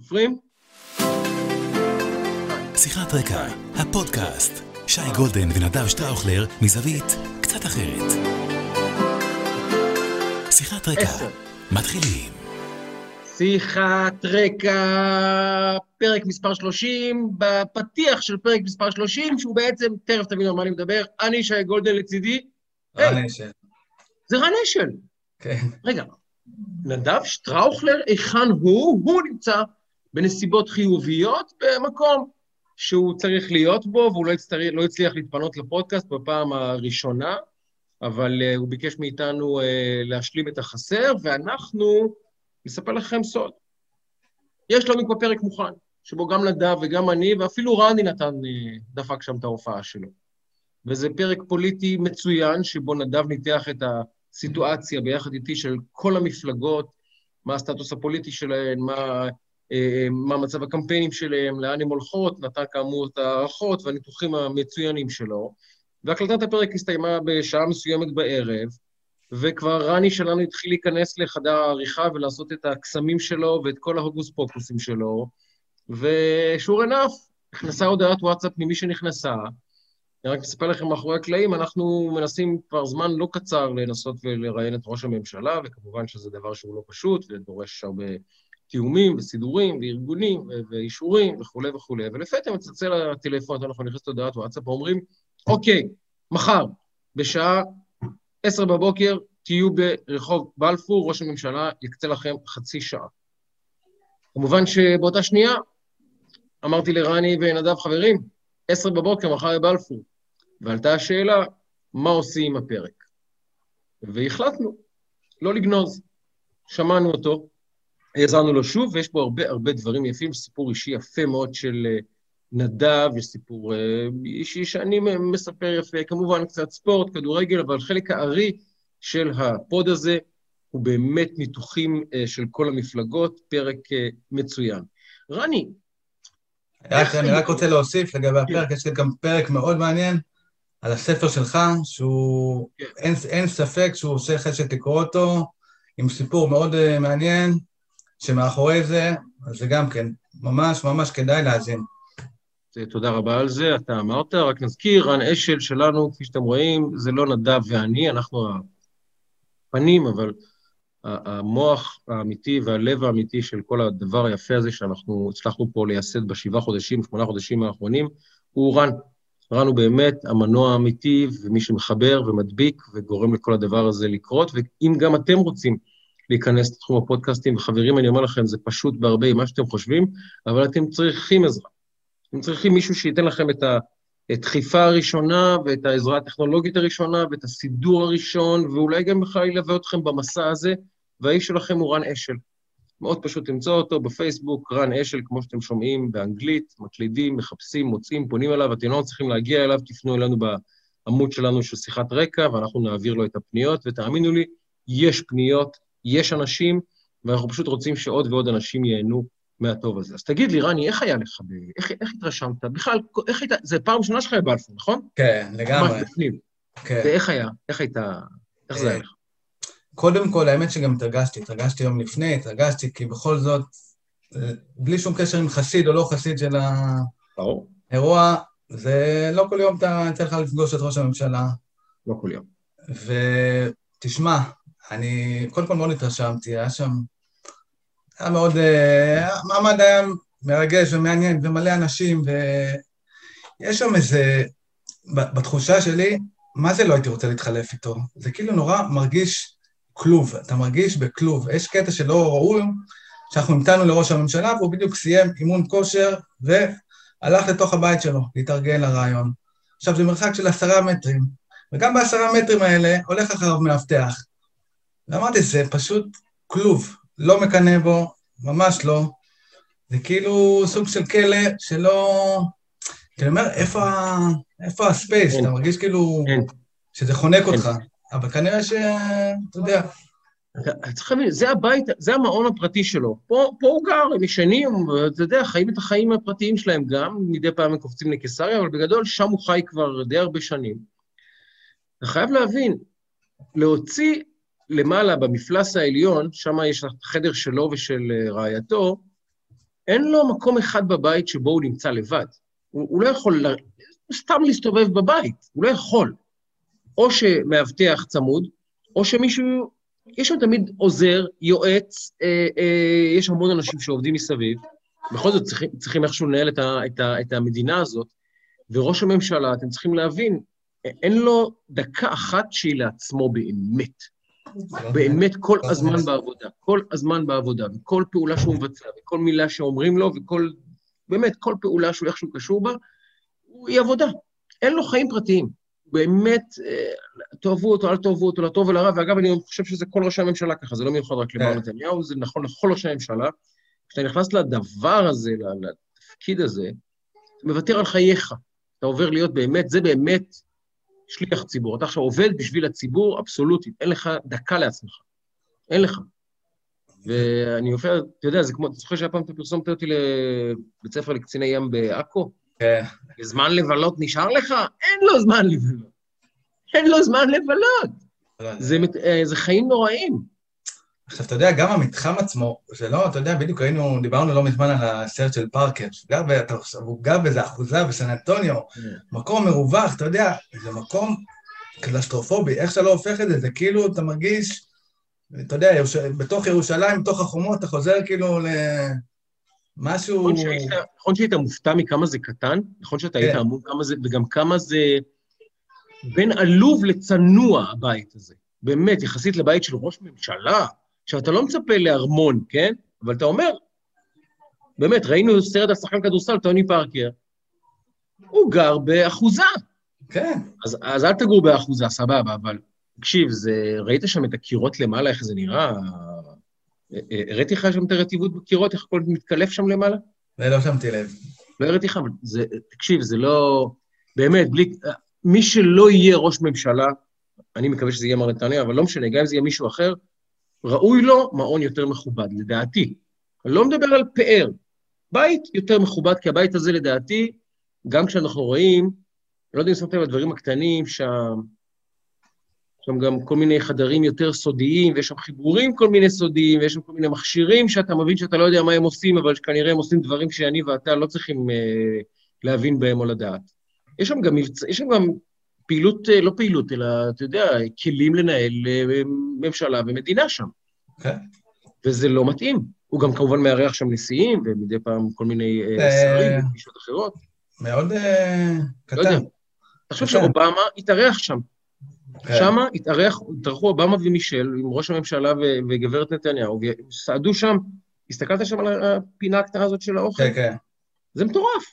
סופרים? שיחת רקע, הפודקאסט. שי גולדן ונדב שטראוכלר מזווית קצת אחרת. שיחת רקע, מתחילים. שיחת רקע, פרק מספר 30, בפתיח של פרק מספר 30, שהוא בעצם, תכף תבינו על מה אני מדבר, אני שי גולדן לצידי. רן אשל. זה רן אשל. כן. רגע, נדב שטראוכלר, היכן הוא? הוא נמצא בנסיבות חיוביות במקום שהוא צריך להיות בו, והוא לא הצליח להתפנות לפודקאסט בפעם הראשונה, אבל הוא ביקש מאיתנו להשלים את החסר, ואנחנו נספר לכם סוד. יש לנו פה פרק מוכן, שבו גם נדב וגם אני, ואפילו רני דפק שם את ההופעה שלו. וזה פרק פוליטי מצוין, שבו נדב ניתח את הסיטואציה ביחד איתי של כל המפלגות, מה הסטטוס הפוליטי שלהן, מה מצב הקמפיינים שלהם, לאן הן הולכות, נתן כאמור את הערכות והניתוחים המצוינים שלו, והקלטת הפרק הסתיימה בשעה מסוימת בערב, וכבר רני שלנו התחיל להיכנס לחדר העריכה ולעשות את הקסמים שלו ואת כל ההוגוס פוקוסים שלו, ושור enough, נכנסה הודעת וואטסאפ ממי שנכנסה. אני רק מספר לכם מאחורי הקלעים, אנחנו מנסים כבר זמן לא קצר לנסות ולראיין את ראש הממשלה, וכמובן שזה דבר שהוא לא פשוט, ודורש הרבה תיאומים וסידורים וארגונים ואישורים וכו' וכו'. ולפתע מצלצל הטלפון, אנחנו נכנס להודעת וואטסאפ, ואומרים, אוקיי, מחר, בשעה 10 בבוקר, תהיו ברחוב בלפור, ראש הממשלה יקצה לכם חצי שעה. כמובן שבאותה שנייה, אמרתי לרני ונדב חברים, 10 בבוקר, מחר בבלפור. ועלתה השאלה, מה עושים עם הפרק? והחלטנו, לא לגנוז. שמענו אותו, עזרנו לו שוב, ויש בו הרבה דברים יפים, סיפור אישי יפה מאוד של נדב, יש סיפור אישי שאני מספר יפה, כמובן קצת ספורט, כדורגל, אבל חלק הארי של הפוד הזה הוא באמת ניתוחים של כל המפלגות, פרק מצוין. רני. אני רק רוצה להוסיף לגבי הפרק, יש גם פרק מאוד מעניין על הספר שלך, שהוא אין ספק שהוא עושה חשק לקרוא אותו, עם סיפור מאוד מעניין, שמאחורי זה, אז זה גם כן, ממש כדאי להאזין. תודה רבה על זה, אתה אמרת, רק נזכיר, רן אשל שלנו, כפי שאתם רואים, זה לא נדב ואני, אנחנו הפנים, אבל המוח האמיתי והלב האמיתי של כל הדבר היפה הזה, שאנחנו הצלחנו פה לייסד ב7 חודשים, 8 חודשים האחרונים, הוא רן. רן הוא באמת המנוע האמיתי, ומי שמחבר ומדביק, וגורם לכל הדבר הזה לקרות, ואם גם אתם רוצים להיכנס לתחום הפודקאסטים, וחברים, אני אומר לכם, זה פשוט בהרבה מה שאתם חושבים, אבל אתם צריכים עזרה. אתם צריכים מישהו שייתן לכם את הדחיפה הראשונה, ואת העזרה הטכנולוגית הראשונה, ואת הסידור הראשון, ואולי גם בכלל ילווה אתכם במסע הזה, והאיש שלכם הוא רן אשל. מאוד פשוט למצוא אותו בפייסבוק, רן אשל, כמו שאתם שומעים, באנגלית, מקלידים, מחפשים, מוצאים, פונים אליו, אתם לא צריכים להגיע אליו, תפנו אלינו בעמוד שלנו של שיחת רקע, ואנחנו נעביר לו את הפניות, ותאמינו לי, יש פניות, יש אנשים, ואנחנו פשוט רוצים שעוד ועוד אנשים ייהנו מהטוב הזה. אז תגיד לי, רני, איך היה לך? איך התרשמת? בכלל, זה פעם ראשונה שלך בבלפור, נכון? כן, לגמרי. ממש בפנים. כן. ואיך היה? איך זה היה לך? קודם כל, האמת שגם התרגשתי יום לפני, כי בכל זאת, בלי שום קשר עם חסיד או לא חסיד של האירוע, זה לא כל יום אתה יצא לך לפגוש את ראש הממשלה. לא כל יום. ותשמע, אני קודם כל מאוד התרשמתי, היה מאוד, המעמד היה מרגש ומעניין ומלא אנשים, ויש שם איזה, בתחושה שלי, מה זה לא הייתי רוצה להתחלף איתו? זה כאילו נורא מרגיש כלוב, אתה מרגיש בכלוב. יש קטע שלא ראו, שאנחנו המתנו לראש הממשלה, והוא בדיוק סיים אימון כושר, והלך לתוך הבית שלו, להתארגן לרעיון. עכשיו, זה מרחק של 10 מטרים, וגם ב10 מטרים האלה הולך אחריו מאבטח. ואמרתי, זה פשוט כלוב, לא מקנה בו, ממש לא. זה כאילו סוג של כלא שלא... אני אומר, איפה הספייס? אתה מרגיש כאילו שזה חונק אותך. אבל כנראה אתה יודע. צריך להבין, זה הבית, זה המעון הפרטי שלו. פה הוא גר, הם ישנים, אתה יודע, חיים את החיים הפרטיים שלהם גם, מדי פעם הם קופצים לקיסריה, אבל בגדול שם הוא חי כבר די הרבה שנים. אתה חייב להבין, להוציא למעלה במפלס העליון, שם יש חדר שלו ושל רעייתו, אין לו מקום אחד בבית שבו הוא נמצא לבד. הוא לא יכול סתם להסתובב בבית, הוא לא יכול. או שמאבטח צמוד, או שמישהו, יש שם תמיד עוזר, יועץ, יש המון אנשים שעובדים מסביב, בכל זאת צריכים איכשהו לנהל את המדינה הזאת, וראש הממשלה, אתם צריכים להבין, אין לו דקה אחת שהיא לעצמו באמת. באמת כל הזמן בעבודה, כל הזמן בעבודה, וכל פעולה שהוא מבצע, וכל מילה שאומרים לו, באמת כל פעולה שהוא איכשהו קשור בה, היא עבודה. אין לו חיים פרטיים. באמת, תאהבו אותו, אל תאהבו אותו, לטוב ולרע, ואגב, אני חושב שזה כל ראשי הממשלה ככה, זה לא מיוחד רק למר נתניהו, זה נכון לכל ראשי הממשלה. כשאתה נכנס לדבר הזה, לתפקיד הזה, אתה מוותר על חייך. אתה עובר להיות באמת, זה באמת שליח ציבור. אתה עכשיו עובד בשביל הציבור אבסולוטית, אין לך דקה לעצמך. אין לך. ואני עובר, אתה יודע, זה כמו, אתה זוכר שהפעם אתה פרסומת אותי לבית ספר לקציני ים בעכו? כן. זמן לבלות נשאר לך? אין לו זמן לבלות. אין לו זמן לבלות. זה חיים נוראים. עכשיו, אתה יודע, גם המתחם עצמו, זה לא, אתה יודע, בדיוק דיברנו לא מזמן על הסרט של פארקר, הוא גר באיזה אחוזה בסן אנטוניו, מקום מרווח, אתה יודע, זה מקום קלסטרופובי, איך שאתה לא הופך את זה, זה כאילו, אתה מרגיש, אתה יודע, בתוך ירושלים, בתוך החומות, אתה חוזר כאילו למשהו... נכון שהיית מופתע מכמה זה קטן, נכון שאתה היית אמור כמה זה, וגם כמה זה בין עלוב לצנוע הבית הזה, באמת, יחסית לבית של ראש ממשלה, שאתה לא מצפה לארמון, כן? אבל אתה אומר, באמת, ראינו סרט על שחקן כדורסל, טוני פארקר, הוא גר באחוזה. כן. אז אל תגור באחוזה, סבבה, אבל תקשיב, ראית שם את הקירות למעלה, איך זה נראה? הראיתי לך שם את הרטיבות בקירות, איך הכל מתקלף שם למעלה? לא שמתי לב. לא הראיתי לך, אבל תקשיב, זה לא... באמת, מי שלא יהיה ראש ממשלה, אני מקווה שזה יהיה מר נתניהו, אבל לא משנה, גם אם זה יהיה מישהו אחר, ראוי לו מעון יותר מכובד, לדעתי. אני לא מדבר על פאר, בית יותר מכובד, כי הבית הזה לדעתי, גם כשאנחנו רואים, אני לא יודע אם שמתם על הדברים הקטנים, שם גם כל מיני חדרים יותר סודיים, ויש שם חיבורים כל מיני סודיים, ויש שם כל מיני מכשירים שאתה מבין שאתה לא יודע מה הם עושים, אבל כנראה הם עושים דברים שאני ואתה לא צריכים להבין בהם או לדעת. יש שם גם פעילות, לא פעילות, אלא, אתה יודע, כלים לנהל ממשלה ומדינה שם. כן. וזה לא מתאים. הוא גם כמובן מארח שם נשיאים, ומדי פעם כל מיני שרים ופגישות אחרות. מאוד קטן. לא יודע. תחשוב שאובמה התארח שם. שם התארחו אובמה ומישל, עם ראש הממשלה וגברת נתניהו, וסעדו שם, הסתכלת שם על הפינה הקטנה הזאת של האוכל? כן, כן. זה מטורף.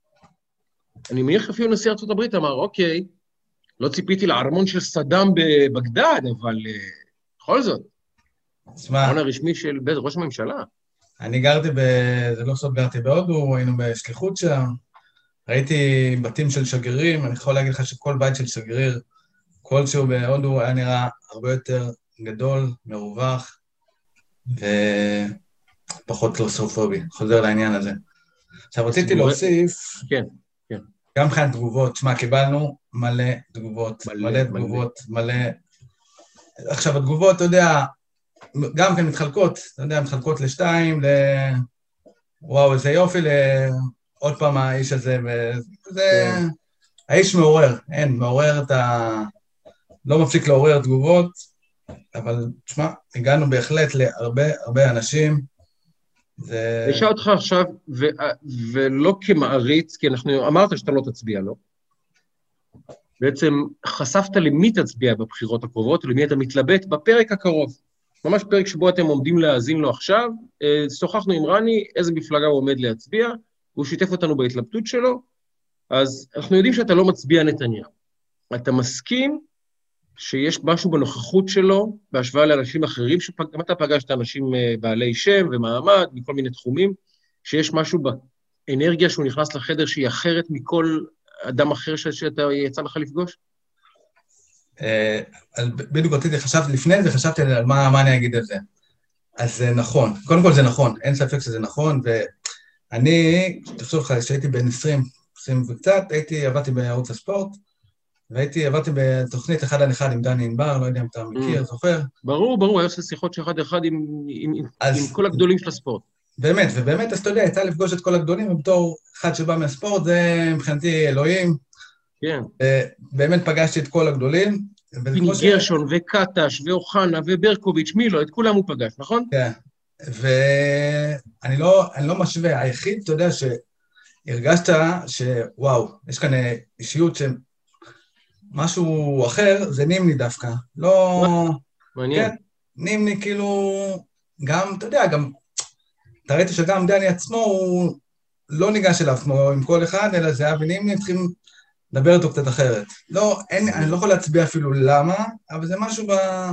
אני מניח אפילו נשיא ארצות הברית אמר, אוקיי, לא ציפיתי לארמון של סדאם בבגדד, אבל בכל זאת, הארמון הרשמי של בית ראש הממשלה. אני גרתי זה לא סוד, גרתי בהודו, היינו בשליחות שם, ראיתי בתים של שגרירים, אני יכול להגיד לך שכל בית של שגריר, כלשהו בהודו היה נראה הרבה יותר גדול, מרווח, ופחות קלאוסטרופובי, חוזר לעניין הזה. עכשיו רציתי להוסיף, כן. גם כאן תגובות, שמע, קיבלנו מלא תגובות, מלא. עכשיו, התגובות, אתה יודע, גם כן מתחלקות, אתה יודע, מתחלקות לשתיים, וואו, איזה יופי, עוד פעם האיש הזה, וזה... האיש מעורר, מעורר את לא מפסיק לעורר תגובות, אבל, תשמע, הגענו בהחלט להרבה אנשים, נשאל אותך עכשיו, ולא כמעריץ, כי אמרת שאתה לא תצביע, לא? בעצם חשפת למי תצביע בבחירות הקרובות, ולמי אתה מתלבט בפרק הקרוב. ממש פרק שבו אתם עומדים להאזין לו עכשיו, שוחחנו עם רני, איזה מפלגה הוא עומד להצביע, והוא שיתף אותנו בהתלבטות שלו, אז אנחנו יודעים שאתה לא מצביע נתניהו. אתה מסכים שיש משהו בנוכחות שלו, בהשוואה לאנשים אחרים, גם אתה פגשת אנשים בעלי שם ומעמד, מכל מיני תחומים, שיש משהו באנרגיה שהוא נכנס לחדר שהיא אחרת מכל אדם אחר שאתה יצא לך לפגוש? בדיוק חשבתי לפני זה, חשבתי על מה אני אגיד על זה. אז זה נכון, קודם כל זה נכון, אין ספק שזה נכון, ואני, תחשוב לך, כשהייתי בין 20 וקצת, עבדתי בערוץ הספורט, עברתי בתוכנית אחד על אחד עם דני ענבר, לא יודע אם אתה מכיר, זוכר? ברור, היה עושה שיחות שאחד עם כל הגדולים של הספורט. באמת, ובאמת, אז אתה יודע, יצא לפגוש את כל הגדולים, ובתור אחד שבא מהספורט, זה מבחינתי אלוהים. כן. באמת פגשתי את כל הגדולים. פיני גרשון וקטש ואוחנה וברקוביץ', מי לא, את כולם הוא פגש, נכון? כן, ואני לא משווה, היחיד, אתה יודע, שהרגשת שוואו, יש כאן אישיות שמשהו אחר, זה נימני דווקא. לא... מעניין. כן, נימני כאילו, גם, אתה יודע, גם, אתה ראית שגם דני עצמו, הוא לא ניגש אליו כמו עם כל אחד, אלא זה היה ונימני, צריכים לדבר איתו קצת אחרת. לא, אני לא יכול להצביע אפילו למה, אבל זה משהו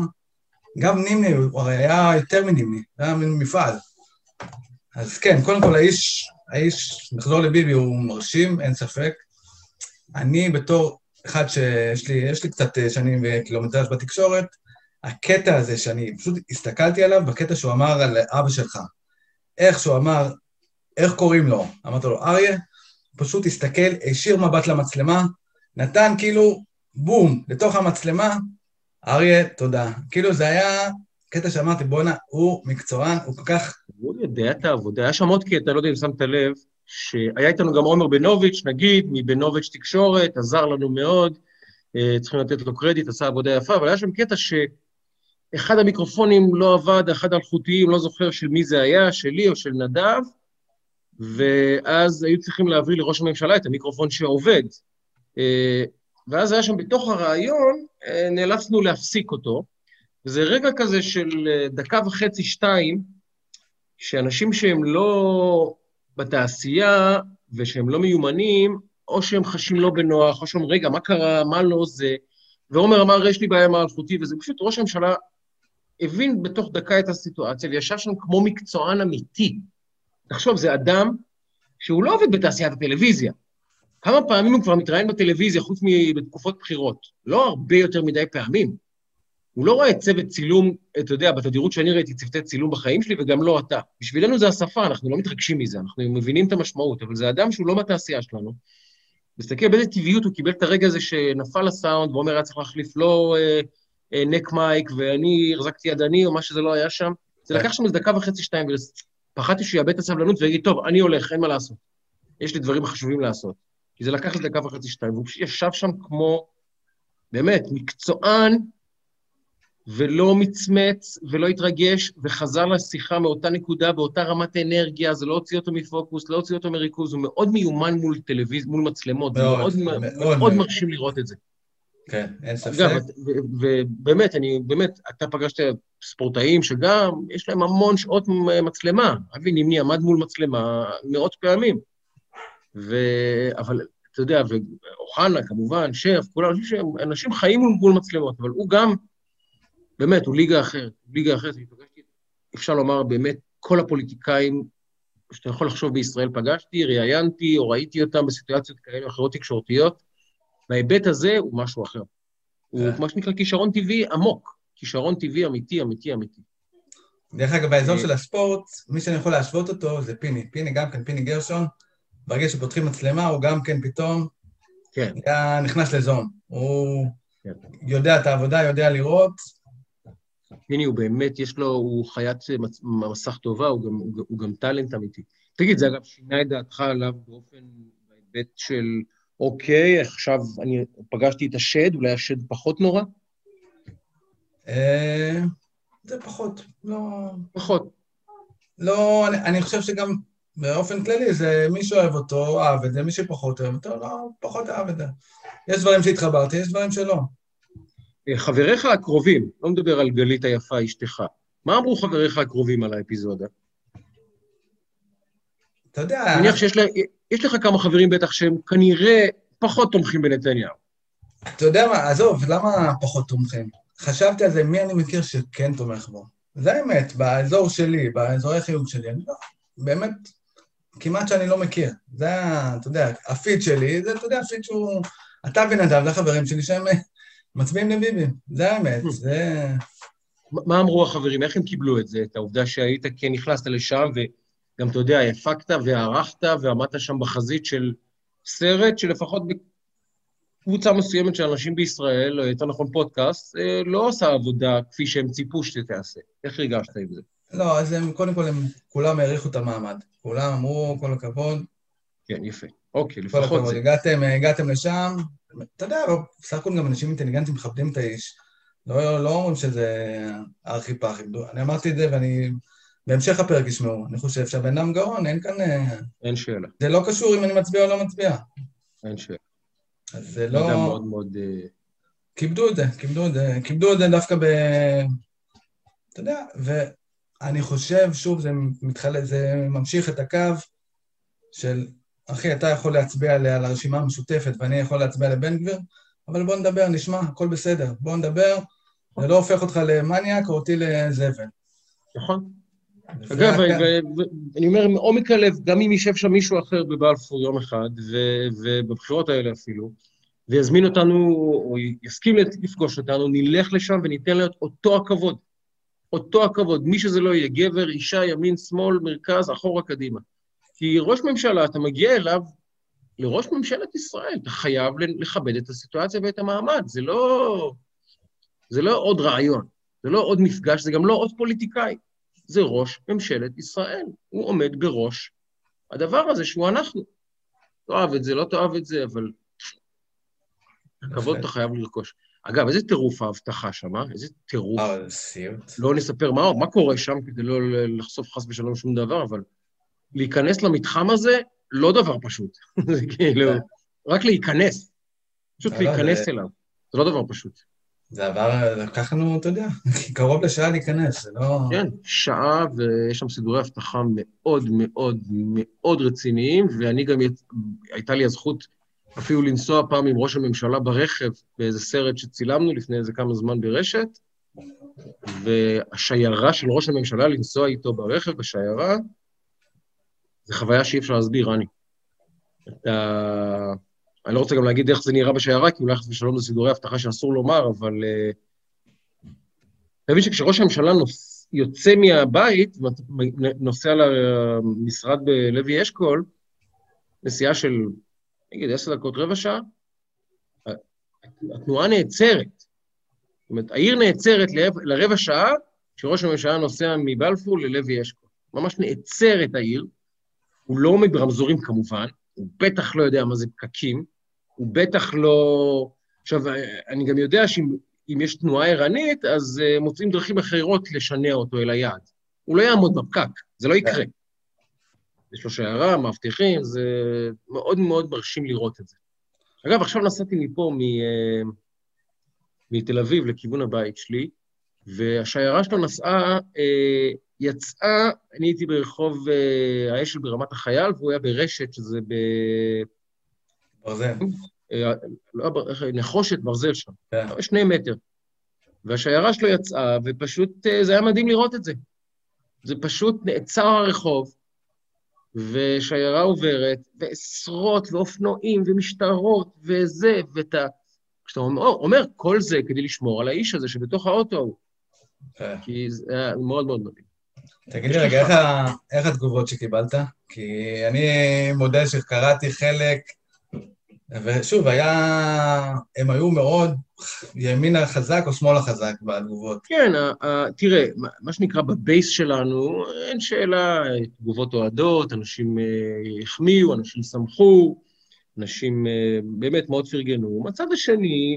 גם נימני, הוא הרי היה יותר מנימני, היה מפעל. אז כן, קודם כל האיש, נחזור לביבי, הוא מרשים, אין ספק. אני בתור אחד שיש לי קצת שנים וקילומטראז' בתקשורת, הקטע הזה שאני פשוט הסתכלתי עליו, בקטע שהוא אמר על אבא שלך. איך שהוא אמר, איך קוראים לו? אמרת לו, אריה, פשוט הסתכל, השאיר מבט למצלמה, נתן כאילו בום, לתוך המצלמה, אריה, תודה. כאילו זה היה קטע שאמרתי, בוא'נה, הוא מקצוען, הוא כל כך... הוא יודע את העבודה, היה שם עוד קטע, לא יודע אם שמת לב, שהיה איתנו גם עומר בנוביץ', נגיד, מבנוביץ' תקשורת, עזר לנו מאוד, צריכים לתת לו קרדיט, עשה עבודה יפה, אבל היה שם קטע שאחד המיקרופונים לא עבד, אחד האלחוטיים, לא זוכר של מי זה היה, שלי או של נדב, ואז היו צריכים להעביר לראש הממשלה את המיקרופון שעובד. ואז היה שם בתוך הרעיון, נאלצנו להפסיק אותו, וזה רגע כזה של דקה וחצי, 2, שאנשים שהם לא בתעשייה, ושהם לא מיומנים, או שהם חשים לא בנוח, או שהם, רגע, מה קרה, מה לא זה, ועומר אמר, יש לי בעיה מהאלחוטי, וזה פשוט ראש הממשלה הבין בתוך דקה את הסיטואציה, וישב שם כמו מקצוען אמיתי. תחשוב, זה אדם שהוא לא עובד בתעשיית הטלוויזיה. כמה פעמים הוא כבר מתראיין בטלוויזיה, חוץ בתקופות בחירות? לא הרבה יותר מדי פעמים. הוא לא רואה צוות צילום, אתה יודע, בתדירות שאני ראיתי צוותי צילום בחיים שלי, וגם לא אתה. בשבילנו זה השפה, אנחנו לא מתרגשים מזה, אנחנו מבינים את המשמעות, אבל זה אדם שהוא לא בתעשייה שלנו. מסתכל באיזה טבעיות הוא קיבל את הרגע הזה שנפל הסאונד, ואומר, היה צריך להחליף לו נק מייק, ואני החזקתי ידני, או מה שזה לא היה שם. זה לקח שם איזה דקה וחצי, 2, ופחדתי שיאבד את הסבלנות ויגיד, טוב, אני הולך, אין מה לעשות. יש לי דברים חשובים לעשות. כי זה לקח לי דקה וחצי, 2, והוא ישב שם כמו, באמת, מקצוען, ולא מצמץ, ולא התרגש, וחזר לשיחה מאותה נקודה, באותה רמת אנרגיה, זה לא הוציא אותו מפוקוס, לא הוציא אותו מריכוז, הוא מאוד מיומן מול טלוויזיה, מול מצלמות, מאוד מרשים לראות את זה. כן, אין ספק. אגב, ובאמת, אתה פגשת ספורטאים שגם, יש להם המון שעות מצלמה, אבי נימני עמד מול מצלמה מאות פעמים, אבל אתה יודע, ואוחנה כמובן, שף, כולם, אנשים חיים מול מצלמות, אבל הוא גם, באמת, הוא ליגה אחרת, אפשר לומר באמת, כל הפוליטיקאים שאתה יכול לחשוב בישראל פגשתי, ראיינתי או ראיתי אותם בסיטואציות כאלה אחרות תקשורתיות, וההיבט הזה הוא משהו אחר. הוא מה שנקרא כישרון טבעי עמוק, כישרון טבעי אמיתי. דרך אגב, באזור של הספורט, מי שאני יכול להשוות אותו זה פיני גם כן, פיני גרשון, ברגע שפותחים מצלמה, הוא גם כן פתאום נכנס לזון. הוא יודע את העבודה, יודע לראות, הנה, הוא באמת, הוא חיית מסך טובה, הוא גם טלנט אמיתי. תגיד, זה אגב שינה את דעתך עליו באופן, בהיבט של, אוקיי, עכשיו אני פגשתי את השד, אולי השד פחות נורא? זה פחות, לא... פחות. לא, אני חושב שגם באופן כללי, זה מי שאוהב אותו, אוהב את זה, מי שפחות אוהב אותו, לא, פחות אוהב את זה. יש דברים שהתחברתי, יש דברים שלא. חבריך הקרובים, לא מדבר על גלית היפה, אשתך, מה אמרו חבריך הקרובים על האפיזודה? אתה יודע... מניח שיש לך כמה חברים בטח שהם כנראה פחות תומכים בנתניהו. אתה יודע מה, עזוב, למה פחות תומכים? חשבתי על זה, מי אני מכיר שכן תומך בו? זה האמת, באזור שלי, באזורי החיוג שלי, אני לא, באמת, כמעט שאני לא מכיר. זה, אתה יודע, הפיד שלי, זה, אתה יודע, הפיד שהוא... אתה ונדב, זה חברים שלי שהם... מצביעים לביבי, זה האמת, זה... מה אמרו החברים? איך הם קיבלו את זה? את העובדה שהיית כן נכנסת לשם, וגם, אתה יודע, הפקת וערכת, ועמדת שם בחזית של סרט, שלפחות בקבוצה מסוימת של אנשים בישראל, או יותר נכון פודקאסט, לא עושה עבודה כפי שהם ציפו שתעשה. איך הרגשת עם זה? לא, אז הם, קודם כל, הם כולם העריכו את המעמד. כולם אמרו, כל הכבוד. כן, יפה. אוקיי, כל לפחות הכבוד, זה. הגעתם לשם. אתה יודע, בסך הכל גם אנשים אינטליגנטים מכבדים את האיש. לא אומרים שזה ארכי פחי. אני אמרתי את זה, ואני... בהמשך הפרק ישמעו. אני חושב שהבן אדם גאון, אין כאן... אין שאלה. זה לא קשור אם אני מצביע או לא מצביע. אין שאלה. אז זה אדם לא... מאוד מאוד... כיבדו את זה דווקא אתה יודע, ואני חושב, שוב, זה ממשיך את הקו של, אחי, אתה יכול להצביע על הרשימה המשותפת, ואני יכול להצביע לבן גביר, אבל בוא נדבר, נשמע, הכל בסדר, בוא נדבר, זה לא הופך אותך למניאק או אותי לזבל. נכון. אגב, אני אומר מעומק הלב, גם אם יישב שם מישהו אחר בבלפור יום אחד, ובבחירות האלה אפילו, ויזמין אותנו, או יסכים לפגוש אותנו, נלך לשם וניתן לו אותו הכבוד. אותו הכבוד, מי שזה לא יהיה, גבר, אישה, ימין, שמאל, מרכז, אחורה, קדימה. כי ראש ממשלה, אתה מגיע אליו, לראש ממשלת ישראל, אתה חייב לכבד את הסיטואציה ואת המעמד, זה לא עוד רעיון, זה לא עוד מפגש, זה גם לא עוד פוליטיקאי, זה ראש ממשלת ישראל, הוא עומד בראש הדבר הזה שהוא אנחנו. תאהב את זה, לא תאהב את זה, אבל הכבוד אתה חייב לרכוש. אגב, איזה טירוף ההבטחה שם, איזה טירוף. לא נספר מה קורה שם, כדי לא לחשוף חס ושלום שום דבר, אבל להיכנס למתחם הזה, לא דבר פשוט. זה כאילו, רק להיכנס. פשוט להיכנס אליו. זה לא דבר פשוט. זה עבר, לקח לנו, אתה יודע, קרוב לשעה להיכנס, זה לא... כן, שעה, ויש שם סידורי הבטחה מאוד מאוד מאוד רציניים, ואני גם, הייתה לי הזכות אפילו לנסוע פעם עם ראש הממשלה ברכב, באיזה סרט שצילמנו לפני איזה כמה זמן ברשת, והשיירה של ראש הממשלה לנסוע איתו ברכב, בשיירה, זה חוויה שאי אפשר להסביר, אני לא רוצה גם להגיד איך זה נראה בשיירה, כי אולי חס ושלום זה סידורי הבטחה שאסור לומר, אבל אתה מבין שכשראש הממשלה יוצא מהבית, נוסע למשרד בלוי אשכול, נסיעה של, נגיד, 10 דקות, רבע שעה, התנועה נעצרת. זאת אומרת, העיר נעצרת לרבע שעה, כשראש הממשלה נוסע מבלפור ללוי אשכול. ממש נעצרת העיר, הוא לא עומד ברמזורים כמובן, הוא בטח לא יודע מה זה פקקים, הוא בטח לא... עכשיו, אני גם יודע שאם יש תנועה עירנית, אז מוצאים דרכים אחרות לשנע אותו אל היעד. הוא לא יעמוד בפקק, זה לא יקרה. יש לו שיירה, מבטיחים, זה מאוד מאוד מרשים לראות את זה. אגב, עכשיו נסעתי מפה, מתל אביב לכיוון הבית שלי, והשיירה שלו נסעה, יצאה, אני הייתי ברחוב האשל ברמת החייל, והוא היה ברשת, שזה ברזל. נחושת ברזל שם, 2 מטר. והשיירה שלו יצאה, ופשוט זה היה מדהים לראות את זה. זה פשוט נעצר הרחוב, ושיירה עוברת, ועשרות ואופנועים ומשטרות וזה, כשאתה אומר כל זה כדי לשמור על האיש הזה שבתוך האוטו הוא, כי זה היה מאוד מאוד מדהים. תגיד לי רגע, איך התגובות שקיבלת? כי אני מודה שקראתי חלק, ושוב, הם היו מאוד ימין החזק או שמאל החזק בתגובות. כן, תראה, מה שנקרא בבייס שלנו, אין שאלה, תגובות אוהדות, אנשים החמיאו, אנשים שמחו, אנשים באמת מאוד פרגנו. מצד השני,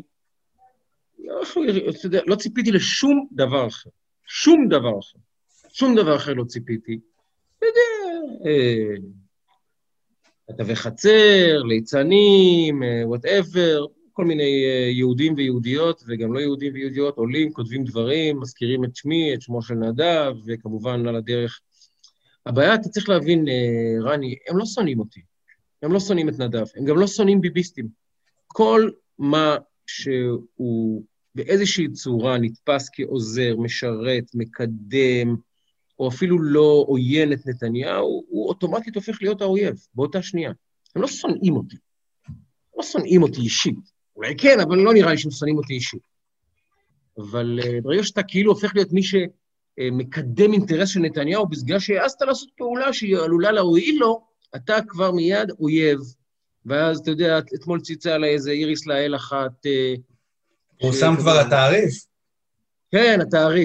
לא ציפיתי לשום דבר אחר. שום דבר אחר. שום דבר אחר לא ציפיתי. אתה יודע, כתבי חצר, ליצנים, whatever, כל מיני יהודים ויהודיות, וגם לא יהודים ויהודיות, עולים, כותבים דברים, מזכירים את שמי, את שמו של נדב, וכמובן על הדרך. הבעיה, אתה צריך להבין, רני, הם לא שונאים אותי. הם לא שונאים את נדב, הם גם לא שונאים ביביסטים. כל מה שהוא באיזושהי צורה נתפס כעוזר, משרת, מקדם, או אפילו לא עוין את נתניהו, הוא אוטומטית הופך להיות האויב, באותה שנייה. הם לא שונאים אותי. לא שונאים אותי אישית. אולי כן, אבל לא נראה לי שהם שונאים אותי אישית. אבל ברגע שאתה כאילו הופך להיות מי שמקדם אינטרס של נתניהו, בגלל שהעזת לעשות פעולה שהיא עלולה להועיל לו, אתה כבר מיד אויב. ואז, אתה יודע, אתמול ציצה עליי איזה איריס לאל אחת. הוא שם כבר התעריף? כן, התעריף.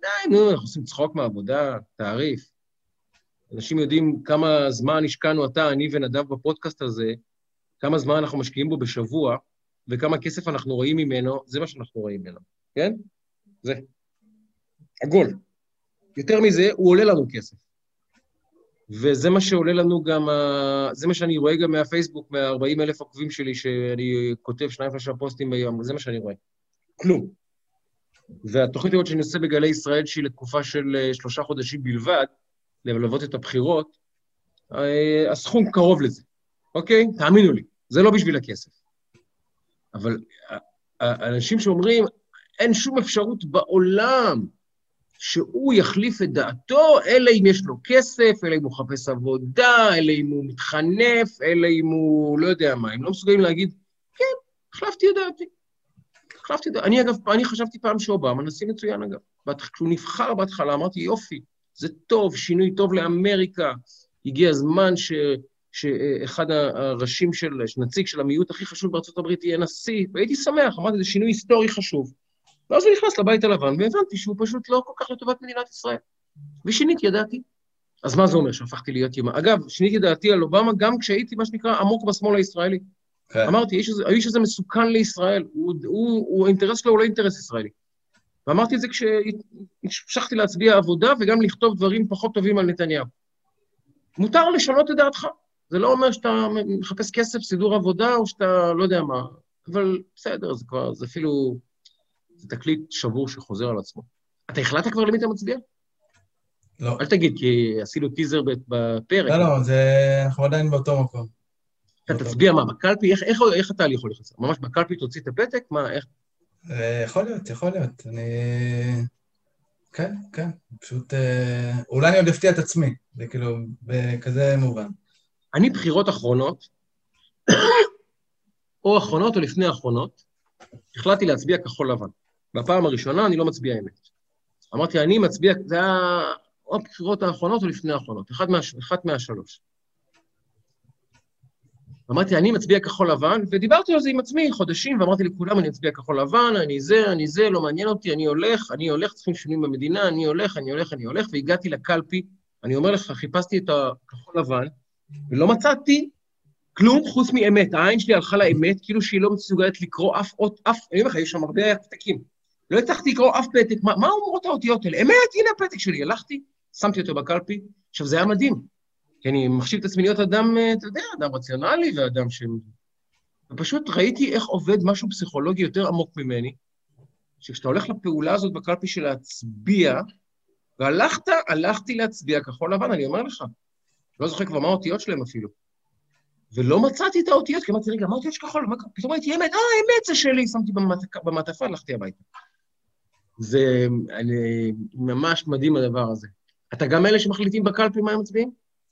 די, נו, אנחנו עושים צחוק מהעבודה, תעריף. אנשים יודעים כמה זמן השקענו אתה, אני ונדב בפודקאסט הזה, כמה זמן אנחנו משקיעים בו בשבוע, וכמה כסף אנחנו רואים ממנו, זה מה שאנחנו רואים ממנו, כן? זה. עגול. יותר מזה, הוא עולה לנו כסף. וזה מה שעולה לנו גם, זה מה שאני רואה גם מהפייסבוק, מה-40,000 עוקבים שלי, שאני כותב 2-3 פוסטים ביום, זה מה שאני רואה. כלום. והתוכנית הזאת שאני עושה בגלי ישראל, שהיא לתקופה של 3 חודשים בלבד, ללוות את הבחירות, הסכום קרוב לזה, אוקיי? תאמינו לי, זה לא בשביל הכסף. אבל האנשים שאומרים, אין שום אפשרות בעולם שהוא יחליף את דעתו, אלא אם יש לו כסף, אלא אם הוא חפש עבודה, אלא אם הוא מתחנף, אלא אם הוא לא יודע מה, הם לא מסוגלים להגיד, כן, החלפתי את דעתי. אני אגב, אני חשבתי פעם שאובמה, נשיא מצוין אגב. כשהוא נבחר בהתחלה, אמרתי, יופי, זה טוב, שינוי טוב לאמריקה, הגיע הזמן שאחד הראשים נציג של המיעוט הכי חשוב בארצות הברית יהיה נשיא, והייתי שמח, אמרתי, זה שינוי היסטורי חשוב. ואז הוא נכנס לבית הלבן, והבנתי שהוא פשוט לא כל כך לטובת מדינת ישראל. ושיניתי ידעתי. אז מה זה אומר שהפכתי להיות ימה? אגב, שיניתי דעתי על אובמה גם כשהייתי, מה שנקרא, עמוק בשמאל הישראלי. Okay. אמרתי, האיש הזה מסוכן לישראל, האינטרס שלו הוא לא אינטרס ישראלי. ואמרתי את זה כשהמשכתי להצביע עבודה, וגם לכתוב דברים פחות טובים על נתניהו. מותר לשנות את דעתך. זה לא אומר שאתה מחפש כסף, סידור עבודה, או שאתה לא יודע מה. אבל בסדר, זה כבר, זה אפילו, זה תקליט שבור שחוזר על עצמו. אתה החלטת כבר למי אתה מצביע? לא. אל תגיד, כי עשינו טיזר בפרק. לא, אנחנו עדיין באותו מקום. אתה תצביע מה, בקלפי? איך אתה יכול לחצר? ממש בקלפי תוציא את הפתק? מה, איך? יכול להיות. כן. פשוט, אולי אני עוד אפתיע את עצמי, כאילו, בכזה מובן. אני בחירות אחרונות, או אחרונות או לפני האחרונות, החלטתי להצביע כחול לבן. בפעם הראשונה אני לא מצביע אמת. אמרתי, אני מצביע, זה היה או הבחירות האחרונות או לפני האחרונות, אחת מהשלוש. אמרתי, אני מצביע כחול לבן, ודיברתי על זה עם עצמי חודשים, ואמרתי לכולם, אני מצביע כחול לבן, אני זה, לא מעניין אותי, אני הולך, צריכים שינויים במדינה, אני הולך, והגעתי לקלפי, אני אומר לך, חיפשתי את הכחול לבן, ולא מצאתי כלום חוץ מאמת, העין שלי הלכה לאמת, כאילו שהיא לא מסוגלת לקרוא אני אומר לך, יש שם הרבה פתקים, לא הצלחתי לקרוא אף פתק, מה אומרות האותיות האלה? אמת, הנה הפתק שלי, הלכתי, שמתי אותו בקלפי, עכשיו זה היה מדהים, כי אני מחשיב את עצמי להיות אדם, אתה יודע, אדם רציונלי ואדם ופשוט ראיתי איך עובד משהו פסיכולוגי יותר עמוק ממני, שכשאתה הולך לפעולה הזאת בקלפי של להצביע, הלכתי להצביע כחול לבן, אני אומר לך, לא זוכר כבר מה האותיות שלהם אפילו, ולא מצאתי את האותיות, כי אמרתי, רגע, מה האותיות שכחול? פתאום הייתי אמת, אמת זה שלי, שמתי במעטפה, הלכתי הביתה. זה ממש מדהים הדבר הזה. אתה גם אלה שמחליטים בקלפי מה הם מצביעים?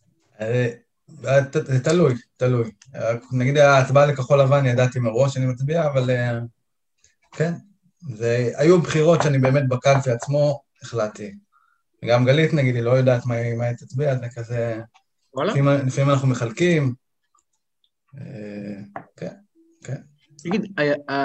זה תלוי. נגיד ההצבעה לכחול לבן, ידעתי מראש שאני מצביע, אבל כן, היו בחירות שאני באמת בקלפי עצמו החלטתי. גם גלית, נגיד, היא לא יודעת מה היא תצביע, זה כזה, לפעמים אנחנו מחלקים. כן. תגיד,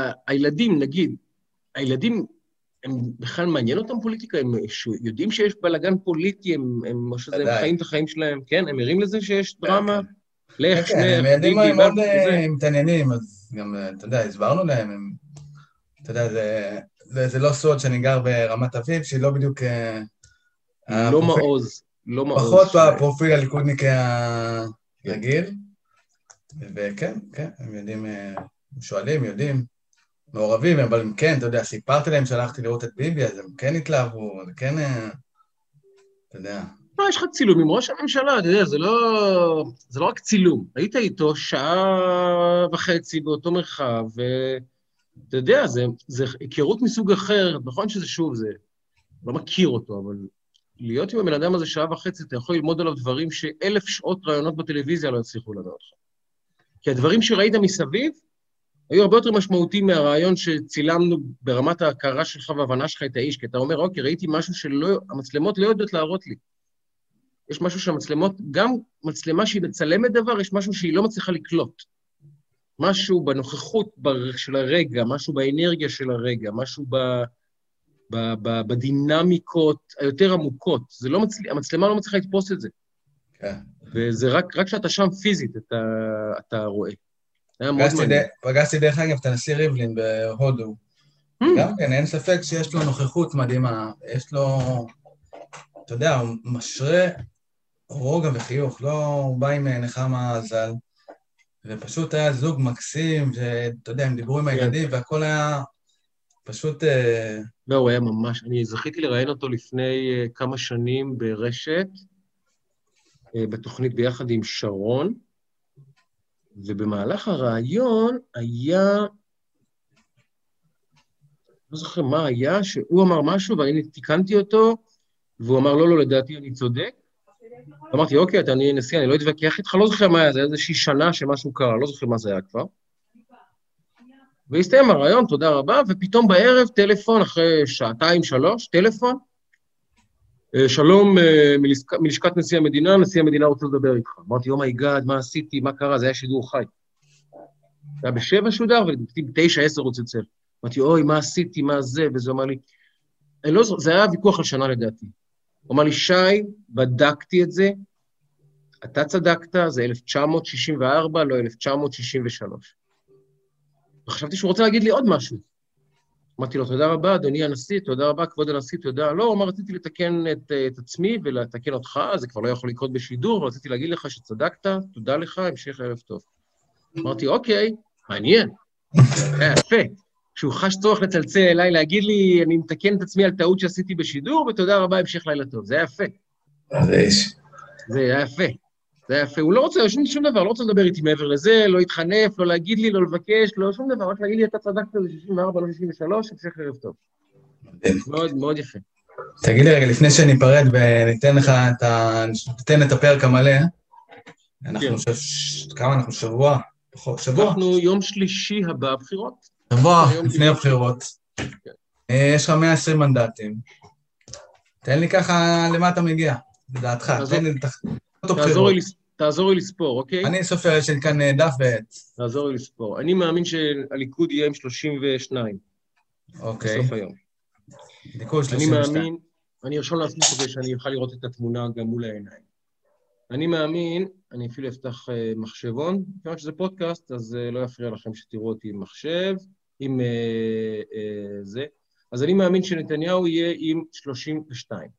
הילדים, הם בכלל מעניין אותם פוליטיקה? הם יודעים שיש בלגן פוליטי, הם חיים את החיים שלהם, כן? הם ערים לזה שיש דרמה? כן, הם יודעים מה הם מאוד מתעניינים, אז גם, אתה יודע, הסברנו להם, אתה יודע, זה לא סוד שאני גר ברמת אביב, שהיא לא בדיוק... לא מעוז. פחות בפרופיל הליכודניק הרגיל, וכן, הם יודעים, הם שואלים, יודעים, מעורבים, אבל הם כן, אתה יודע, סיפרתי להם שהלכתי לראות את ביבי, אז הם כן התלהבו, זה כן, אתה יודע. יש לך צילום עם ראש הממשלה, אתה יודע, זה לא רק צילום, היית איתו 1.5 שעה באותו מרחב, ואתה יודע, זה היכרות מסוג אחר, נכון שזה שוב, זה לא מכיר אותו, אבל להיות עם הבן אדם הזה 1.5 שעה, אתה יכול ללמוד עליו דברים ש1,000 שעות רעיונות בטלוויזיה לא יצליחו לדעת אותך. כי הדברים שראית מסביב, היו הרבה יותר משמעותיים מהרעיון שצילמנו ברמת ההכרה שלך והבנה שלך את האיש, כי אתה אומר, אוקיי, ראיתי משהו שהמצלמות לא יודעות להראות לי. יש משהו שהמצלמות, גם מצלמה שהיא מצלמת דבר, יש משהו שהיא לא מצליחה לקלוט. משהו בנוכחות של הרגע, משהו באנרגיה של הרגע, משהו בדינמיקות היותר עמוקות. המצלמה לא מצליחה לתפוס את זה. כן. וזה רק כשאתה שם פיזית, אתה רואה. זה היה מאוד מעניין. פגשתי דרך אגב את הנשיא ריבלין בהודו. גם כן, אין ספק שיש לו נוכחות מדהימה. יש לו, אתה יודע, הוא משרה רוגע וחיוך, לא הוא בא עם נחמה ז"ל, ופשוט היה זוג מקסים, שאתה יודע, הם דיברו עם הילדים, והכל היה פשוט... לא, הוא היה ממש... אני זכיתי לראיין אותו לפני כמה שנים ברשת, בתוכנית ביחד עם שרון, ובמהלך הרעיון היה... לא זוכר מה היה, שהוא אמר משהו ואני תיקנתי אותו, והוא אמר, לא, לדעתי אני צודק. אמרתי, אוקיי, אתה נשיא, אני לא אתווכח איתך, לא זוכר מה היה, זה איזושהי שנה שמשהו קרה, לא זוכר מה זה היה כבר. והסתיים הרעיון, תודה רבה, ופתאום בערב טלפון, אחרי שעתיים, 3, טלפון, שלום מלשכת נשיא המדינה, נשיא המדינה רוצה לדבר איתך. אמרתי, אומייגאד, מה עשיתי, מה קרה, זה היה שידור חי. זה היה ב7 שודר, וב9-10 רוצה צל. אמרתי, אוי, מה עשיתי, מה זה, וזה אומר לי, זה היה ויכוח על שנה לדעתי. הוא אמר לי, שי, בדקתי את זה, אתה צדקת, זה 1964, לא 1963. וחשבתי שהוא רוצה להגיד לי עוד משהו. אמרתי לו, תודה רבה, אדוני הנשיא, תודה רבה, כבוד הנשיא, תודה. לא, הוא אמר, רציתי לתקן את עצמי ולתקן אותך, זה כבר לא יכול לקרות בשידור, אבל רציתי להגיד לך שצדקת, תודה לך, המשך ערב טוב. אמרתי, אוקיי, מעניין. היה יפה. כשהוא חש צורך לצלצל אליי, להגיד לי, אני מתקן את עצמי על טעות שעשיתי בשידור, ותודה רבה, המשך לילה טוב. זה היה יפה. זה היה יפה. זה היה יפה. הוא לא רוצה שום דבר, לא רוצה לדבר איתי מעבר לזה, לא להתחנף, לא להגיד לי, לא לבקש, לא שום דבר, רק להגיד לי, אתה צדקת ב-64, לא 63, המשך ערב טוב. מאוד, מאוד יפה. תגיד לי רגע, לפני שניפרד וניתן לך ניתן את הפרק המלא, כמה אנחנו שבוע? אנחנו יום שלישי הבא בחירות. שבוע לפני הבחירות. יש לך 120 מנדטים. תן לי ככה למה אתה מגיע, לדעתך. תעזור לי לספור, אוקיי? אני סופר, יש לי כאן דף ועט. תעזור לי לספור. אני מאמין שהליכוד יהיה עם 32. אוקיי. בסוף היום. ליכוד 32. אני ארשום לעצמי כדי שאני אוכל לראות את התמונה גם מול העיניים. אני מאמין, אני אפילו אפתח מחשבון, כיוון שזה פודקאסט, אז לא יפריע לכם שתראו אותי עם מחשב, עם זה. אז אני מאמין שנתניהו יהיה עם 32.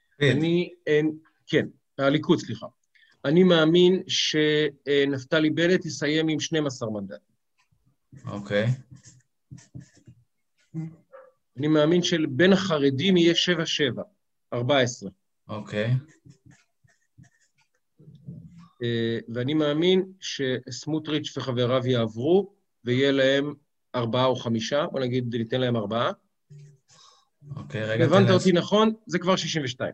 כן, הליכוד, סליחה. אני מאמין שנפתלי בנט יסיים עם 12 מנדטים. אוקיי. אני מאמין שבין החרדים יהיה 7-7, 14. אוקיי. ואני מאמין שסמוטריץ' וחבריו יעברו, ויהיה להם 4 או 5, בוא נגיד, ניתן להם 4. אוקיי, רגע. הבנת אותי נכון? זה כבר 62.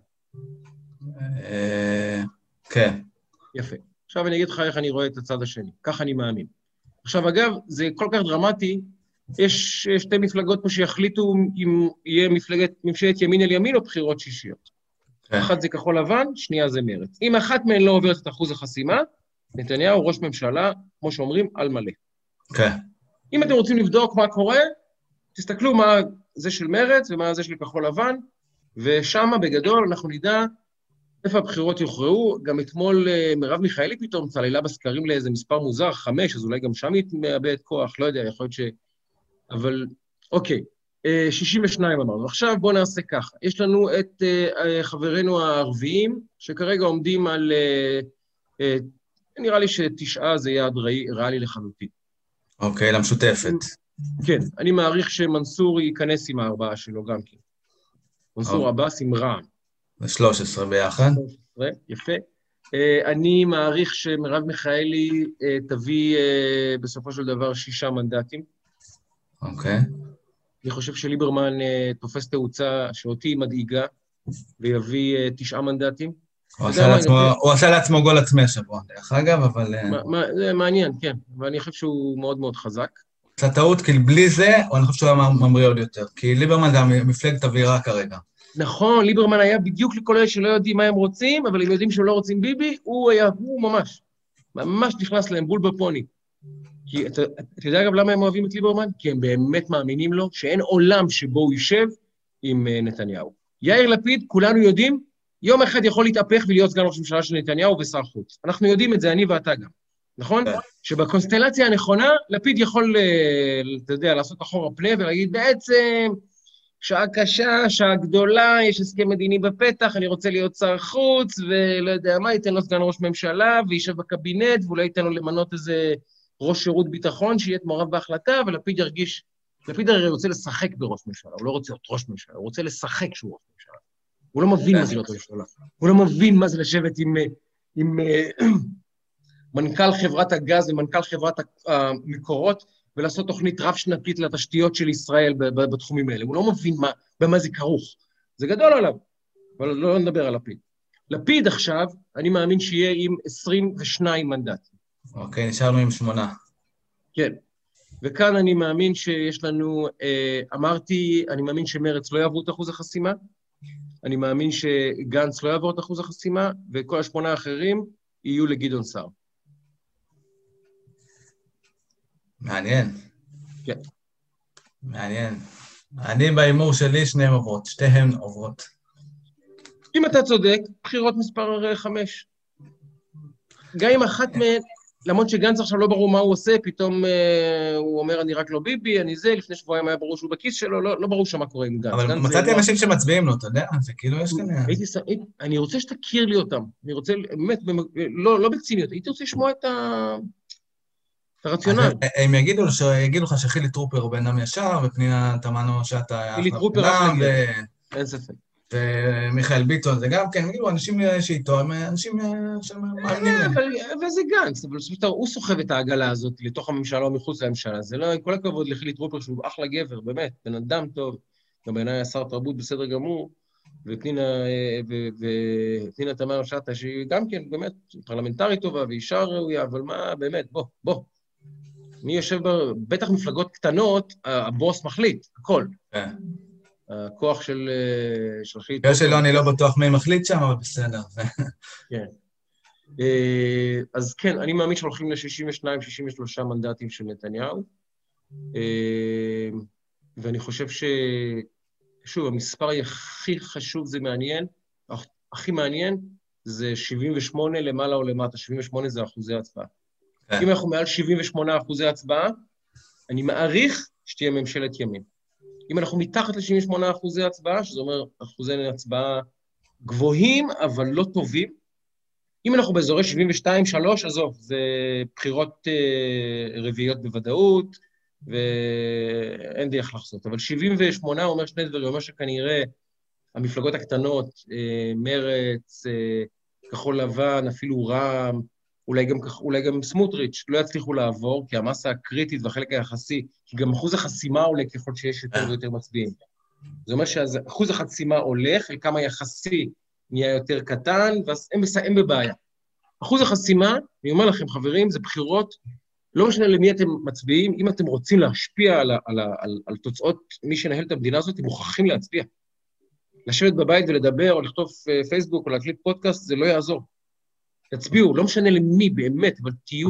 כן. יפה. עכשיו אני אגיד לך איך אני רואה את הצד השני. כך אני מאמין. עכשיו, אגב, זה כל כך דרמטי, יש שתי מפלגות פה שיחליטו אם יהיה ממשלת ימין אל ימין או בחירות שישיות. אחת זה כחול לבן, שנייה זה מרצ. אם אחת מהן לא עוברת את אחוז החסימה, נתניהו ראש ממשלה, כמו שאומרים, על מלא. כן. אם אתם רוצים לבדוק מה קורה, תסתכלו מה זה של מרצ ומה זה של כחול לבן, ושם בגדול אנחנו נדע איפה הבחירות יוכרעו. גם אתמול מרב מיכאלי פתאום צללה בסקרים לאיזה מספר מוזר, 5, אז אולי גם שם היא מאבד כוח, לא יודע, יכול להיות ש... אבל אוקיי. 62 אמרנו. עכשיו בואו נעשה ככה. יש לנו את חברינו הערביים, שכרגע עומדים על, נראה לי ש9 זה יעד ריאלי לחלוטין. אוקיי, למשותפת. כן, אני מעריך שמנסור ייכנס עם 4 שלו גם כן. מנסור עבאס עם רע"מ. 13 ביחד. 13, יפה. אני מעריך שמרב מיכאלי תביא בסופו של דבר 6 מנדטים. אוקיי. אני חושב שליברמן תופס תאוצה שאותי מדאיגה, ויביא 9 מנדטים. הוא עשה לעצמו גול עצמי השבוע, דרך אגב, אבל... זה מעניין, כן, ואני חושב שהוא מאוד מאוד חזק. קצת טעות, כי בלי זה, אני חושב שהוא היה ממריא עוד יותר, כי ליברמן זה מפלגת אווירה כרגע. נכון, ליברמן היה בדיוק לכל אלה שלא יודעים מה הם רוצים, אבל הם יודעים שהם לא רוצים ביבי, הוא ממש נכנס להם בול בפוני. כי אתה יודע אגב למה הם אוהבים את ליברמן? כי הם באמת מאמינים לו שאין עולם שבו הוא יישב, עם נתניהו. יאיר לפיד, כולנו יודעים, יום אחד יכול להתהפך ולהיות סגן ראש ממשלה של נתניהו ושר חוץ. אנחנו יודעים את זה, אני ואתה גם, נכון? שבקונסטלציה הנכונה, לפיד יכול, אתה יודע, לעשות אחורה פנה ולהגיד, בעצם, שעה קשה, שעה גדולה, יש הסכם מדיני בפתח, אני רוצה להיות שר חוץ, ולא יודע מה, ייתן לו סגן ראש ממשלה, וישב בקבינט, ואולי ייתן לו למנות איזה ראש שירות ביטחון, שיהיה מעורב בהחלטה, ולפיד ירגיש, לפיד הרי רוצה לשחק בראש ממשלה, הוא לא רוצה להיות ראש ממשלה, הוא רוצה לשחק שהוא ראש ממשלה. הוא לא מבין מה זה להיות ראש ממשלה. הוא לא מבין מה זה לשבת עם מנכ"ל חברת הגז ומנכ"ל חברת המקורות, ולעשות תוכנית רב-שנתית לתשתיות של ישראל בתחומים האלה. הוא לא מבין במה זה כרוך. זה גדול עליו, אבל לא נדבר על לפיד. לפיד עכשיו, אני מאמין שיהיה עם 22 מנדטים. אוקיי, נשארנו עם 8. כן. וכאן אני מאמין שיש לנו, אמרתי, אני מאמין שמרץ לא יעברו את אחוז החסימה, אני מאמין שגנץ לא יעבור את אחוז החסימה, וכל 8 האחרים יהיו לגדעון סער. מעניין. כן. מעניין. אני באימור שלי 2 עוברות, 2 עוברות. אם אתה צודק, בחירות מספר 5. גם אם אחת מהן, למרות שגנץ עכשיו לא ברור מה הוא עושה, פתאום הוא אומר, אני רק לא ביבי, אני זה, לפני שבועיים היה ברור שהוא בכיס שלו, לא ברור שמה קורה עם גנץ. אבל מצאתי אנשים שמצביעים לו, אתה יודע? זה כאילו יש כאן... אני רוצה שתכיר לי אותם. אני רוצה, באמת, לא בציניות, הייתי רוצה לשמוע את הרציונל. הם יגידו לך שחילי טרופר הוא בן אדם ישר, ופנינה תמנו שאתה... חילי טרופר רק נגד, אין ספק. ומיכאל ביטון, זה גם כן, כאילו, אנשים שאיתו, הם אנשים שמאמינים להם. אבל זה גנץ, אבל הוא סוחב את העגלה הזאת לתוך הממשלה או מחוץ לממשלה. זה לא, עם כל הכבוד לחילי טרופר, שהוא אחלה גבר, באמת, בן אדם טוב, גם בעיניי השר תרבות בסדר גמור, ופנינה תמנו שטה, שהיא גם כן, באמת, פרלמנטרית טובה, ואישה ראויה, אבל מה, באמת, בוא. מי יושב בטח מפלגות קטנות, הבוס מחליט, הכל. כן. הכוח של חילי טרופר. שלא, אני לא בטוח מי מחליט שם, אבל בסדר. כן. אז כן, אני מאמין שהולכים ל-62-63 מנדטים של נתניהו, ואני חושב שוב, המספר הכי חשוב זה מעניין, הכי מעניין זה 78 למעלה או למטה, 78 זה אחוזי הצבעה. אם אנחנו מעל 78 אחוזי הצבעה, אני מעריך שתהיה ממשלת ימין. אם אנחנו מתחת ל-78 אחוזי הצבעה, שזה אומר אחוזי הצבעה גבוהים, אבל לא טובים, אם אנחנו באזורי 72-3, עזוב, זה בחירות רביעיות בוודאות, ואין דרך לחזות. אבל 78 אומר שני דברים, אומר שכנראה המפלגות הקטנות, מרץ, כחול לבן, אפילו רע"מ, אולי גם סמוטריץ' לא יצליחו לעבור, כי המסה הקריטית והחלק היחסי, כי גם אחוז החסימה עולה ככל שיש יותר ויותר מצביעים. זה אומר שאחוז החסימה עולה, חלקם היחסי נהיה יותר קטן, ואז הם בבעיה. אחוז החסימה, אני אומר לכם, חברים, זה בחירות, לא משנה למי אתם מצביעים, אם אתם רוצים להשפיע על תוצאות מי שנהל את המדינה הזאת, אתם מוכרחים להצביע. לשבת בבית ולדבר, או לכתוב פייסבוק, או להקליט פודקאסט, זה לא יעזור. תצביעו, לא משנה למי באמת, אבל תהיו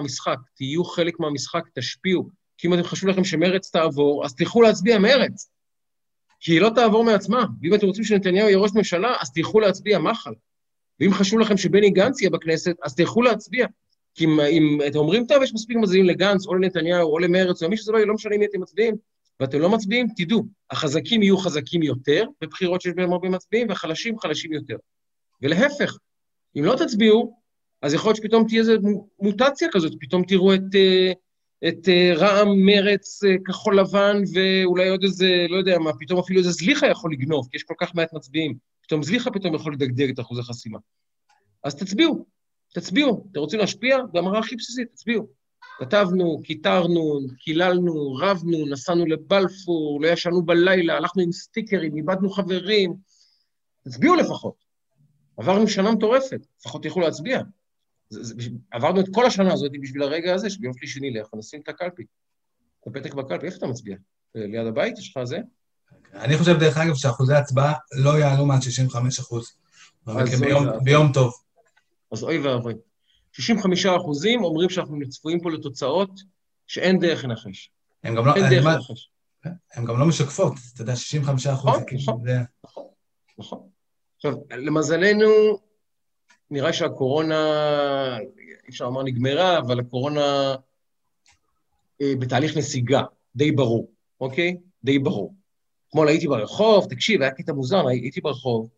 חלק מהמשחק, תשפיעו. כי אם אתם חשוב לכם שמרץ תעבור, אז תלכו להצביע מרץ. כי היא לא תעבור מעצמה. ואם אתם רוצים שנתניהו יהיה ראש ממשלה, אז תלכו להצביע מחל. ואם חשוב לכם שבני גנץ יהיה בכנסת, אז תלכו להצביע. כי אם אתם אומרים, טוב, יש מספיק מצביעים לגנץ, או לנתניהו, או למרץ, או מי שזה לא משנה מי אתם מצביעים, ואתם לא מצביעים, תדעו, החזקים יהיו חזקים יותר, בבחירות שיש בהם הרבה מצביעים, והחלשים חלשים יותר. ולהפך, אם לא תצביעו, אז יכול להיות שפתאום תהיה איזו מוטציה כזאת, פתאום תראו את רע"מ, מרץ, כחול לבן, ואולי עוד איזה, לא יודע מה, פתאום אפילו איזה זליחה יכול לגנוב, כי יש כל כך מעט מצביעים. פתאום זליחה פתאום יכול לדגדג את אחוז החסימה. אז תצביעו. אתם רוצים להשפיע? בהמרה הכי בסיסית, תצביעו. כתבנו, כיתרנו, קיללנו, רבנו, נסענו לבלפור, לא ישנו בלילה, הלכנו עם סטיקרים, איבדנו חברים. תצביעו לפחות. עברנו שנה מטורפת, לפחות תוכלו להצביע. עברנו את כל השנה הזאת בשביל הרגע הזה, שביום שלישי נלך, נשים את הקלפי. את הפתק בקלפי, איפה אתה מצביע? ליד הבית? יש לך זה? אני חושב דרך אגב שאחוזי ההצבעה לא יעלו מעל 65%. ביום טוב. אז אוי ואבוי. 65% אומרים שאנחנו צפויים פה לתוצאות שאין דרך לנחש. הם גם לא... הן גם לא משקפות, אתה יודע, 65% זה כאילו... נכון. עכשיו, למזלנו, נראה שהקורונה, אי אפשר לומר נגמרה, אבל הקורונה בתהליך נסיגה, די ברור, אוקיי? די ברור. אתמול הייתי ברחוב, תקשיב, היה קטע מוזר, הייתי ברחוב,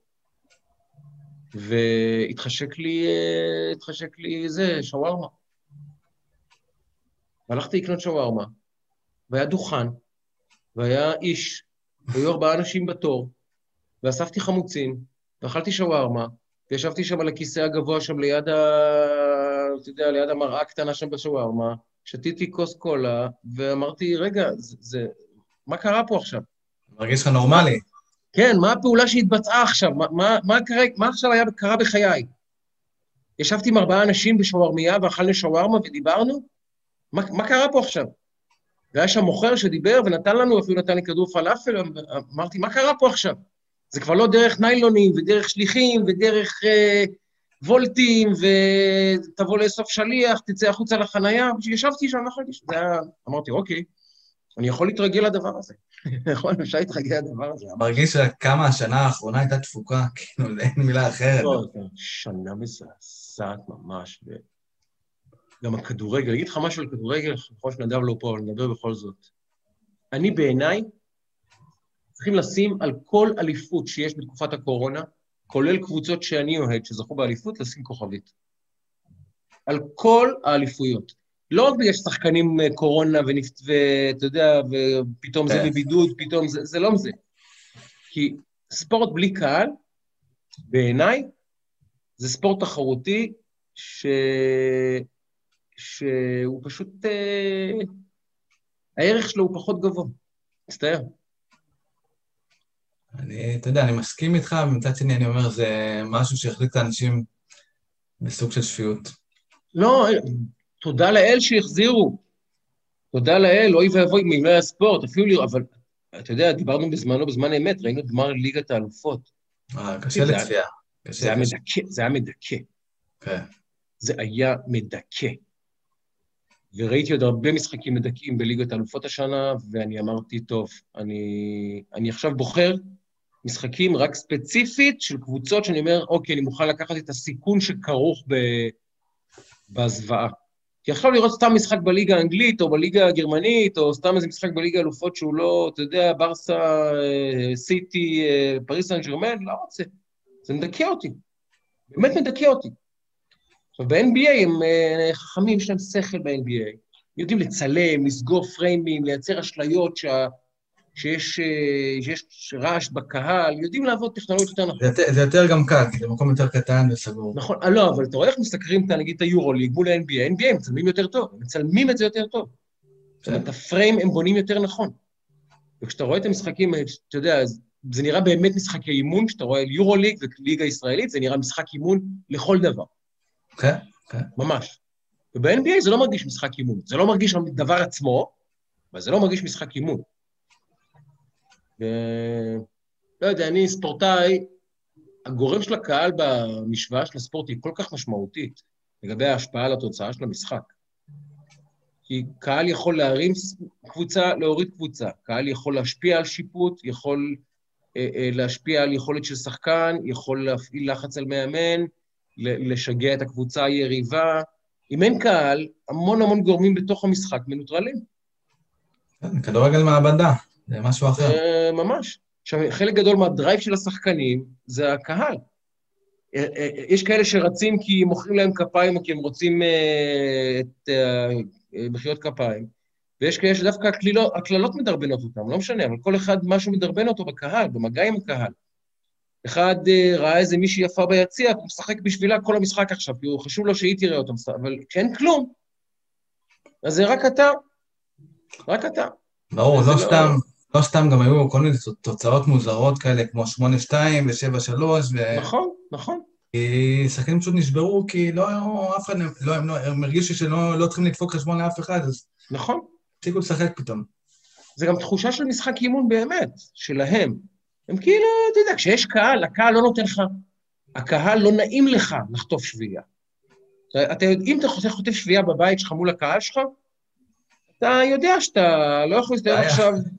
והתחשק לי זה, שווארמה. והלכתי לקנות שווארמה, והיה דוכן, והיה איש, והיו 4 אנשים בתור, ואספתי חמוצים, ואכלתי שווארמה, וישבתי שם על הכיסא הגבוה שם ליד אתה יודע, ליד המראה הקטנה שם בשווארמה, שתיתי כוס קולה, ואמרתי, רגע, מה קרה פה עכשיו? מרגיש לך נורמלי. כן, מה הפעולה שהתבצעה עכשיו? מה עכשיו קרה בחיי? ישבתי עם 4 אנשים בשווארמיה, ואכלנו שווארמה ודיברנו? מה קרה פה עכשיו? והיה שם מוכר שדיבר ונתן לנו, אפילו נתן לי כדור פלאפל, אמרתי, מה קרה פה עכשיו? זה כבר לא דרך ניילונים ודרך שליחים ודרך וולטים, ותבוא לאסוף שליח, תצא החוצה לחנייה, ישבתי שם, אמרתי, אוקיי, אני יכול להתרגל לדבר הזה. נכון, אפשר להתרגל לדבר הזה. מרגיש כמה השנה האחרונה הייתה תפוקה, כאילו, אין מילה אחרת. שנה מזעזעת ממש, גם הכדורגל, אני אגיד לך משהו על כדורגל, יכול שנדב לא פה, אבל נדבר בכל זאת. אני בעיניי, צריכים לשים על כל אליפות שיש בתקופת הקורונה, כולל קבוצות שאני אוהד, שזכו באליפות, לשים כוכבית. על כל האליפויות. לא רק בגלל ששחקנים קורונה ואתה יודע, ופתאום זה בבידוד, פתאום זה לא זה. כי ספורט בלי קהל, בעיניי, זה ספורט תחרותי שהוא פשוט, הערך שלו הוא פחות גבוה. מצטער. אתה יודע, אני מסכים איתך, ומצד שני אני אומר, זה משהו שהחזיק את האנשים בסוג של שפיות. לא, תודה לאל שהחזירו. תודה לאל, אוי ואבוי, מימי הספורט, אפילו לי, אבל אתה יודע, דיברנו בזמן אמת, ראינו את גמר ליגת האלופות. קשה לצפייה. זה היה מדכא. כן. זה היה מדכא. וראיתי עוד הרבה משחקים מדכאים בליגת האלופות השנה, ואני אמרתי, טוב, אני עכשיו בוחר משחקים רק ספציפית של קבוצות שאני אומר, אוקיי, אני מוכן לקחת את הסיכון שכרוך בהזוואה. כי עכשיו לראות סתם משחק בליגה האנגלית, או בליגה הגרמנית, או סתם איזה משחק בליגה האלופות שהוא לא, אתה יודע, ברסה, סיטי, פריס סן ז'רמן, לא רוצה. זה מדכא אותי. באמת מדכא אותי. עכשיו, ב-NBA הם חכמים, יש להם שכל ב-NBA. יודעים לצלם, לסגור פריימים, לייצר אשליות שיש רעש בקהל, יודעים לעבוד טכנולוגיות יותר נכון. זה יותר גם קל, כי זה מקום יותר קטן וסגור. נכון, לא, אבל אתה רואה איך מסתכרים, נגיד, את היורוליג מול ה-NBA, ה-NBA הם מצלמים יותר טוב, הם מצלמים את זה יותר טוב. זאת אומרת, הפריים הם בונים יותר נכון. וכשאתה רואה את המשחקים, אתה יודע, זה נראה באמת משחקי אימון, כשאתה רואה יורוליג וליגה ישראלית, זה נראה משחק אימון לכל דבר. כן. ממש. וב-NBA זה לא מרגיש משחק אימון, זה לא מרגיש דבר עצמו, אבל זה לא מרגיש משחק אימון. לא יודע, אני ספורטאי, הגורם של הקהל במשוואה של הספורט היא כל כך משמעותית, לגבי ההשפעה על התוצאה של המשחק. כי קהל יכול להרים קבוצה, להוריד קבוצה, קהל יכול להשפיע על שיפוט, יכול להשפיע על יכולת של שחקן, יכול להפעיל לחץ על מאמן, לשגע את הקבוצה היריבה. אם אין קהל, המון גורמים בתוך המשחק מנוטרלים. כדורגל מעבדה, זה משהו אחר. ממש. עכשיו, חלק גדול מהדרייב של השחקנים זה הקהל. יש כאלה שרצים כי מוכרים להם כפיים, או כי הם רוצים את מחיאות כפיים, ויש כאלה שדווקא הכללות מדרבנות אותם, לא משנה, אבל כל אחד משהו מדרבן אותו בקהל, במגע עם הקהל. אחד ראה איזה מישהי יפה ביציע, הוא משחק בשבילה כל המשחק עכשיו, כי הוא חשוב לו שהיא תראה אותו, אבל כשאין כלום, אז זה רק אתה. רק אתה. ברור, לא סתם גם היו כל מיני תוצאות מוזרות כאלה, כמו 8-2 ו-7-3, נכון. כי שחקנים פשוט נשברו, כי אף אחד, הם הרגישו שלא צריכים לדפוק חשבון לאף אחד, אז... נכון. תפסיקו לשחק פתאום. זה גם תחושה של משחק אימון באמת, שלהם. הם כאילו, אתה יודע, כשיש קהל, הקהל לא נותן לך, הקהל לא נעים לך לחטוף שביעה. אם אתה חוטף שביעה בבית שלך מול הקהל שלך, אתה יודע שאתה לא יכול להסתכל עכשיו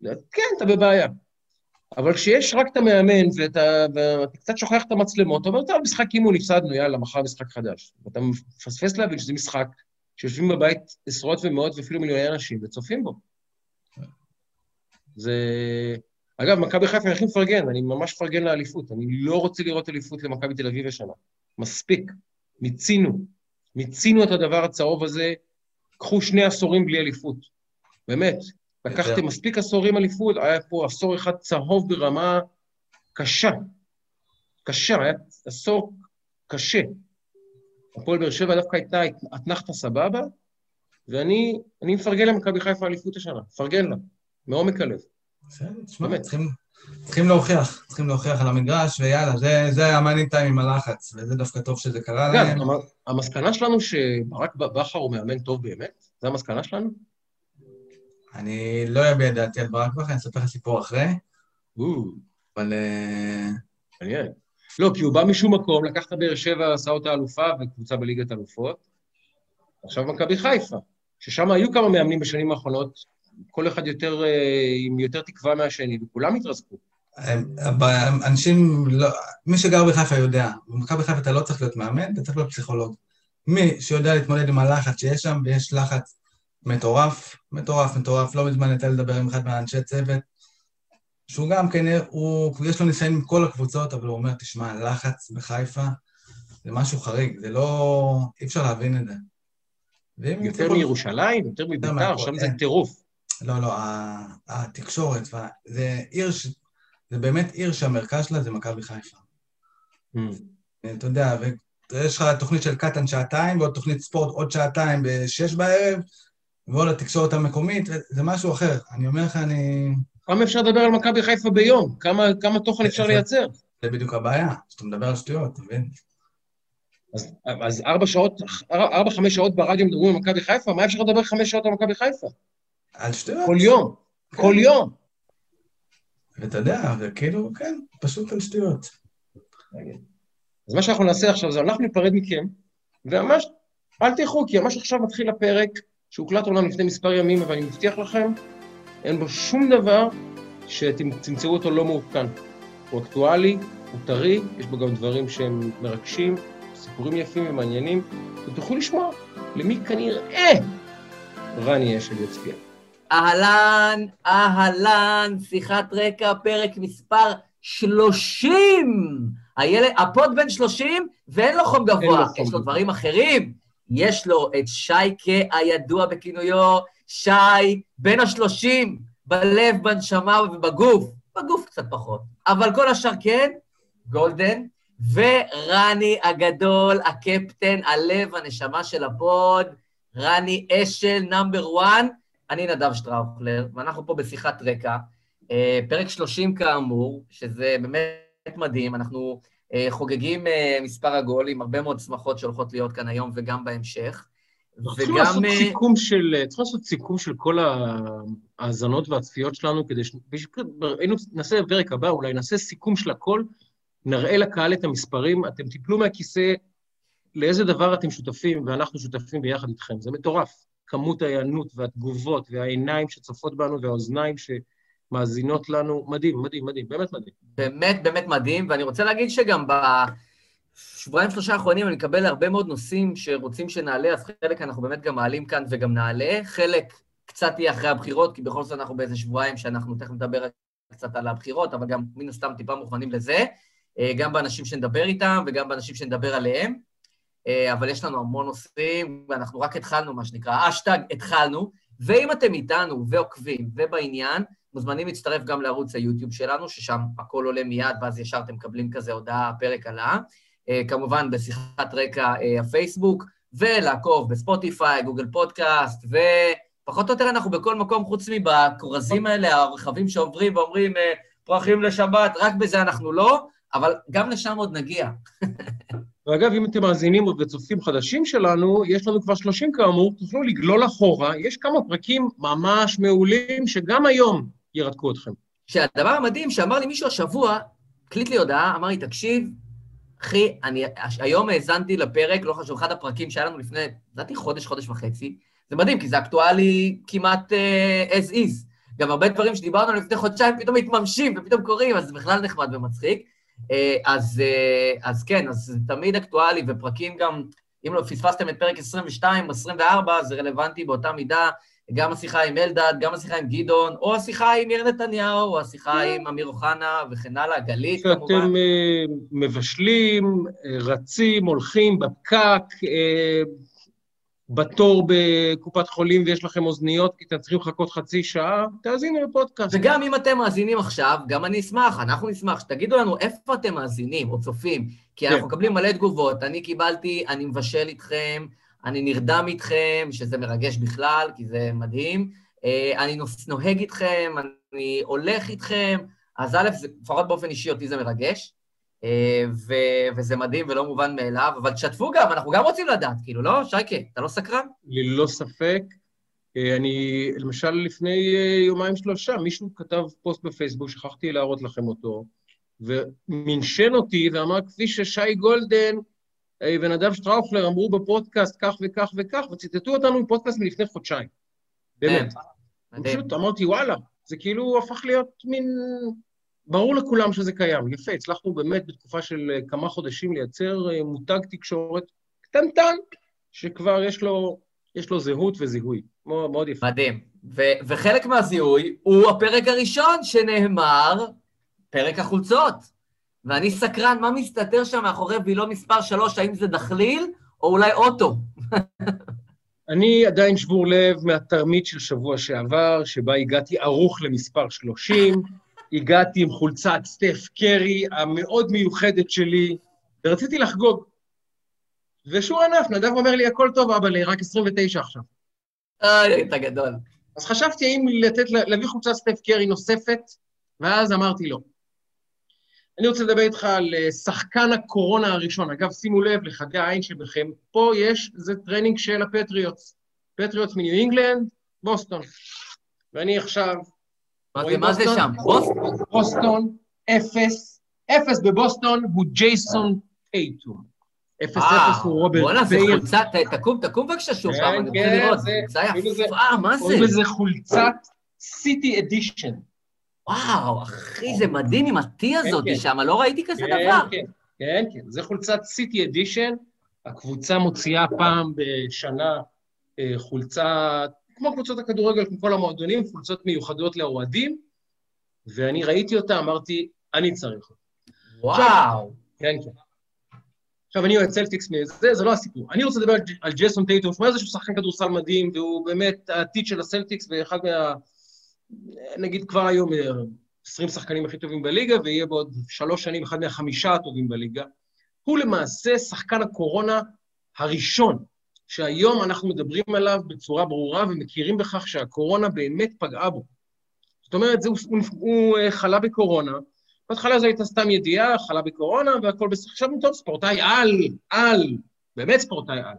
כן, אתה בבעיה. אבל כשיש רק את המאמן, ואתה קצת שוכח את המצלמות, אתה אומר, טוב, משחק אימון, הפסדנו, יאללה, מחר משחק חדש. ואתה מפספס להבין שזה משחק שיושבים בבית עשרות ומאות ואפילו מיליוני אנשים וצופים בו. זה... אגב, מכבי חיפה אני הכי מפרגן, אני ממש מפרגן לאליפות. אני לא רוצה לראות אליפות למכבי תל אביב השנה. מספיק. מיצינו את הדבר הצהוב הזה, קחו 2 עשורים בלי אליפות. באמת. לקחתם מספיק עשורים אליפות, היה פה עשור אחד צהוב ברמה קשה. קשה, היה עשור קשה. הפועל באר שבע דווקא הייתה אתנחתה סבבה, ואני מפרגן למכבי חיפה אליפות השנה. מפרגן לה, מעומק הלב. תשמע, צריכים להוכיח על המגרש, ויאללה, זה המאני טיים עם הלחץ, וזה דווקא טוב שזה קרה להם. המסקנה שלנו שברק בכר הוא מאמן טוב באמת? זה המסקנה שלנו? אני לא אביע את דעתי על ברק בכר, אני אספר לך סיפור אחרי. אבל... מעניין. לא, כי הוא בא משום מקום, לקח את באר שבע, עשה אותה אלופה, וקבוצה בליגת אלופות. עכשיו מכבי חיפה, ששם היו כמה מאמנים בשנים האחרונות, כל אחד עם יותר תקווה מהשני, וכולם התרסקו. אנשים, מי שגר בחיפה יודע, במכבי חיפה אתה לא צריך להיות מאמן, אתה צריך להיות פסיכולוג. מי שיודע להתמודד עם הלחץ שיש שם, ויש לחץ מטורף, לא מזמן הייתה לדבר עם אחד מהאנשי צוות, שהוא גם כן, יש לו ניסיון עם כל הקבוצות, אבל הוא אומר, תשמע, לחץ בחיפה, זה משהו חריג, זה לא, אי אפשר להבין את זה. יותר מירושלים, יותר מביתר, שם זה טירוף. לא, התקשורת, זה באמת עיר שהמרכז שלה זה מכבי חיפה. אתה יודע, ויש לך תוכנית של קטן 2 ועוד תוכנית ספורט עוד 2 ב-6 בערב, ועוד התקשורת המקומית, זה משהו אחר. אני אומר לך, כמה אפשר לדבר על מכבי חיפה ביום? כמה תוכן אפשר לייצר? זה בדיוק הבעיה, שאתה מדבר על שטויות, אתה מבין? אז 4-5 שעות ברדיו מדברים על מכבי חיפה, מה אפשר לדבר 5 שעות על מכבי חיפה? על שטויות. כל יום. ואתה יודע, וכאילו, כן, פשוט על שטויות. אז מה שאנחנו נעשה עכשיו זה, אנחנו ניפרד מכם, וממש, אל תלכו, כי ממש עכשיו מתחיל הפרק, שהוקלט עולם לפני מספר ימים, אבל אני מבטיח לכם, אין בו שום דבר שתמצאו אותו לא מעודכן. הוא אקטואלי, הוא טרי, יש בו גם דברים שהם מרגשים, סיפורים יפים ומעניינים, ותוכלו לשמוע למי כנראה רני אשל יצביע. אהלן, שיחת רקע, פרק מספר 30. הפוד בן 30, ואין לו חום גבוה, יש לו דברים אחרים. יש לו את שייקה הידוע בכינויו, שי, בן ה-30, בלב, בנשמה ובגוף. בגוף קצת פחות. אבל כל השאר כן, גולדן, ורני הגדול, הקפטן, הלב, הנשמה של הפוד, רני אשל, נאמבר 1, אני נדב שטראוכלר, ואנחנו פה בשיחת רקע, פרק 30 כאמור, שזה באמת מדהים, אנחנו חוגגים מספר עגול עם הרבה מאוד שמחות שהולכות להיות כאן היום וגם בהמשך. צריכים לעשות סיכום של כל ההאזנות והצפיות שלנו, כדי נעשה בפרק הבא, אולי נעשה סיכום של הכל, נראה לקהל את המספרים, אתם תיפלו מהכיסא לאיזה דבר אתם שותפים, ואנחנו שותפים ביחד איתכם. זה מטורף. כמות ההיענות והתגובות והעיניים שצופות בנו והאוזניים שמאזינות לנו, מדהים, באמת מדהים. באמת מדהים, ואני רוצה להגיד שגם בשבועיים 3 האחרונים אני מקבל הרבה מאוד נושאים שרוצים שנעלה, אז חלק אנחנו באמת גם מעלים כאן וגם נעלה, חלק קצת יהיה אחרי הבחירות, כי בכל זאת אנחנו באיזה שבועיים שאנחנו תכף נדבר קצת על הבחירות, אבל גם מן הסתם טיפה מוכנים לזה, גם באנשים שנדבר איתם וגם באנשים שנדבר עליהם, אבל יש לנו המון נושאים, ואנחנו רק התחלנו, מה שנקרא, אשטג התחלנו, ואם אתם איתנו ועוקבים ובעניין, מוזמנים להצטרף גם לערוץ היוטיוב שלנו, ששם הכל עולה מיד, ואז ישר אתם מקבלים כזה הודעה, הפרק עלה, כמובן בשיחת רקע הפייסבוק, ולעקוב בספוטיפיי, גוגל פודקאסט, ופחות או יותר אנחנו בכל מקום חוץ מבקורזים האלה, הרחבים שעוברים ואומרים, פרחים לשבת, רק בזה אנחנו לא, אבל גם לשם עוד נגיע. ואגב, אם אתם מאזינים וצופים חדשים שלנו, יש לנו כבר 30 כאמור, תוכלו לגלול אחורה, יש כמה פרקים ממש מעולים שגם היום ירתקו אתכם. שהדבר המדהים שאמר לי מישהו השבוע, קליט לי הודעה, אמר לי, תקשיב, אחי, אני היום האזנתי לפרק, לא חשוב, אחד הפרקים שהיה לנו לפני, לדעתי חודש וחצי, זה מדהים, כי זה אקטואלי כמעט as is, גם הרבה דברים שדיברנו לפני חודשיים פתאום מתממשים ופתאום קורים, אז זה בכלל נחמד ומצחיק. אז כן, אז זה תמיד אקטואלי, ופרקים גם, אם לא פספסתם את פרק 22, 24, זה רלוונטי באותה מידה, גם השיחה עם אלדד, גם השיחה עם גדעון, או השיחה עם יאיר נתניהו, או השיחה עם אמיר אוחנה וכן הלאה, גלית כמובן. שאתם מבשלים, רצים, הולכים בפקק, בתור בקופת חולים ויש לכם אוזניות, כי אתם צריכים לחכות חצי שעה, תאזינו לפודקאסט. וגם אם אתם מאזינים עכשיו, גם אני אשמח, אנחנו נשמח, שתגידו לנו איפה אתם מאזינים או צופים, כי אנחנו מקבלים מלא תגובות, אני קיבלתי, אני מבשל איתכם, אני נרדם איתכם, שזה מרגש בכלל, כי זה מדהים, אני נוהג איתכם, אני הולך איתכם, אז א', לפחות באופן אישי אותי זה מרגש, וזה מדהים ולא מובן מאליו, אבל תשתפו גם, אנחנו גם רוצים לדעת, כאילו, לא? שייקה, אתה לא סקרן? ללא ספק. אני, למשל, לפני יומיים שלושה, מישהו כתב פוסט בפייסבוק, שכחתי להראות לכם אותו, ומנשן אותי ואמר, כפי ששי גולדן ונדב שטראוכלר אמרו בפודקאסט כך וכך וכך, וציטטו אותנו בפודקאסט מלפני חודשיים. באמת. פשוט אמרתי, וואלה, זה כאילו הפך להיות מין... ברור לכולם שזה קיים. יפה, הצלחנו באמת בתקופה של כמה חודשים לייצר מותג תקשורת קטנטן, שכבר יש לו זהות וזיהוי. מאוד יפה. מדהים. וחלק מהזיהוי הוא הפרק הראשון שנאמר, פרק החולצות. ואני סקרן, מה מסתתר שם מאחורי וילון מספר 3, האם זה דחליל או אולי אוטו? אני עדיין שבור לב מהתרמית של שבוע שעבר, שבה הגעתי ערוך למספר 30, הגעתי עם חולצת סטף קרי המאוד מיוחדת שלי, ורציתי לחגוג. ושור ענף, נדב אומר לי, הכל טוב, אבא לי, רק 29 עכשיו. אתה גדול. אז חשבתי האם להביא חולצת סטף קרי נוספת, ואז אמרתי לא. אני רוצה לדבר איתך על שחקן הקורונה הראשון. אגב, שימו לב לחדי העין שבכם, פה זה טרנינג של הפטריוטס. פטריוטס מניו אינגלנד, בוסטון. ואני עכשיו... מה זה שם? בוסטון, 0 בבוסטון הוא ג'ייסון טייטום. 0-0 הוא רוברט פייר. בוא'נה, זה חולצה, תקום בבקשה שוב פעם, אני רוצה לראות. זה יפה, מה זה? קוראים לזה חולצת סיטי אדישן. וואו, אחי, זה מדהים עם הטי הזאת שם, לא ראיתי כזה דבר. כן, זה חולצת סיטי אדישן, הקבוצה מוציאה פעם בשנה חולצה, כמו קבוצות הכדורגל, כמו כל המועדונים, חולצות מיוחדות לאוהדים, ואני ראיתי אותה, אמרתי, אני צריך אותה. וואו. כן. עכשיו, אני אוהד סלטיקס מזה, זה לא הסיפור. אני רוצה לדבר על ג'ייסון טייטום, שהוא איזשהו שחקן כדורסל מדהים, והוא באמת העתיד של הסלטיקס, ואחד נגיד כבר היום 20 שחקנים הכי טובים בליגה, ויהיה בעוד 3 שנים אחד מה5 הטובים בליגה. הוא למעשה שחקן הקורונה הראשון, שהיום אנחנו מדברים עליו בצורה ברורה, ומכירים בכך שהקורונה באמת פגעה בו. זאת אומרת, הוא חלה בקורונה, בהתחלה זו הייתה סתם ידיעה, חלה בקורונה, והכל בסדר. עכשיו טוב, ספורטאי באמת ספורטאי על.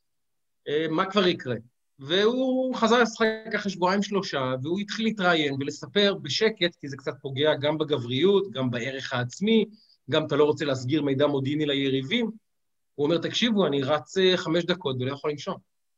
מה כבר יקרה? והוא חזר לשחק אחרי 2-3, והוא התחיל להתראיין ולספר בשקט, כי זה קצת פוגע גם בגבריות, גם בערך העצמי, גם אתה לא רוצה להסגיר מידע מודיעיני ליריבים. הוא אומר, תקשיבו, אני רץ 5 דקות ולא יכול לנשום.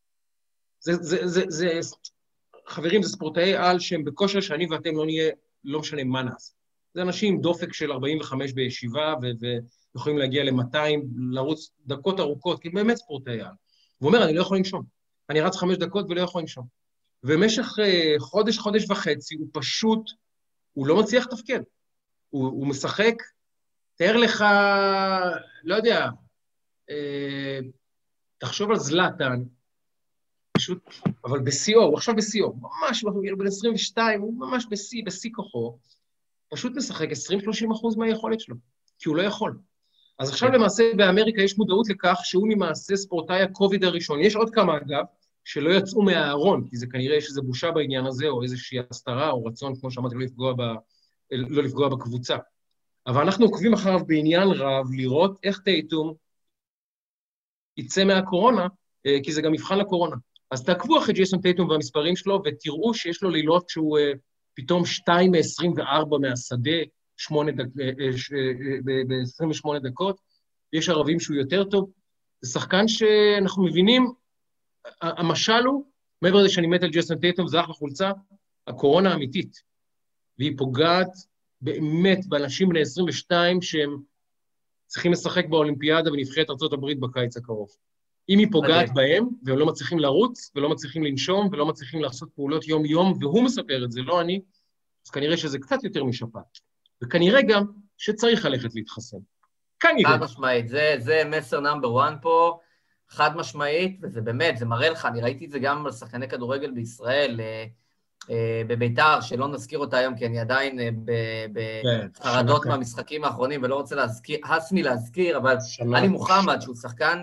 חברים, זה ספורטאי על שהם בכושר שאני ואתם לא נהיה, לא משנה מה נעשה. זה אנשים עם דופק של 45 בישיבה, ויכולים להגיע ל-200, לרוץ דקות ארוכות, כי באמת ספורטאי על. הוא אומר, אני לא יכול לנשום. אני רץ 5 דקות ולא יכול לנשום. ובמשך חודש וחצי, הוא לא מצליח לתפקד. הוא משחק, תאר לך, לא יודע, תחשוב על זלאטן, פשוט, אבל בשיאו, הוא עכשיו בשיאו, ממש, בן 22, הוא ממש בשיא כוחו, פשוט משחק 20-30% מהיכולת שלו, כי הוא לא יכול. אז עכשיו למעשה באמריקה יש מודעות לכך שהוא למעשה ספורטאי הקוביד הראשון. יש עוד כמה אגב, שלא יצאו מהארון, כי זה כנראה יש איזו בושה בעניין הזה, או איזושהי הסתרה, או רצון, כמו שאמרתי, לא לפגוע בקבוצה. אבל אנחנו עוקבים אחריו בעניין רב, לראות איך טייטום יצא מהקורונה, כי זה גם מבחן לקורונה. אז תעקבו אחרי ג'ייסון טייטום והמספרים שלו, ותראו שיש לו לילות שהוא פתאום 2-24 מהשדה, ב-28 דקות, יש ערבים שהוא יותר טוב, זה שחקן שאנחנו מבינים, המשל הוא, מעבר לזה שאני מת על ג'ייסון טייטום, זה אחלה חולצה, הקורונה האמיתית, והיא פוגעת באמת באנשים בני 22 שהם צריכים לשחק באולימפיאדה ונבחרת ארצות הברית בקיץ הקרוב. אם היא פוגעת בהם, והם לא מצליחים לרוץ, ולא מצליחים לנשום, ולא מצליחים לעשות פעולות יום-יום, והוא מספר את זה, לא אני, אז כנראה שזה קצת יותר משפעת. וכנראה גם שצריך ללכת להתחסן. כנראה. חד משמעית, זה מסר נאמבר 1 פה, חד משמעית, וזה באמת, זה מראה לך, אני ראיתי את זה גם על שחקני כדורגל בישראל, בביתר, שלא נזכיר אותה היום, כי אני עדיין בחרדות מהמשחקים האחרונים, ולא רוצה להזכיר, הסמי להזכיר, אבל עלי מוחמד, שהוא שחקן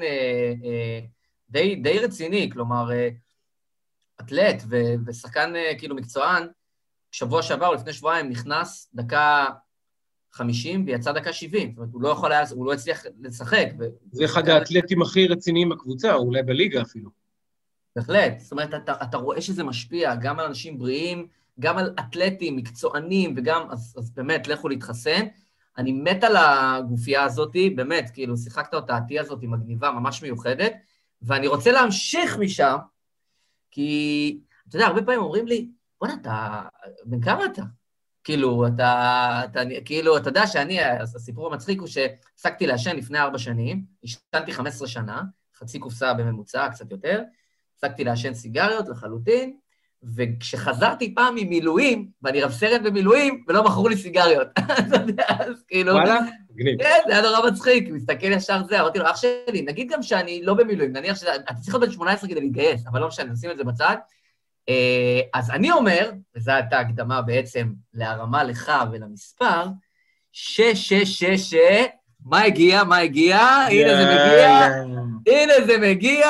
די רציני, כלומר, אתלט ושחקן כאילו מקצוען, שבוע שעבר או לפני שבועיים נכנס דקה 50 ויצא דקה 70, זאת אומרת, הוא לא הצליח לשחק. זה אחד האתלטים הכי רציניים בקבוצה, אולי בליגה אפילו. בהחלט, זאת אומרת, אתה רואה שזה משפיע גם על אנשים בריאים, גם על אתלטים, מקצוענים, וגם, אז באמת, לכו להתחסן. אני מת על הגופייה הזאת, באמת, כאילו, שיחקת אותה, העתייה הזאת היא מגניבה, ממש מיוחדת, ואני רוצה להמשיך משם, כי, אתה יודע, הרבה פעמים אומרים לי, בוא'נה, בן כמה אתה? כאילו, אתה יודע שאני, הסיפור המצחיק הוא שהפסקתי לעשן לפני 4 שנים, השתנתי 15 שנה, חצי קופסה בממוצע, קצת יותר, הפסקתי לעשן סיגריות לחלוטין, וכשחזרתי פעם ממילואים, ואני רב סרט במילואים, ולא מכרו לי סיגריות. אז כאילו... וואלה? גניב. כן, זה היה נורא מצחיק, מסתכל ישר זה, אמרתי לו, אח שלי, נגיד גם שאני לא במילואים, נניח שאתה צריך להיות בן 18 כדי להתגייס, אבל לא משנה, נשים את זה בצד. אז אני אומר, וזו הייתה הקדמה בעצם להרמה לך ולמספר, 6, מה הגיע? הנה זה מגיע. הנה זה מגיע.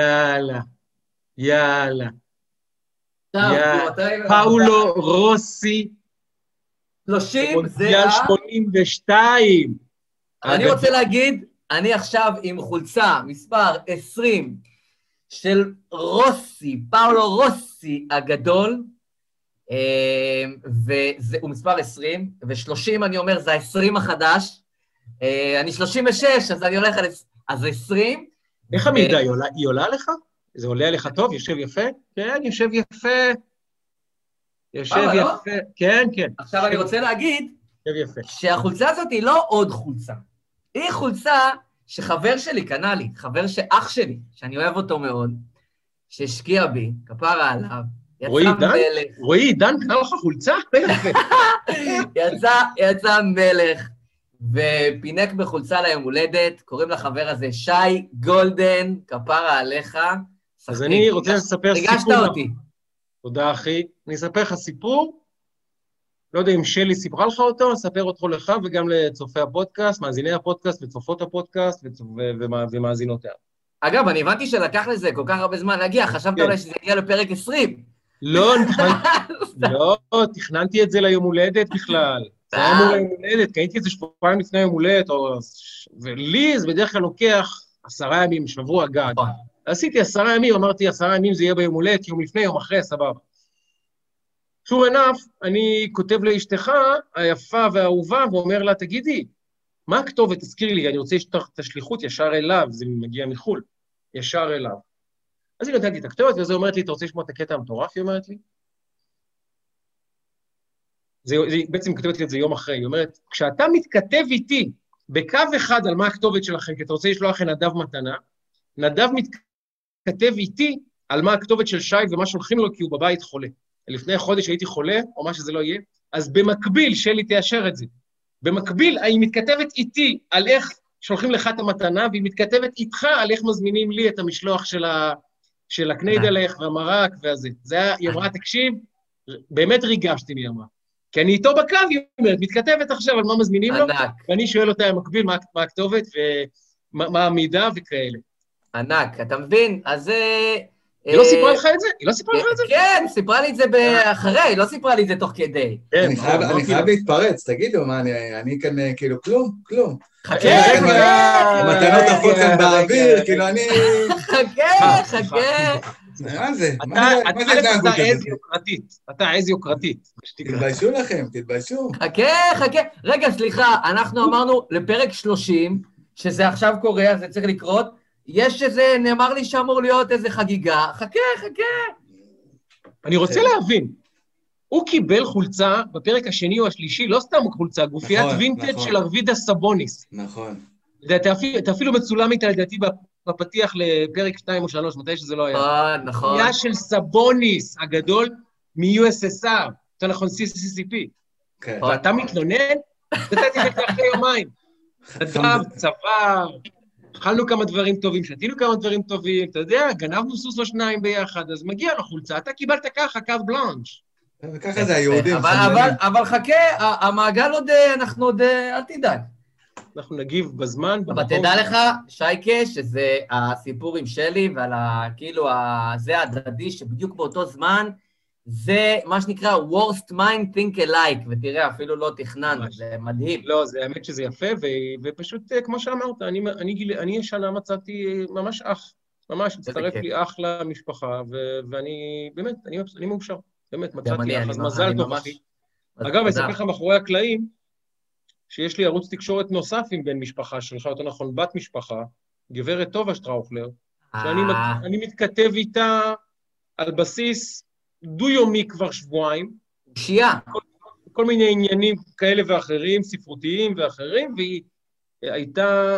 יאללה. פאולו רוסי. 30, זה מונדיאל 82. אני רוצה להגיד, אני עכשיו עם חולצה, מספר 20, של רוסי, פאולו רוסי הגדול, והוא מספר 20, ו-30 אני אומר, זה ה-20 החדש, אני 36, אז אני הולך על... אז 20. איך המידה? היא עולה לך? זה עולה לך טוב? יושב יפה? כן, יושב יפה. כן. עכשיו אני רוצה להגיד, שהחולצה הזאת היא לא עוד חולצה. היא חולצה שחבר שלי קנה לי, חבר שאח שלי, שאני אוהב אותו מאוד, שהשקיע בי, כפרה עליו, רועי, עידן קנה לך חולצה? יצא מלך, ופינק בחולצה ליום הולדת, קוראים לחבר הזה שי גולדן, כפרה עליך. אז אני רוצה לספר סיפור. ריגשת אותי. תודה, אחי. אני אספר לך סיפור, לא יודע אם שלי סיפרה לך אותו, אספר אותו לך וגם לצופי הפודקאסט, מאזיני הפודקאסט וצופות הפודקאסט ומאזינותיה. אגב, אני הבנתי שלקח לזה כל כך הרבה זמן להגיע, חשבת אולי שזה יגיע לפרק 20. לא, תכננתי את זה ליום הולדת בכלל. זה היה אמור ליום הולדת, קניתי את זה שבועיים לפני יום הולדת, ולי זה בדרך כלל לוקח 10 ימים, שבוע גג. עשיתי 10 ימים, אמרתי 10 ימים זה יהיה ביום הולדת, יום לפני, יום אחרי, סבבה. sure enough, אני כותב לאשתך, היפה והאהובה, ואומר לה, תגידי, מה הכתובת? תזכירי לי, אני רוצה לשלוח את השליחות ישר אליו, זה מגיע מחול, ישר אליו. אז היא נתתי את הכתובת, וזה אומרת לי, אתה רוצה לשמוע את הקטע המטורף? היא אומרת לי. זה בעצם כותבת לי את זה יום אחרי, היא אומרת, כשאתה מתכתב איתי בקו אחד על מה הכתובת שלכם, כי אתה רוצה לשלוח לנדב מתנה, נדב מתכתב איתי על מה הכתובת של שי ומה שולחים לו, כי הוא בבית חולה. לפני חודש הייתי חולה, או מה שזה לא יהיה, אז במקביל, שלי תאשר את זה. במקביל, היא מתכתבת איתי על איך שולחים לך את המתנה, והיא מתכתבת איתך על איך מזמינים לי את המשלוח של הקניידלך והמרק והזה. זה היה, היא אמרה, תקשיב, באמת ריגשתי לי, אמרה. כי אני איתו בקו, היא אומרת, מתכתבת עכשיו על מה מזמינים לו, ואני שואל אותה במקביל מה הכתובת ומה המידה וכאלה. ענק, אתה מבין? אז היא לא סיפרה לך את זה? היא לא סיפרה לך את זה? כן, סיפרה לי את זה באחרי, היא לא סיפרה לי את זה תוך כדי. אני חייב להתפרץ, תגידו, מה, אני כאן כאילו כלום. חכה. מתנות עפות כאן באוויר, כאילו אני... חכה. מה זה? אתה עז יוקרתית. תתביישו לכם, תתביישו. חכה. רגע, סליחה, אנחנו אמרנו לפרק 30, שזה עכשיו קורה, אז זה צריך לקרות, יש איזה, נאמר לי שאמור להיות איזה חגיגה, חכה. אני רוצה להבין, הוא קיבל חולצה בפרק השני או השלישי, לא סתם חולצה, גופיית וינטג' של ארווידה סבוניס. נכון. אתה אפילו מצולם איתה, לדעתי, בפתיח לפרק 2 או 3, מתי שזה לא היה. נכון. גופייה של סבוניס, הגדול מ-USSR, יותר נכון CCCP. כן. ואתה מתלונן? נתתי לך אחרי יומיים. נדב, צבא, אכלנו כמה דברים טובים, שתינו כמה דברים טובים, אתה יודע, גנבנו סוס או שניים ביחד, אז מגיע לו חולצה, אתה קיבלת ככה, קו בלאנש. וככה זה היהודים. אבל חכה, המעגל עוד, אנחנו עוד, אל תדאג. אנחנו נגיב בזמן. אבל תדע לך, שייקה, שזה הסיפור עם שלי, ועל כאילו, זה הדדי, שבדיוק באותו זמן, זה מה שנקרא worst mind think alike, ותראה, אפילו לא תכנן, זה מדהים. לא, זה האמת שזה יפה, ופשוט, כמו שאמרת, אני השנה מצאתי ממש אח, ממש הצטרף לי אח למשפחה, ואני, באמת, אני מאושר, באמת, מצאתי אח, אז מזל טוב, אחי. אגב, אני אספר לך מאחורי הקלעים, שיש לי ערוץ תקשורת נוסף עם בן משפחה שלך, יותר נכון, בת משפחה, גברת טובה שטראוכלר, שאני מתכתב איתה על בסיס דו-יומי כבר שבועיים. שיעה. כל מיני עניינים כאלה ואחרים, ספרותיים ואחרים, והיא הייתה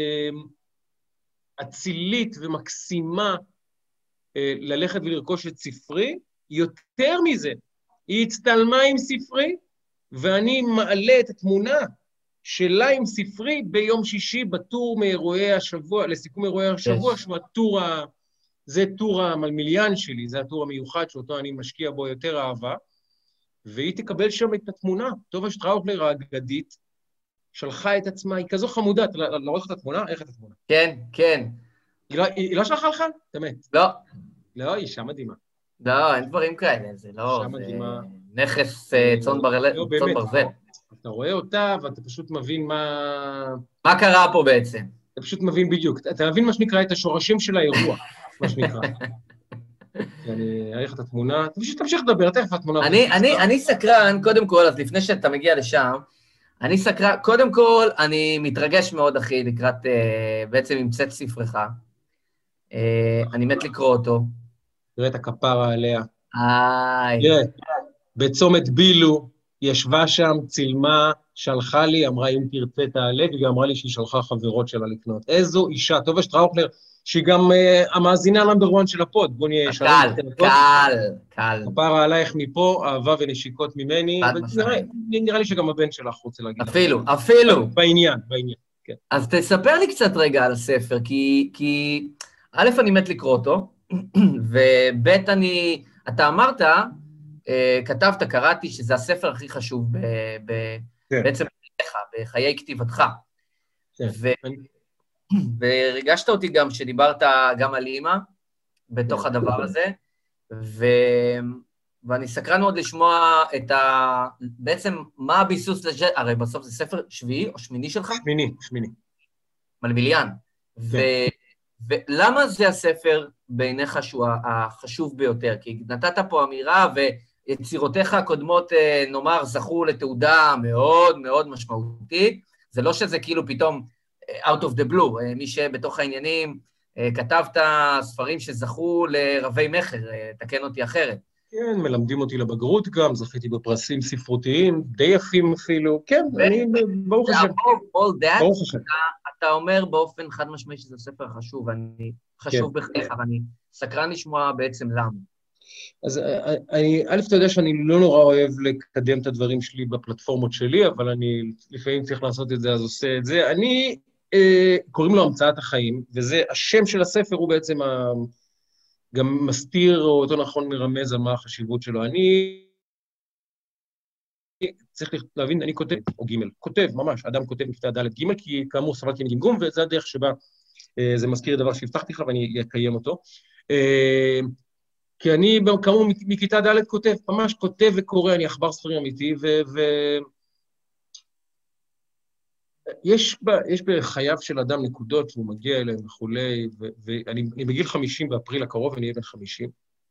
אצילית ומקסימה ללכת ולרכוש את ספרי. יותר מזה, היא הצטלמה עם ספרי, ואני מעלה את התמונה שלה עם ספרי ביום שישי בטור מאירועי השבוע, לסיכום אירועי השבוע, שהוא הטור זה טור המלמיליאן שלי, זה הטור המיוחד שאותו אני משקיע בו יותר אהבה, והיא תקבל שם את התמונה. טובה שטראוכלר האגדית, שלחה את עצמה, היא כזו חמודה, אתה לא רואה את התמונה? איך את התמונה? כן, כן. היא לא שלחה לך? תמת. לא. לא, היא אישה מדהימה. לא, אין דברים כאלה, זה לא, זה נכס צאן ברזל. אתה רואה אותה ואתה פשוט מבין מה קרה פה בעצם. אתה פשוט מבין בדיוק, אתה מבין מה שנקרא את השורשים של האירוע, מה שנקרא. אני אעריך את התמונה, תמשיך לדבר, תכף התמונה. אני סקרן, קודם כל, אז לפני שאתה מגיע לשם, אני סקרן, קודם כל, אני מתרגש מאוד, אחי, לקראת, בעצם המצאת ספרך. אני מת לקרוא אותו. תראה את הכפרה עליה. בצומת בילו, ישבה שם, צילמה, שלחה לי, אמרה, אם תרצה תעלה, והיא אמרה לי שהיא שלחה חברות שלה לקנות. איזו אישה, טובה שטראוכלר, שהיא גם המאזינה נאמבר 1 של הפוד. בוא נהיה ישרים. קל. כפרה עלייך מפה, אהבה ונשיקות ממני, נראה לי שגם הבן שלך רוצה להגיד. אפילו. בעניין, כן. אז תספר לי קצת רגע על הספר, כי א', אני מת לקרוא אותו, וב' אתה אמרת, כתבת, קראתי, שזה הספר הכי חשוב בעצם בחיי כתיבתך. והרגשת אותי גם שדיברת גם על אימא, בתוך הדבר הזה, ואני סקרן מאוד לשמוע בעצם מה הביסוס הרי בסוף זה ספר שביעי או שמיני שלך? שמיני. מלמיליאן. ולמה זה הספר בעיניך שהוא החשוב ביותר? כי נתת פה אמירה, ויצירותיך הקודמות, נאמר, זכו לתעודה מאוד מאוד משמעותית. זה לא שזה כאילו פתאום out of the blue, מי שבתוך העניינים כתבת ספרים שזכו לרבי מחר, תקן אותי אחרת. כן, מלמדים אותי לבגרות גם, זכיתי בפרסים ספרותיים, די יפים אפילו, כן, אני ברוך השם. ברוך השם. אתה אומר באופן חד משמעי שזה ספר חשוב, חשוב בכך, אבל אני סקרן לשמוע בעצם למה. אז א', אתה יודע שאני לא נורא אוהב לקדם את הדברים שלי בפלטפורמות שלי, אבל אני לפעמים צריך לעשות את זה, אז עושה את זה. קוראים לו המצאת החיים, וזה, השם של הספר הוא בעצם גם מסתיר, או יותר נכון מרמז על מה החשיבות שלו. אני צריך להבין, אני כותב, או ג' כותב, ממש, אדם כותב מכתב ד' ג', כי כאמור סבלתי מגמגום, וזה הדרך שבה זה מזכיר דבר שהבטחתי לך, ואני אקיים אותו. כי אני, כאמור, מכיתה ד' כותב, ממש כותב וקורא, אני אחבר ספרים אמיתי, יש בחייו של אדם נקודות שהוא מגיע אליהם וכולי, ואני בגיל 50 באפריל הקרוב, אני אהיה בן 50,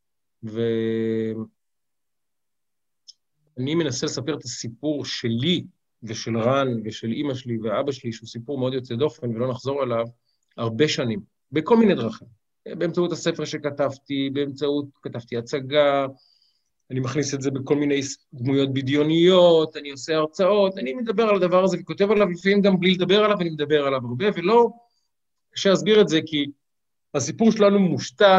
אני מנסה לספר את הסיפור שלי ושל רן ושל אמא שלי ואבא שלי, שהוא סיפור מאוד יוצא דופן ולא נחזור עליו, הרבה שנים, בכל מיני דרכים. באמצעות הספר שכתבתי, כתבתי הצגה, אני מכניס את זה בכל מיני דמויות בדיוניות, אני עושה הרצאות, אני מדבר על הדבר הזה וכותב עליו, לפעמים גם בלי לדבר עליו, אני מדבר עליו הרבה, ולא קשה להסביר את זה, כי הסיפור שלנו מושתת,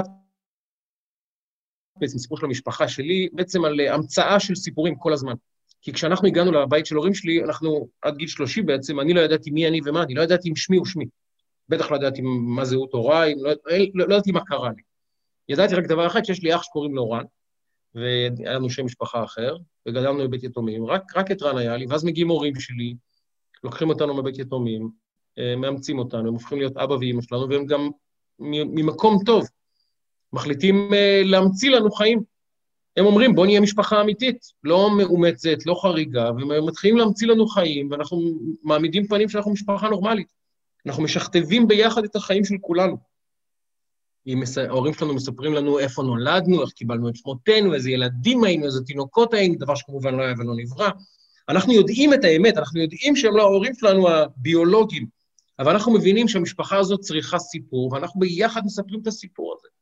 בעצם סיפור של המשפחה שלי, בעצם על המצאה של סיפורים כל הזמן. כי כשאנחנו הגענו לבית של הורים שלי, אנחנו עד גיל 30 בעצם, אני לא ידעתי מי אני ומה, אני לא ידעתי אם שמי הוא שמי. בטח לא ידעתי מה זהות הוריי, לא ידעתי מה קרה לי. ידעתי רק דבר אחד, שיש לי אח שקוראים לו רן, והיה לנו שם משפחה אחר, וגדלנו בבית יתומים, רק את רן היה לי, ואז מגיעים הורים שלי, לוקחים אותנו מבית יתומים, מאמצים אותנו, הם הופכים להיות אבא ואמא שלנו, והם גם ממקום טוב, מחליטים להמציא לנו חיים. הם אומרים, בוא נהיה משפחה אמיתית, לא מאומצת, לא חריגה, והם מתחילים להמציא לנו חיים, ואנחנו מעמידים פנים שאנחנו משפחה נורמלית. אנחנו משכתבים ביחד את החיים של כולנו. ההורים שלנו מספרים לנו איפה נולדנו, איך קיבלנו את שמותינו, איזה ילדים היינו, איזה תינוקות היינו, דבר שכמובן לא היה ולא נברא. אנחנו יודעים את האמת, אנחנו יודעים שהם לא ההורים שלנו הביולוגיים, אבל אנחנו מבינים שהמשפחה הזאת צריכה סיפור, ואנחנו ביחד מספרים את הסיפור הזה.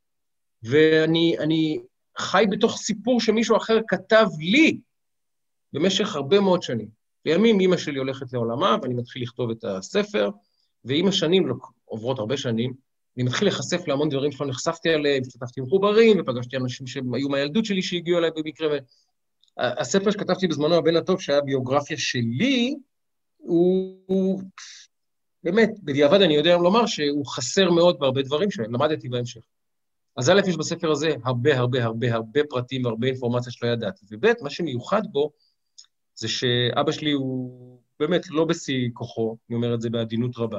ואני חי בתוך סיפור שמישהו אחר כתב לי במשך הרבה מאוד שנים. לימים אמא שלי הולכת לעולמה, ואני מתחיל לכתוב את הספר, ועם השנים, עוברות הרבה שנים, אני מתחיל להיחשף להמון דברים שלא נחשפתי עליהם, השתתפתי עם חוברים, ופגשתי אנשים שהיו מהילדות שלי שהגיעו אליי במקרה. הספר שכתבתי בזמנו, הבן הטוב, שהיה ביוגרפיה שלי, הוא באמת, בדיעבד אני יודע לומר שהוא חסר מאוד בהרבה דברים שלמדתי בהמשך. אז א', יש בספר הזה הרבה פרטים והרבה אינפורמציה שלא ידעתי. וב', מה שמיוחד בו, זה שאבא שלי הוא באמת לא בשיא כוחו, אני אומר את זה בעדינות רבה,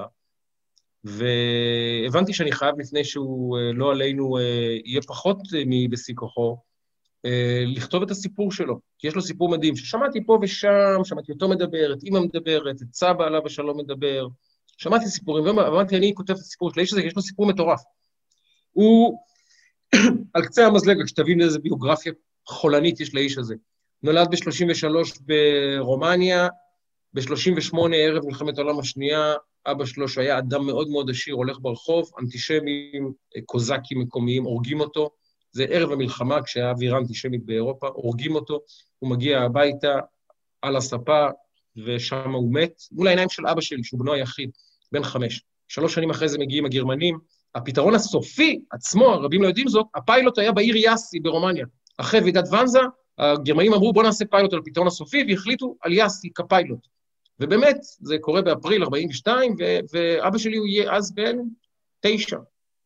והבנתי שאני חייב לפני שהוא לא עלינו יהיה פחות מבשיא כוחו, לכתוב את הסיפור שלו, כי יש לו סיפור מדהים, ששמעתי פה ושם, שמעתי אותו מדבר, את אמא מדברת, את סבא עליו ושלום מדבר, שמעתי סיפורים, ואמרתי, אני כותב את הסיפור של האיש הזה, כי יש לו סיפור מטורף. הוא, על קצה המזלג, כשתבין איזה ביוגרפיה חולנית יש לאיש הזה. נולד ב-33 ברומניה, ב-38 ערב מלחמת העולם השנייה, אבא שלו שהיה אדם מאוד מאוד עשיר, הולך ברחוב, אנטישמים, קוזקים מקומיים, הורגים אותו, זה ערב המלחמה, כשהיה אווירה אנטישמית באירופה, הורגים אותו, הוא מגיע הביתה על הספה, ושם הוא מת, מול העיניים של אבא שלי, שהוא בנו היחיד, בן 5. 3 שנים אחרי זה מגיעים הגרמנים, הפתרון הסופי עצמו, הרבים לא יודעים זאת, הפיילוט היה בעיר יאסי ברומניה. אחרי ועידת ואנזה, הגרמנים אמרו, בוא נעשה פיילוט על הפתרון הסופי, והחליטו על יאסי כפיילוט. ובאמת, זה קורה באפריל 42, ואבא שלי הוא יהיה אז בן 9.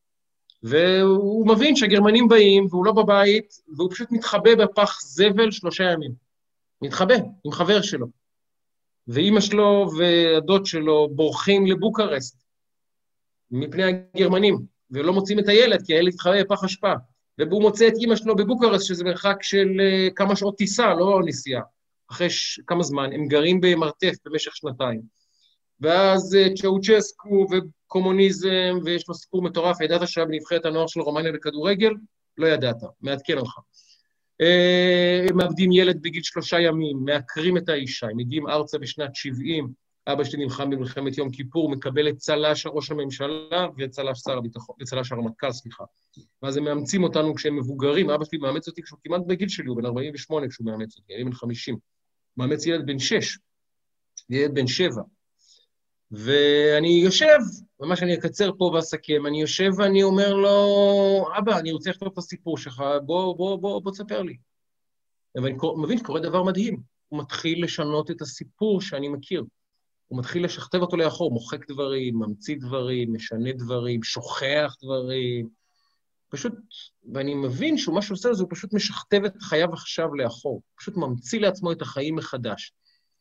והוא מבין שהגרמנים באים, והוא לא בבית, והוא פשוט מתחבא בפח זבל 3 ימים. מתחבא עם חבר שלו. ואמא שלו והדוד שלו בורחים לבוקרשט, מפני הגרמנים, ולא מוצאים את הילד, כי הילד התחבא בפח אשפה. והוא מוצא את אמא שלו בבוקרשט, שזה מרחק של כמה שעות טיסה, לא נסיעה. אחרי כמה זמן, הם גרים במרתף במשך 2 ואז צ'אוצ'סקו וקומוניזם, ויש לו סיפור מטורף, ידעת שהיה בנבחרת הנוער של רומניה בכדורגל? לא ידעת, מעדכן אותך. הם מאבדים ילד בגיל 3 ימים, מעקרים את האישה, הם מגיעים ארצה בשנת 70, אבא שלי נלחם במלחמת יום כיפור, מקבל את צל"ש ראש הממשלה וצל"ש שר הביטחון, וצל"ש הרמטכ"ל, סליחה. ואז הם מאמצים אותנו כשהם מבוגרים, אבא שלי מאמץ אותי כשהוא כמעט בגיל שלי, הוא בן 48 כשהוא מאמץ אותי, אני בן 50. מאמץ ילד בן 6, ילד בן 7. ואני יושב, ממש שאני אקצר פה ואסכם, אני יושב ואני אומר לו, אבא, אני רוצה לכתוב את הסיפור שלך, בוא תספר לי. ואני מבין שקורה דבר מדהים, הוא מתחיל לשנות את הסיפור שאני מכיר. הוא מתחיל לשכתב אותו לאחור, מוחק דברים, ממציא דברים, משנה דברים, שוכח דברים. פשוט, ואני מבין שמה שהוא עושה זה, הוא פשוט משכתב את חייו עכשיו לאחור. פשוט ממציא לעצמו את החיים מחדש.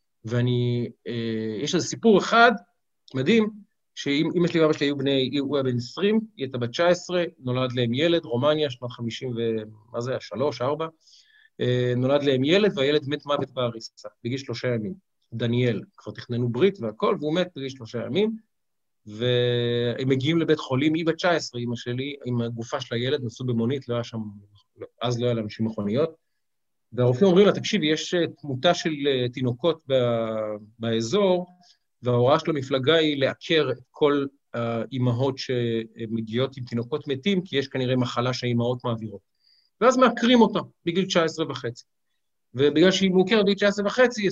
יש איזה סיפור אחד, מדהים, שאמא שלי ואבא שלי היו הוא היה בן 20, היא הייתה בת 19, נולד להם ילד, רומניה, שנת 50 מה זה היה? 3, 4, נולד להם ילד, והילד מת מוות בעריסה, בגיל 3 ימים. דניאל, כבר תכננו ברית והכל, והוא מת בגיל 3 ימים, והם מגיעים לבית חולים, היא בת 19, אמא שלי, עם הגופה של הילד, נסעו במונית, לא היה שם, אז לא היה לאנשים מכוניות, והרופאים אומרים לה, תקשיב, יש תמותה של תינוקות באזור, וההוראה של המפלגה היא לעקר את כל האימהות שמגיעות עם תינוקות מתים, כי יש כנראה מחלה שהאימהות מעבירות. ואז מעקרים אותה בגיל 19 וחצי. ובגלל שהיא מוכרת בגיל 19 וחצי,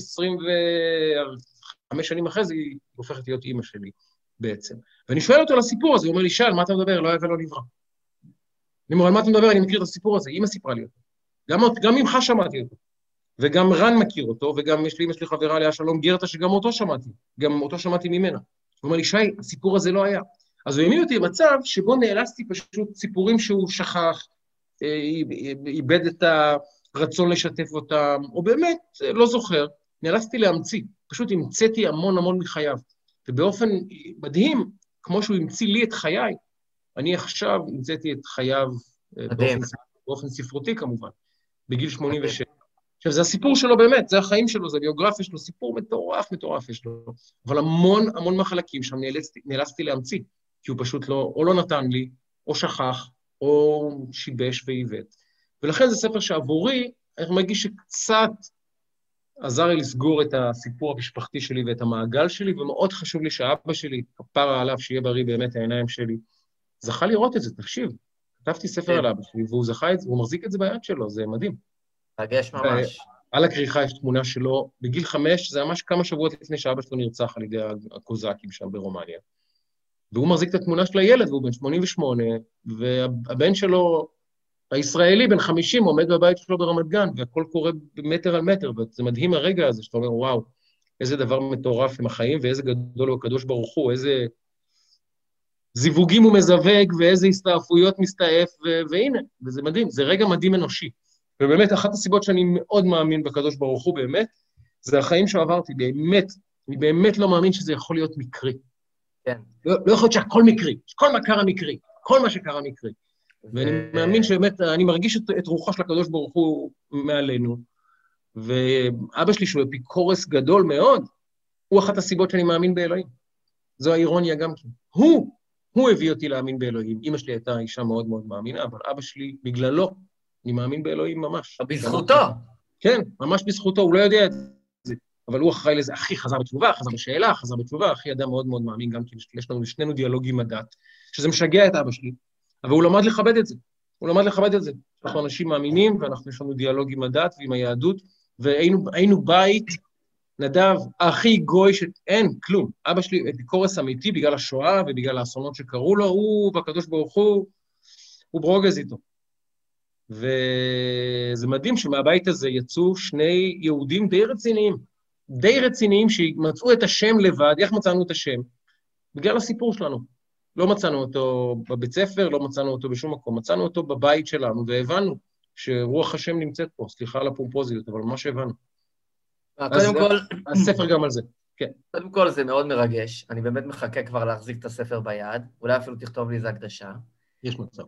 25 שנים אחרי זה, היא הופכת להיות אימא שלי בעצם. ואני שואל אותו על הסיפור הזה, הוא אומר לי, שאל, מה אתה מדבר? לא היה ולא נברא. אני אומר, על מה אתה מדבר? אני מכיר את הסיפור הזה, אמא סיפרה לי אותו. גם ממך שמעתי אותו. וגם רן מכיר אותו, וגם יש לי חברה עליה שלום גרטה, שגם אותו שמעתי. גם אותו שמעתי ממנה. הוא אומר לי, שי, הסיפור הזה לא היה. אז הוא העמיד אותי במצב שבו נאלצתי פשוט סיפורים שהוא שכח, איבד את הרצון לשתף אותם, או באמת, לא זוכר, נאלצתי להמציא. פשוט המצאתי המון מחייו. ובאופן מדהים, כמו שהוא המציא לי את חיי, אני עכשיו המצאתי את חייו באופן ספרותי כמובן, בגיל 86. עכשיו, זה הסיפור שלו באמת, זה החיים שלו, זה ביוגרפיה שלו, סיפור מטורף יש לו. אבל המון מחלקים שם נאלצתי להמציא, כי הוא פשוט או לא נתן לי, או שכח, או שיבש ועיוות. ולכן זה ספר שעבורי, אני מרגיש שקצת עזר לי לסגור את הסיפור המשפחתי שלי ואת המעגל שלי, ומאוד חשוב לי שהאבא שלי, כפרה עליו, שיהיה בריא באמת העיניים שלי, זכה לראות את זה, תקשיב. כתבתי ספר על אבא שלי, והוא זכה את זה, הוא מחזיק את זה ביד שלו, זה מדהים. רגש ממש. על הכריכה יש תמונה שלו, בגיל 5, זה ממש כמה שבועות לפני שאבא שלו נרצח על ידי הקוזקים שם ברומניה. והוא מחזיק את התמונה של הילד, והוא בן 88, והבן שלו, הישראלי, בן 50, עומד בבית שלו ברמת גן, והכל קורה מטר על מטר, וזה מדהים הרגע הזה, שאתה אומר, וואו, איזה דבר מטורף עם החיים, ואיזה גדול הוא הקדוש ברוך הוא, איזה זיווגים הוא מזווג, ואיזה הסתעפויות מסתעף, והנה, וזה מדהים, זה רגע מדהים אנושי. ובאמת, אחת הסיבות שאני מאוד מאמין בקדוש ברוך הוא, באמת, זה החיים שעברתי, באמת, אני באמת לא מאמין שזה יכול להיות מקרי. כן. לא יכול להיות שהכל מקרי, כל מה קרה מקרי, כל מה שקרה מקרי. ואני מאמין שבאמת, אני מרגיש את רוחו של הקדוש ברוך הוא מעלינו, ואבא שלי שהוא אפיקורס גדול מאוד, הוא אחת הסיבות שאני מאמין באלוהים. זו האירוניה גם כן. הוא הביא אותי להאמין באלוהים. אמא שלי הייתה אישה מאוד מאמינה, אבל אבא שלי, בגללו, אני מאמין באלוהים ממש. בזכותו. כן, ממש בזכותו, הוא לא יודע את זה, אבל הוא אחראי לזה, אחי חזר בתשובה, חזר בשאלה, חזר בתשובה, אחי אדם מאוד מאמין, גם כי יש לנו שנינו דיאלוגים עם הדת, שזה משגע את אבא שלי, אבל הוא למד לכבד את זה, אנחנו אנשים מאמינים, ואנחנו יש לנו דיאלוג עם הדת ועם היהדות, והיינו בית, נדב, הכי גוי שאין, כלום. אבא שלי אפיקורס אמיתי בגלל השואה ובגלל האסונות שקרו לו, הוא והקדוש ברוך הוא ברוגז איתו. וזה מדהים שמהבית הזה יצאו שני יהודים די רציניים שמצאו את השם לבד. איך מצאנו את השם? בגלל הסיפור שלנו. לא מצאנו אותו בבית ספר, לא מצאנו אותו בשום מקום, מצאנו אותו בבית שלנו, והבנו שרוח השם נמצאת פה, סליחה על הפומפוזיות, אבל ממש הבנו. קודם כל... הספר גם על זה, כן. קודם כל זה מאוד מרגש, אני באמת מחכה כבר להחזיק את הספר ביד, אולי אפילו תכתוב לי איזה הקדשה. יש מצב.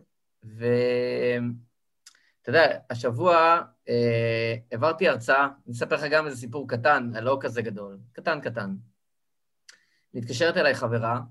אתה יודע, השבוע העברתי הרצאה, אני אספר לך גם איזה סיפור קטן, לא כזה גדול, קטן. מתקשרת אליי חברה,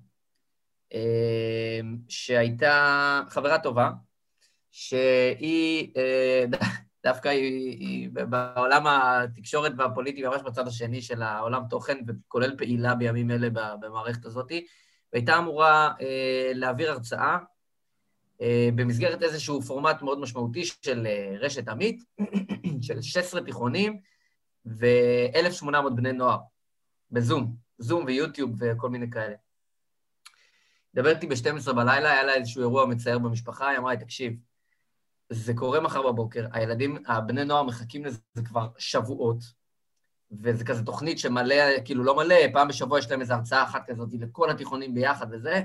שהייתה חברה טובה, שהיא דווקא היא בעולם התקשורת והפוליטי, ממש בצד השני של העולם תוכן, וכולל פעילה בימים אלה במערכת הזאת, והייתה אמורה להעביר הרצאה, במסגרת איזשהו פורמט מאוד משמעותי של רשת עמית, של 16 תיכונים, ו1,800 בני נוער, בזום, זום ויוטיוב וכל מיני כאלה. דברתי ב-12 בלילה, היה לה איזשהו אירוע מצער במשפחה, היא אמרה לי, תקשיב, זה קורה מחר בבוקר, הבני נוער מחכים לזה כבר שבועות, וזה כזה תוכנית שמלא, כאילו לא מלא, פעם בשבוע יש להם איזו הרצאה אחת כזאת לכל התיכונים ביחד וזה,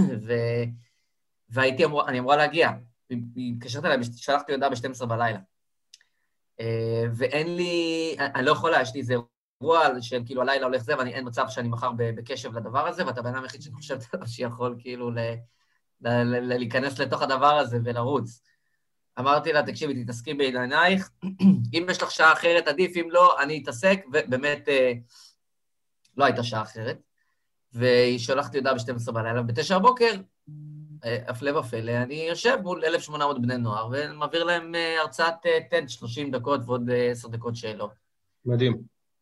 אני אמורה להגיע, היא מתקשרת אליי, שלחתי הודעה ב-12 בלילה. ואין לי, אני לא יכולה, יש לי איזה אירוע של כאילו הלילה הולך זה, ואין מצב שאני מחר בקשב לדבר הזה, ואתה בן אדם היחיד שאני חושבת עליו שיכול כאילו להיכנס לתוך הדבר הזה ולרוץ. אמרתי לה, תקשיבי, תתעסקי בעניינייך, אם יש לך שעה אחרת עדיף, אם לא, אני אתעסק, ובאמת לא הייתה שעה אחרת, והיא שלחתי הודעה ב-12 בלילה, ב-9 בבוקר, הפלא ופלא, אני יושב מול 1,800 בני נוער, ומעביר להם הרצאת TED 30 דקות ועוד 10 דקות שאלות. מדהים.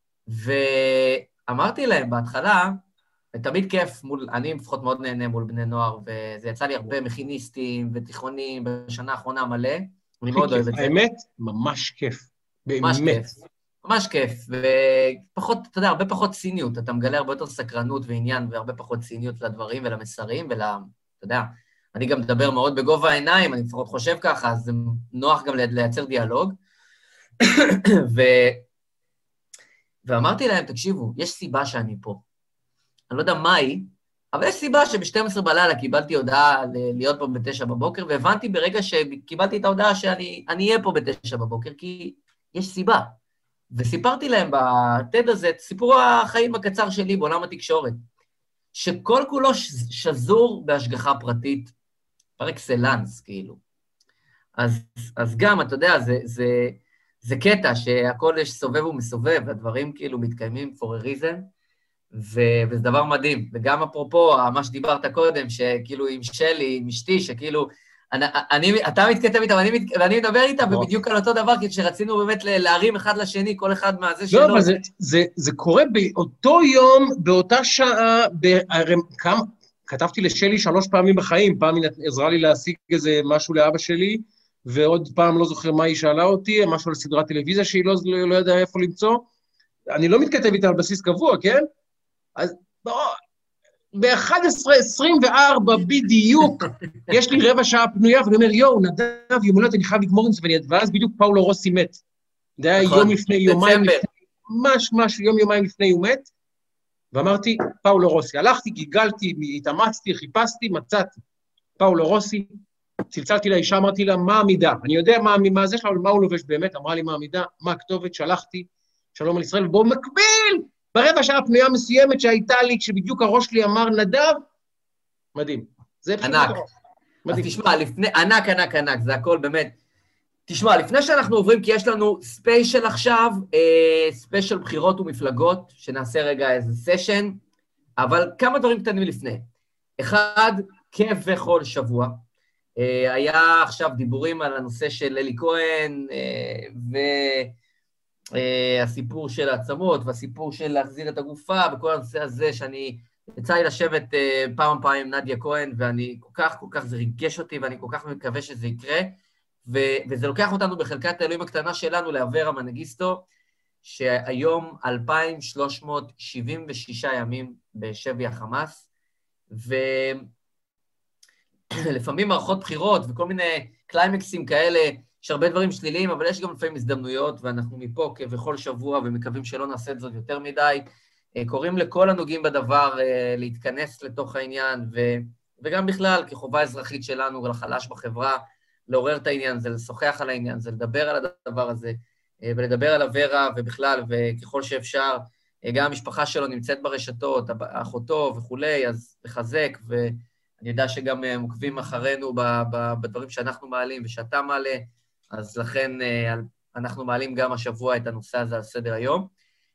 ואמרתי להם בהתחלה, תמיד כיף, אני לפחות מאוד נהנה מול בני נוער, וזה יצא לי הרבה מכיניסטים ותיכונים בשנה האחרונה מלא, אני מאוד אוהב את זה. האמת, ממש כיף. ממש באמת. כיף. ממש כיף, ופחות, אתה יודע, הרבה פחות ציניות, אתה מגלה הרבה יותר סקרנות ועניין, והרבה פחות ציניות לדברים ולמסרים אתה יודע, אני גם מדבר מאוד בגובה העיניים, אני לפחות חושב ככה, אז זה נוח גם לייצר דיאלוג. ואמרתי להם, תקשיבו, יש סיבה שאני פה. אני לא יודע מה היא, אבל יש סיבה שב-12 בלילה קיבלתי הודעה להיות פה ב-9 בבוקר, והבנתי ברגע שקיבלתי את ההודעה שאני אהיה פה ב-9 בבוקר, כי יש סיבה. וסיפרתי להם בטד הזה את סיפור החיים הקצר שלי בעולם התקשורת, שכל כולו שזור בהשגחה פרטית, פר אקסלנס, כאילו. אז גם, אתה יודע, זה קטע שהכל יש סובב ומסובב, והדברים כאילו מתקיימים for a reason, וזה דבר מדהים. וגם אפרופו, מה שדיברת קודם, שכאילו עם שלי, עם אשתי, שכאילו, אתה מתכתב איתה ואני מדבר איתה, ובדיוק על אותו דבר, כי כשרצינו באמת להרים אחד לשני, כל אחד מהזה שלו. לא, אבל זה קורה באותו יום, באותה שעה, כתבתי לשלי 3 פעמים בחיים, פעם היא עזרה לי להשיג איזה משהו לאבא שלי, ועוד פעם לא זוכר מה היא שאלה אותי, משהו על סדרת טלוויזיה שהיא לא ידעה איפה למצוא. אני לא מתכתב איתה על בסיס קבוע, כן? אז ב-11:24 בדיוק, יש לי רבע שעה פנויה, ואני אומר, יואו, נדב, יום הולדת, אני חייב לגמור עם זה, ואז בדיוק פאולו רוסי מת. זה היה יום לפני, יומיים לפני, ממש יום-יומיים לפני הוא מת, ואמרתי, פאולו רוסי. הלכתי, גיגלתי, התאמצתי, חיפשתי, מצאתי. פאולו רוסי, צלצלתי לאישה, אמרתי לה, מה המידה? אני יודע מה זה שלה, אבל מה הוא לובש באמת? אמרה לי מה המידה, מה הכתובת, שלחתי, שלום על ישראל, ובו מקביל, ברבע שעה פנויה מסוימת שהייתה לי, כשבדיוק הראש שלי אמר נדב, מדהים. זה פשוט ענק. מדהים. אז תשמע, ענק, זה הכל באמת. תשמע, לפני שאנחנו עוברים, כי יש לנו ספיישל עכשיו, ספיישל בחירות ומפלגות, שנעשה רגע איזה סשן, אבל כמה דברים קטנים לפני. אחד, כיף וכל שבוע. היה עכשיו דיבורים על הנושא של אלי כהן, והסיפור של העצמות, והסיפור של להחזיר את הגופה, וכל הנושא הזה שאני יצא לי לשבת פעם עם נדיה כהן, ואני כל כך, זה ריגש אותי, ואני כל כך מקווה שזה יקרה, וזה לוקח אותנו בחלקת האלוהים הקטנה שלנו, לאברה מנגיסטו, שהיום 2,376 ימים בשבי החמאס, ולפעמים מערכות בחירות וכל מיני קליימקסים כאלה, יש הרבה דברים שליליים, אבל יש גם לפעמים הזדמנויות, ואנחנו מפה כבכל שבוע, ומקווים שלא נעשה את זאת יותר מדי, קוראים לכל הנוגעים בדבר להתכנס לתוך העניין, וגם בכלל, כחובה אזרחית שלנו ולחלש בחברה, לעורר את העניין, זה לשוחח על העניין, זה לדבר על הדבר הזה, ולדבר על אברה ובכלל, וככל שאפשר, גם המשפחה שלו נמצאת ברשתות, אחותו וכולי, אז לחזק, ואני יודע שגם מוקבים אחרינו בדברים שאנחנו מעלים ושאתה מעלה, אז לכן אנחנו מעלים גם השבוע את הנושא הזה על סדר היום.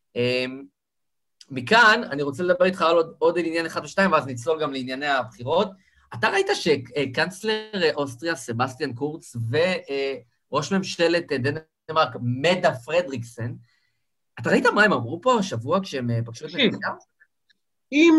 מכאן אני רוצה לדבר איתך על עוד עניין 1 ו-2, ואז נצלול גם לענייני הבחירות. אתה ראית שקנצלר אוסטריה סבסטיאן קורץ וראש ממשלת דנמרק מדה פרדריקסן, אתה ראית מה הם אמרו פה השבוע כשהם פגשו את נתניהו? אם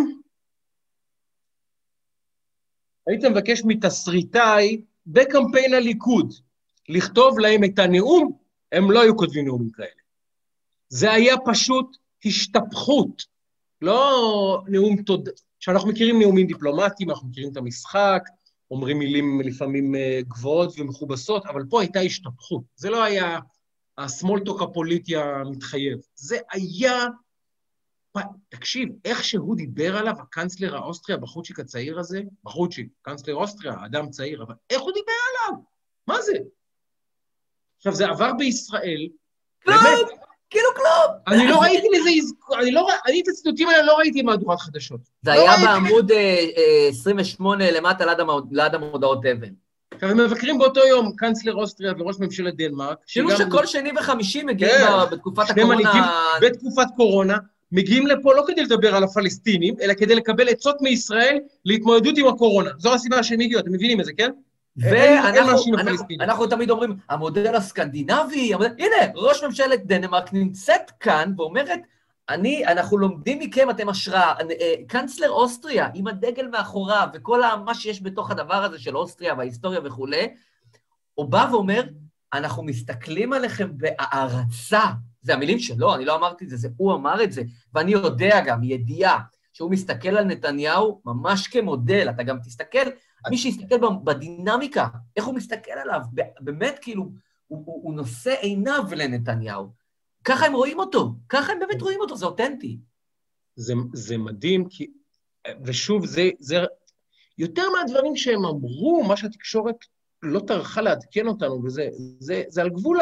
היית מבקש מתסריטאי בקמפיין הליכוד לכתוב להם את הנאום, הם לא היו כותבים נאומים כאלה. זה היה פשוט השתפכות, לא נאום תודה. שאנחנו מכירים נאומים דיפלומטיים, אנחנו מכירים את המשחק, אומרים מילים לפעמים גבוהות ומכובסות, אבל פה הייתה השתפכות. זה לא היה הסמולטוק הפוליטי המתחייב. זה היה, תקשיב, איך שהוא דיבר עליו, הקנצלר האוסטריה, בחוצ'יק הצעיר הזה, בחוצ'יק, קנצלר אוסטריה, אדם צעיר, אבל איך הוא דיבר עליו? מה זה? עכשיו, זה עבר בישראל, באמת, כאילו כלום. אני לא ראיתי לזה, אני את הציטוטים האלה לא ראיתי מהדורת חדשות. זה היה בעמוד 28 למטה ליד המודעות אבן. עכשיו, הם מבקרים באותו יום קנצלר אוסטריה וראש ממשלת דנמרק. כאילו שכל שני וחמישי מגיעים בתקופת הקורונה. בתקופת קורונה, מגיעים לפה לא כדי לדבר על הפלסטינים, אלא כדי לקבל עצות מישראל להתמודדות עם הקורונה. זו הסיבה שהם הגיעו, אתם מבינים את זה, כן? ואנחנו תמיד אומרים, המודל הסקנדינבי, הנה, ראש ממשלת דנמרק נמצאת כאן ואומרת, אנחנו לומדים מכם, אתם השראה, קנצלר אוסטריה, עם הדגל מאחוריו, וכל מה שיש בתוך הדבר הזה של אוסטריה וההיסטוריה וכו', הוא בא ואומר, אנחנו מסתכלים עליכם בהערצה. זה המילים שלו, אני לא אמרתי את זה, הוא אמר את זה, ואני יודע גם, ידיעה, שהוא מסתכל על נתניהו ממש כמודל, אתה גם תסתכל, מי שיסתכל בדינמיקה, איך הוא מסתכל עליו, באמת כאילו, הוא נושא עיניו לנתניהו. ככה הם רואים אותו, ככה הם באמת רואים אותו, זה אותנטי. זה מדהים, כי, ושוב, זה יותר מהדברים שהם אמרו, מה שהתקשורת לא טרחה לעדכן אותנו, זה על גבול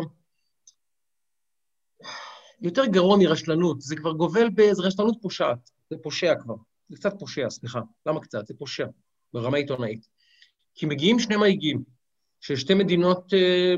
יותר גרוע מרשלנות, זה כבר גובל באיזו רשלנות פושעת, זה פושע כבר, זה קצת פושע, סליחה, למה קצת? זה פושע, ברמה עיתונאית. כי מגיעים שני מנהיגים, של שתי מדינות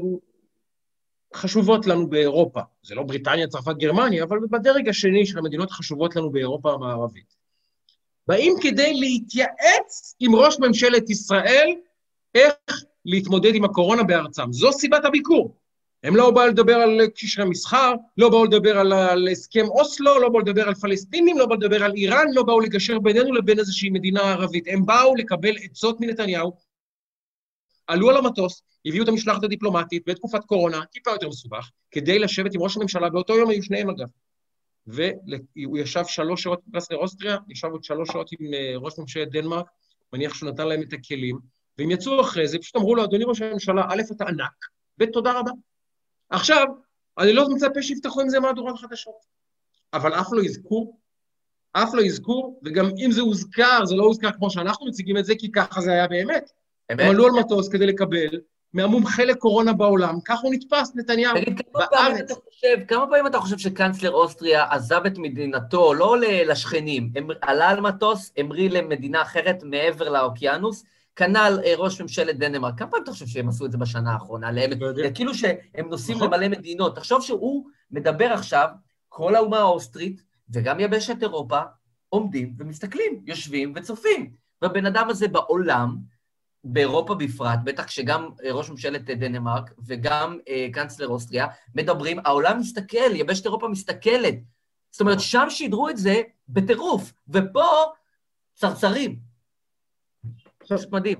חשובות לנו באירופה, זה לא בריטניה, צרפת, גרמניה, אבל בדרג השני של המדינות חשובות לנו באירופה המערבית. באים כדי להתייעץ עם ראש ממשלת ישראל, איך להתמודד עם הקורונה בארצם. זו סיבת הביקור. הם לא באו לדבר על קשרי מסחר, לא באו לדבר על הסכם אוסלו, לא באו לדבר על פלסטינים, לא באו לדבר על איראן, לא באו לגשר בינינו לבין איזושהי מדינה ערבית. הם באו לקבל עצות מנתניהו, עלו על המטוס, הביאו את המשלחת הדיפלומטית בתקופת קורונה, טיפה יותר מסובך, כדי לשבת עם ראש הממשלה, באותו יום היו שניהם אגב. והוא ישב 3 שעות בקנצלר אוסטריה, ישב עוד 3 שעות עם ראש ממשלת דנמרק, מניח שהוא נתן להם את הכלים, והם יצאו אחרי זה, פשוט אמרו לו, אדוני ראש הממשלה, א' אתה ענק, ותודה רבה. עכשיו, אני לא מצפה שיפתחו עם זה מהדורת חדשות, אבל אף לא יזכור, וגם אם זה הוזכר, זה לא הוזכר כמו שאנחנו מציגים את זה, כי ככה זה היה באמת. הם עלו על מטוס כדי לקבל מהמומחה לקורונה בעולם, כך הוא נתפס, נתניהו. תגיד, כמה פעמים אתה חושב שקנצלר אוסטריה עזב את מדינתו, לא לשכנים, עלה על מטוס, המריא למדינה אחרת מעבר לאוקיינוס, כנ"ל ראש ממשלת דנמרק, כמה פעמים אתה חושב שהם עשו את זה בשנה האחרונה? כאילו שהם נוסעים למלא מדינות. תחשוב שהוא מדבר עכשיו, כל האומה האוסטרית, וגם יבשת אירופה, עומדים ומסתכלים, יושבים וצופים. והבן אדם הזה בעולם, באירופה בפרט, בטח שגם ראש ממשלת דנמרק וגם קנצלר אוסטריה מדברים, העולם מסתכל, יבשת אירופה מסתכלת. זאת אומרת, שם שידרו את זה בטירוף, ופה צרצרים. פשוט מדהים.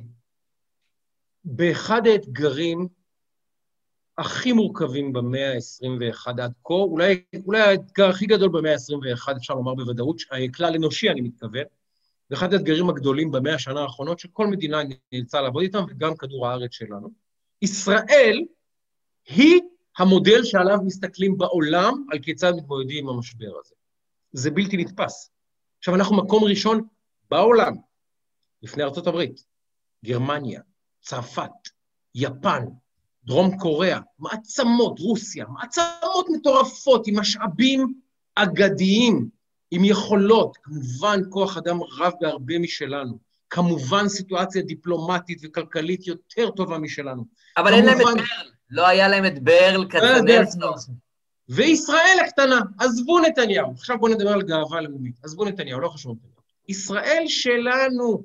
באחד האתגרים הכי מורכבים במאה ה-21 עד כה, אולי האתגר הכי גדול במאה ה-21, אפשר לומר בוודאות, כלל אנושי אני מתכוון, זה אחד האתגרים הגדולים במאה השנה האחרונות, שכל מדינה נאלצה לעבוד איתם, וגם כדור הארץ שלנו. ישראל היא המודל שעליו מסתכלים בעולם, על כיצד מתמודדים עם המשבר הזה. זה בלתי נתפס. עכשיו אנחנו מקום ראשון בעולם, לפני ארצות הברית, גרמניה, צרפת, יפן, דרום קוריאה, מעצמות, רוסיה, מעצמות מטורפות עם משאבים אגדיים, עם יכולות, כמובן כוח אדם רב בהרבה משלנו, כמובן סיטואציה דיפלומטית וכלכלית יותר טובה משלנו. אבל אין להם את ברל, לא היה להם את ברל כצנלסון. וישראל הקטנה, עזבו נתניהו, עכשיו בואו נדבר על גאווה לאומית, עזבו נתניהו, לא חשוב נתניהו. ישראל שלנו,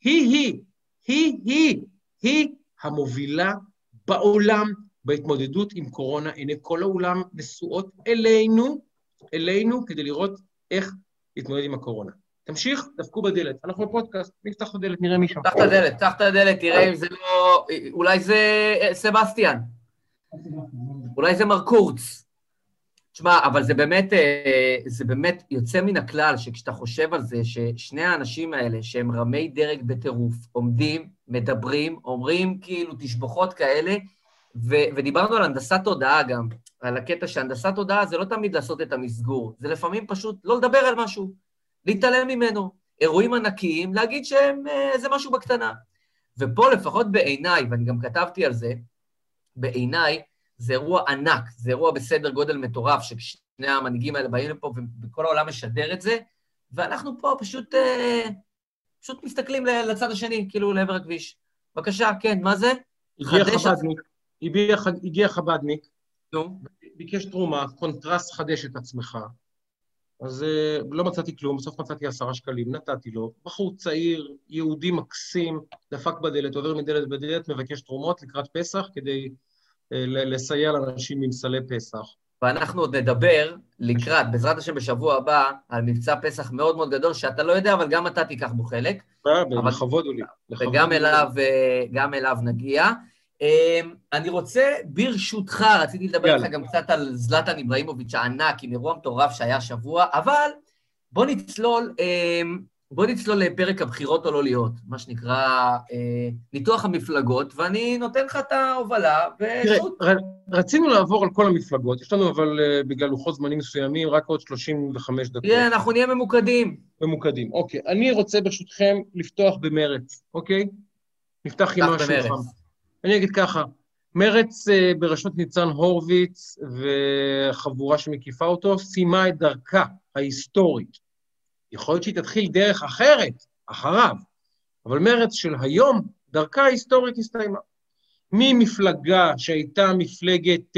היא המובילה בעולם בהתמודדות עם קורונה, הנה כל העולם נשואות אלינו כדי לראות איך להתמודד עם הקורונה. תמשיך, דפקו בדלת. אנחנו בפודקאסט, נפתח את הדלת, נראה מי שם. פתח את הדלת, תראה אם זה לא... אולי זה סבסטיאן. אולי זה מרקורץ. תשמע, אבל זה באמת יוצא מן הכלל, שכשאתה חושב על זה, ששני האנשים האלה, שהם רמי דרג בטירוף, עומדים, מדברים, אומרים כאילו תשבחות כאלה, ודיברנו על הנדסת תודעה גם, על הקטע שהנדסת תודעה זה לא תמיד לעשות את המסגור, זה לפעמים פשוט לא לדבר על משהו, להתעלם ממנו, אירועים ענקיים, להגיד שהם איזה משהו בקטנה. ופה לפחות בעיניי, ואני גם כתבתי על זה, בעיניי זה אירוע ענק, זה אירוע בסדר גודל מטורף, ששני המנהיגים האלה באים לפה ובכל העולם משדר את זה, ואנחנו פה פשוט מסתכלים לצד השני, כאילו לעבר הכביש. בבקשה, כן, מה זה? הגיע חבדניק, ביקש תרומה, קונטרסט חדש את עצמך, אז לא מצאתי כלום, בסוף מצאתי 10 שקלים, נתתי לו, בחור צעיר, יהודי מקסים, דפק בדלת, עובר מדלת בדלת, מבקש תרומות לקראת פסח, כדי לסייע לאנשים עם סלי פסח. ואנחנו עוד נדבר לקראת, בעזרת השם בשבוע הבא, על מבצע פסח מאוד מאוד גדול, שאתה לא יודע, אבל גם אתה תיקח בו חלק. בכבוד הוא לי. וגם אליו נגיע. אני רוצה, ברשותך, רציתי לדבר איתך גם קצת על זלטן איברהימוביץ' הענק, עם אירוע מטורף שהיה שבוע, אבל בוא נצלול לפרק הבחירות או לא להיות, מה שנקרא ניתוח המפלגות, ואני נותן לך את ההובלה, ושוט. תראה, רצינו לעבור על כל המפלגות, יש לנו אבל בגלל לוחות זמנים מסוימים, רק עוד 35 דקות. אנחנו נהיה ממוקדים. ממוקדים, אוקיי. אני רוצה ברשותכם לפתוח במרץ, אוקיי? נפתח עם משהו חם. אני אגיד ככה, מרץ בראשות ניצן הורוביץ וחבורה שמקיפה אותו, סיימה את דרכה ההיסטורית. יכול להיות שהיא תתחיל דרך אחרת, אחריו, אבל מרץ של היום, דרכה ההיסטורית הסתיימה. ממפלגה שהייתה מפלגת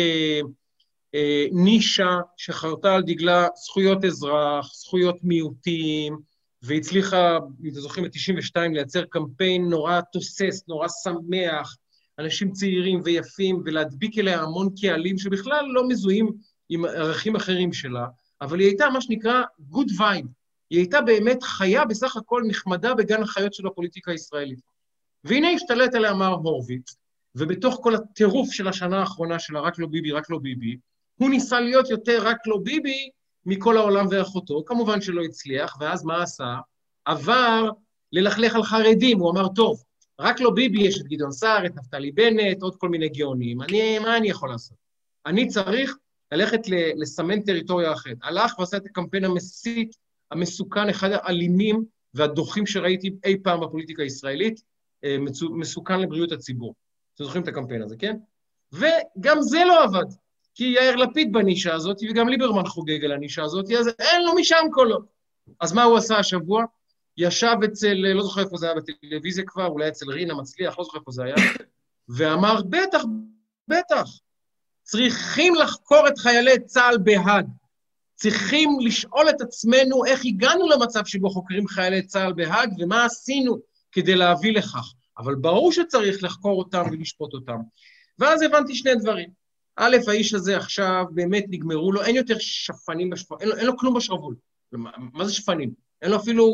נישה, שחרתה על דגלה זכויות אזרח, זכויות מיעוטים, והצליחה, אם אתם זוכרים, ב-92 לייצר קמפיין נורא תוסס, נורא שמח, אנשים צעירים ויפים, ולהדביק אליה המון קהלים שבכלל לא מזוהים עם ערכים אחרים שלה, אבל היא הייתה מה שנקרא good vibe. היא הייתה באמת חיה בסך הכל נחמדה בגן החיות של הפוליטיקה הישראלית. והנה השתלט עליה מר הורוביץ, ובתוך כל הטירוף של השנה האחרונה שלה, רק לא ביבי, רק לא ביבי, הוא ניסה להיות יותר רק לא ביבי מכל העולם ואחותו, כמובן שלא הצליח, ואז מה עשה? עבר ללכלך על חרדים, הוא אמר, טוב, רק לא ביבי, יש את גדעון סער, את נפתלי בנט, עוד כל מיני גאונים, מה אני יכול לעשות? אני צריך ללכת לסמן טריטוריה אחרת. הלך ועשה את הקמפיין המסית, המסוכן, אחד האלימים והדוחים שראיתי אי פעם בפוליטיקה הישראלית, מסוכן לבריאות הציבור. אתם זוכרים את הקמפיין הזה, כן? וגם זה לא עבד, כי יאיר לפיד בנישה הזאת, וגם ליברמן חוגג על הנישה הזאת, אז אין לו משם קולות. אז מה הוא עשה השבוע? ישב אצל, לא זוכר איפה זה היה בטלוויזיה כבר, אולי אצל רינה מצליח, לא זוכר איפה זה היה, ואמר, בטח, צריכים לחקור את חיילי צה"ל בהאג, צריכים לשאול את עצמנו איך הגענו למצב שבו חוקרים חיילי צה"ל בהאג, ומה עשינו כדי להביא לכך. אבל ברור שצריך לחקור אותם ולשפוט אותם. ואז הבנתי שני דברים. א', האיש הזה עכשיו באמת נגמרו לו, אין יותר שפנים בשפול, אין לו כלום בשרוול. מה זה שפנים? אין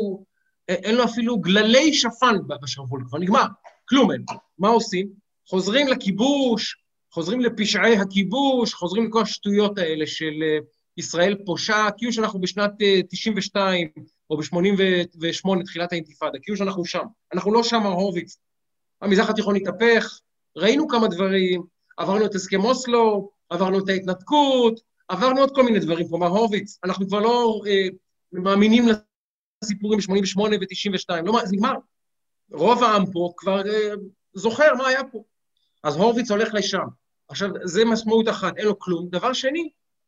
לו אפילו גללי שפן בשרוול, כבר נגמר, כלום אין. מה עושים? חוזרים לכיבוש, חוזרים לפשעי הכיבוש, חוזרים לכל השטויות האלה של ישראל פושע, כאילו שאנחנו בשנת 92 או ב-88 תחילת האינתיפאדה, כאילו שאנחנו שם. אנחנו לא שם, הורוביץ. המזרח התיכון התהפך, ראינו כמה דברים, עברנו את הסכם אוסלו, עברנו את ההתנתקות, עברנו עוד כל מיני דברים, כלומר הורוביץ, אנחנו כבר לא מאמינים לסיפורים ב-88 ו-92, לא, זה נגמר. רוב העם פה כבר זוכר מה היה פה. אז הורוביץ הולך לשם. עכשיו, זה משמעות אחת, אין לו כלום. דבר שני,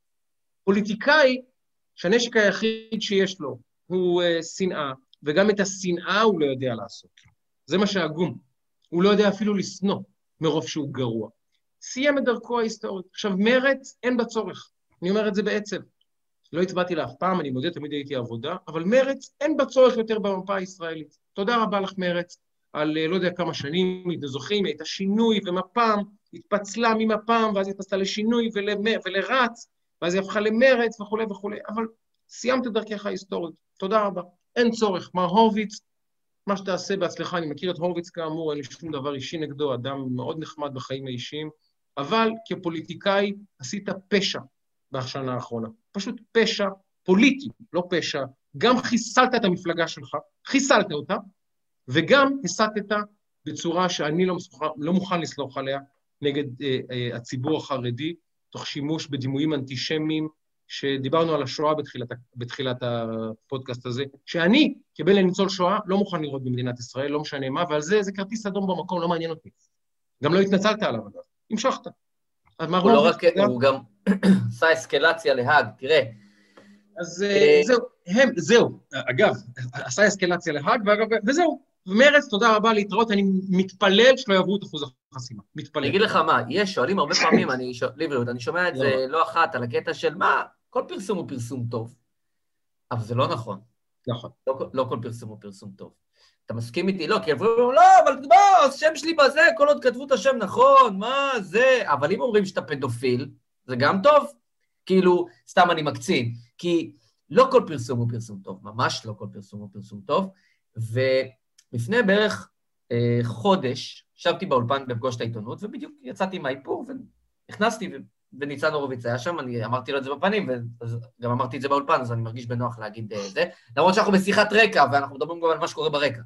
פוליטיקאי, שהנשק היחיד שיש לו הוא שנאה, וגם את השנאה הוא לא יודע לעשות. זה מה שהגום. הוא לא יודע אפילו לסנוע מרוב שהוא גרוע. סיים את דרכו ההיסטורית. עכשיו, מרץ אין בצורך. אני אומר את זה בעצב. לא הצבעתי לה אף פעם, אני מודה, תמיד הייתי עבודה, אבל מרץ אין בצורך יותר במפה הישראלית. תודה רבה לך מרץ, על לא יודע כמה שנים, אתם זוכרים, הייתה שינוי ומפ"ם, התפצלה ממפ"ם, ואז התפצלה לשינוי ולרץ, ואז היא הפכה למרץ וכו' וכו', אבל סיימת את דרכך ההיסטורית. תודה רבה. אין צורך. מר הורוביץ, מה שתעשה בהצלחה, אני מכיר את הורוביץ כאמור, אין לי שום דבר אישי נגדו, אדם מאוד נחמד בחיים האישיים, אבל כפוליטיקאי עשית פשע בשנה האחרונה. פשוט פשע פוליטי, לא פשע. גם חיסלת את המפלגה שלך, חיסלת אותה, וגם הסתת בצורה שאני לא מוכן לסלוח עליה נגד הציבור החרדי, תוך שימוש בדימויים אנטישמיים, שדיברנו על השואה בתחילת הפודקאסט הזה, שאני, כבן לניצול שואה, לא מוכן לראות במדינת ישראל, לא משנה מה, ועל זה כרטיס אדום במקום, לא מעניין אותי. גם לא התנצלת עליו, המשכת. הוא לא רק, הוא גם עשה אסקלציה להאג, תראה. אז זהו, אגב, עשה אסקלציה להאג, וזהו. ומרץ, תודה רבה להתראות, אני מתפלל שלא יעברו את אחוז החסימה. מתפלל. אני אגיד לך מה, שואלים הרבה פעמים, אני שומע את זה לא אחת, על הקטע של מה, כל פרסום הוא פרסום טוב. אבל זה לא נכון. נכון. לא כל פרסום הוא פרסום טוב. אתה מסכים איתי? לא, כי אומרים, לא, אבל השם שלי בזה, כל עוד כתבו את השם נכון, מה זה? אבל אם אומרים שאתה פדופיל, זה גם טוב. כאילו, סתם אני מקצין. כי לא כל פרסום הוא פרסום טוב, ממש לא כל פרסום הוא פרסום טוב, ולפני בערך חודש, ישבתי באולפן בפגוש את העיתונות, ובדיוק יצאתי מהאיפור, ונכנסתי, וניצן הורוביץ היה שם, אני אמרתי לו את זה בפנים, וגם אמרתי את זה באולפן, אז אני מרגיש בנוח להגיד זה, למרות שאנחנו בשיחת רקע, ואנחנו מדברים גם על מה שקורה ברקע.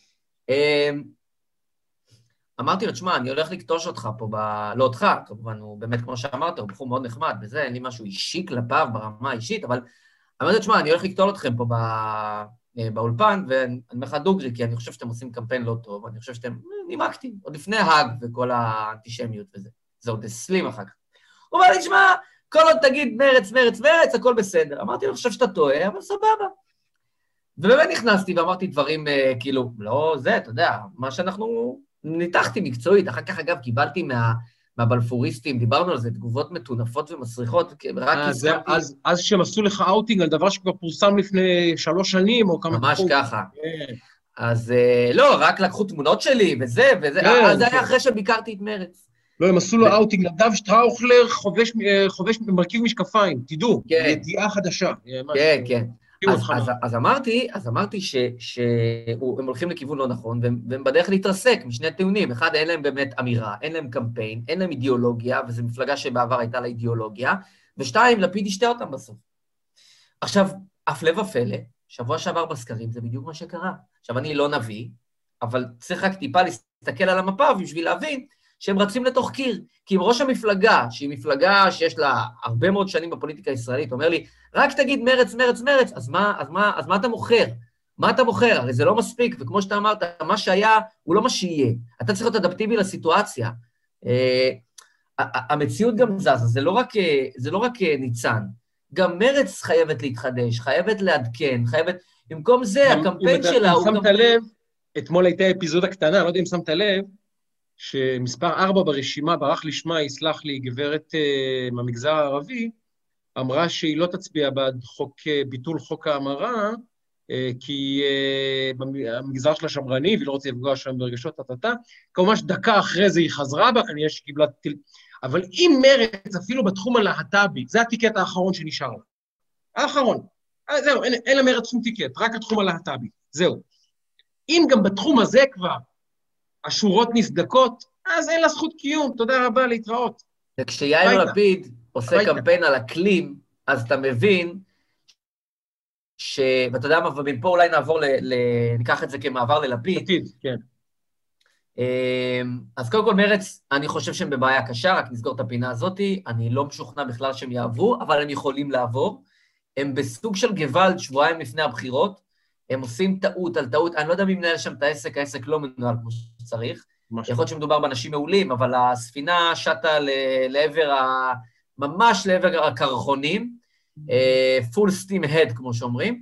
אמרתי לו, תשמע, אני הולך לקטוש אותך פה, לא אותך, כמובן, הוא באמת, כמו שאמרת, הוא בחור מאוד נחמד, בזה אין לי משהו אישי כלפיו ברמה האישית, אבל אמרתי לו, תשמע, אני הולך לקטול אתכם פה באולפן, ואני אומר לך דוגרי, כי אני חושב שאתם עושים קמפיין לא טוב, אני חושב שאתם נימקתי, עוד לפני האג וכל האנטישמיות וזה. זה עוד הסלים אחר כך. הוא אומר לי, תשמע, כל עוד תגיד מרץ, מרץ, מרץ, הכל בסדר. אמרתי לו, אני חושב שאתה טועה, אבל סבבה. ובאמת נכנסתי ואמרתי דברים, כאילו, לא זה, אתה יודע, מה שאנחנו ניתחתי מקצועית, אחר כך, אגב, קיבלתי מהבלפוריסטים, דיברנו על זה, תגובות מטונפות ומסריחות, אז שהם עשו לך אאוטינג על דבר שכבר פורסם לפני 3 שנים, או כמה... ממש ככה. אז לא, רק לקחו תמונות שלי, וזה, אז זה היה אחרי שביקרתי את מרץ. לא, הם עשו לו אאוטינג, נדב שטראוכלר חובש מרכיב משקפיים, תדעו, ידיעה חדשה. כן, כן. אז אמרתי שהם הולכים לכיוון לא נכון, והם בדרך להתרסק משני טיעונים. אחד, אין להם באמת אמירה, אין להם קמפיין, אין להם אידיאולוגיה, וזו מפלגה שבעבר הייתה לה אידיאולוגיה, ושתיים, לפיד ישתה אותם בסוף. עכשיו, הפלא ופלא, שבוע שעבר בסקרים, זה בדיוק מה שקרה. עכשיו, אני לא נביא, אבל צריך רק טיפה להסתכל על המפה, בשביל להבין שהם רצים לתוך קיר. כי אם ראש המפלגה, שהיא מפלגה שיש לה הרבה מאוד שנים בפוליטיקה הישראלית, אומר לי, רק תגיד מרץ, מרץ, מרץ, אז מה אתה מוכר? מה אתה מוכר? הרי זה לא מספיק, וכמו שאתה אמרת, מה שהיה הוא לא מה שיהיה. אתה צריך להיות אדפטיבי לסיטואציה. המציאות גם זזה, זה לא רק ניצן. גם מרץ חייבת להתחדש, חייבת לעדכן, חייבת... במקום זה, הקמפיין שלה הוא... אם שמת לב, אתמול הייתה אפיזודה קטנה, לא יודע אם שמת לב, שמספר 4 ברשימה, ברח לשמה, יסלח לי, גברת מהמגזר הערבי, אמרה שהיא לא תצביע בעד ביטול חוק ההמרה, כי המגזר שלה שמרני, והיא לא רוצה לפגוע שם ברגשות, כמובן דקה אחרי זה היא חזרה בה, כנראה שקיבלה... אבל אם מרץ, אפילו בתחום הלהט"בי, זה הטיקט האחרון שנשאר. האחרון. זהו, אין למרץ שום טיקט, רק התחום הלהט"בי. זהו. אם גם בתחום הזה כבר השורות נסדקות, אז אין לה זכות קיום. תודה רבה, להתראות. וכשיאיר לפיד עושה קמפיין על אקלים, אז אתה מבין ואתה יודע מה, ומפה אולי נעבור ניקח את זה כמעבר ללפיד. כן. אז קודם כל מרץ, אני חושב שהם בבעיה קשה, רק נסגור את הפינה הזאת, אני לא משוכנע בכלל שהם יעברו, אבל הם יכולים לעבור. הם בסוג של גוואלד שבועיים לפני הבחירות, הם עושים טעות על טעות, אני לא יודע מי מנהל שם את העסק, העסק לא מנוהל כמו שצריך, יכול להיות שמדובר באנשים מעולים, אבל הספינה שטה ממש לעבר הקרחונים, full steam ahead, כמו שאומרים,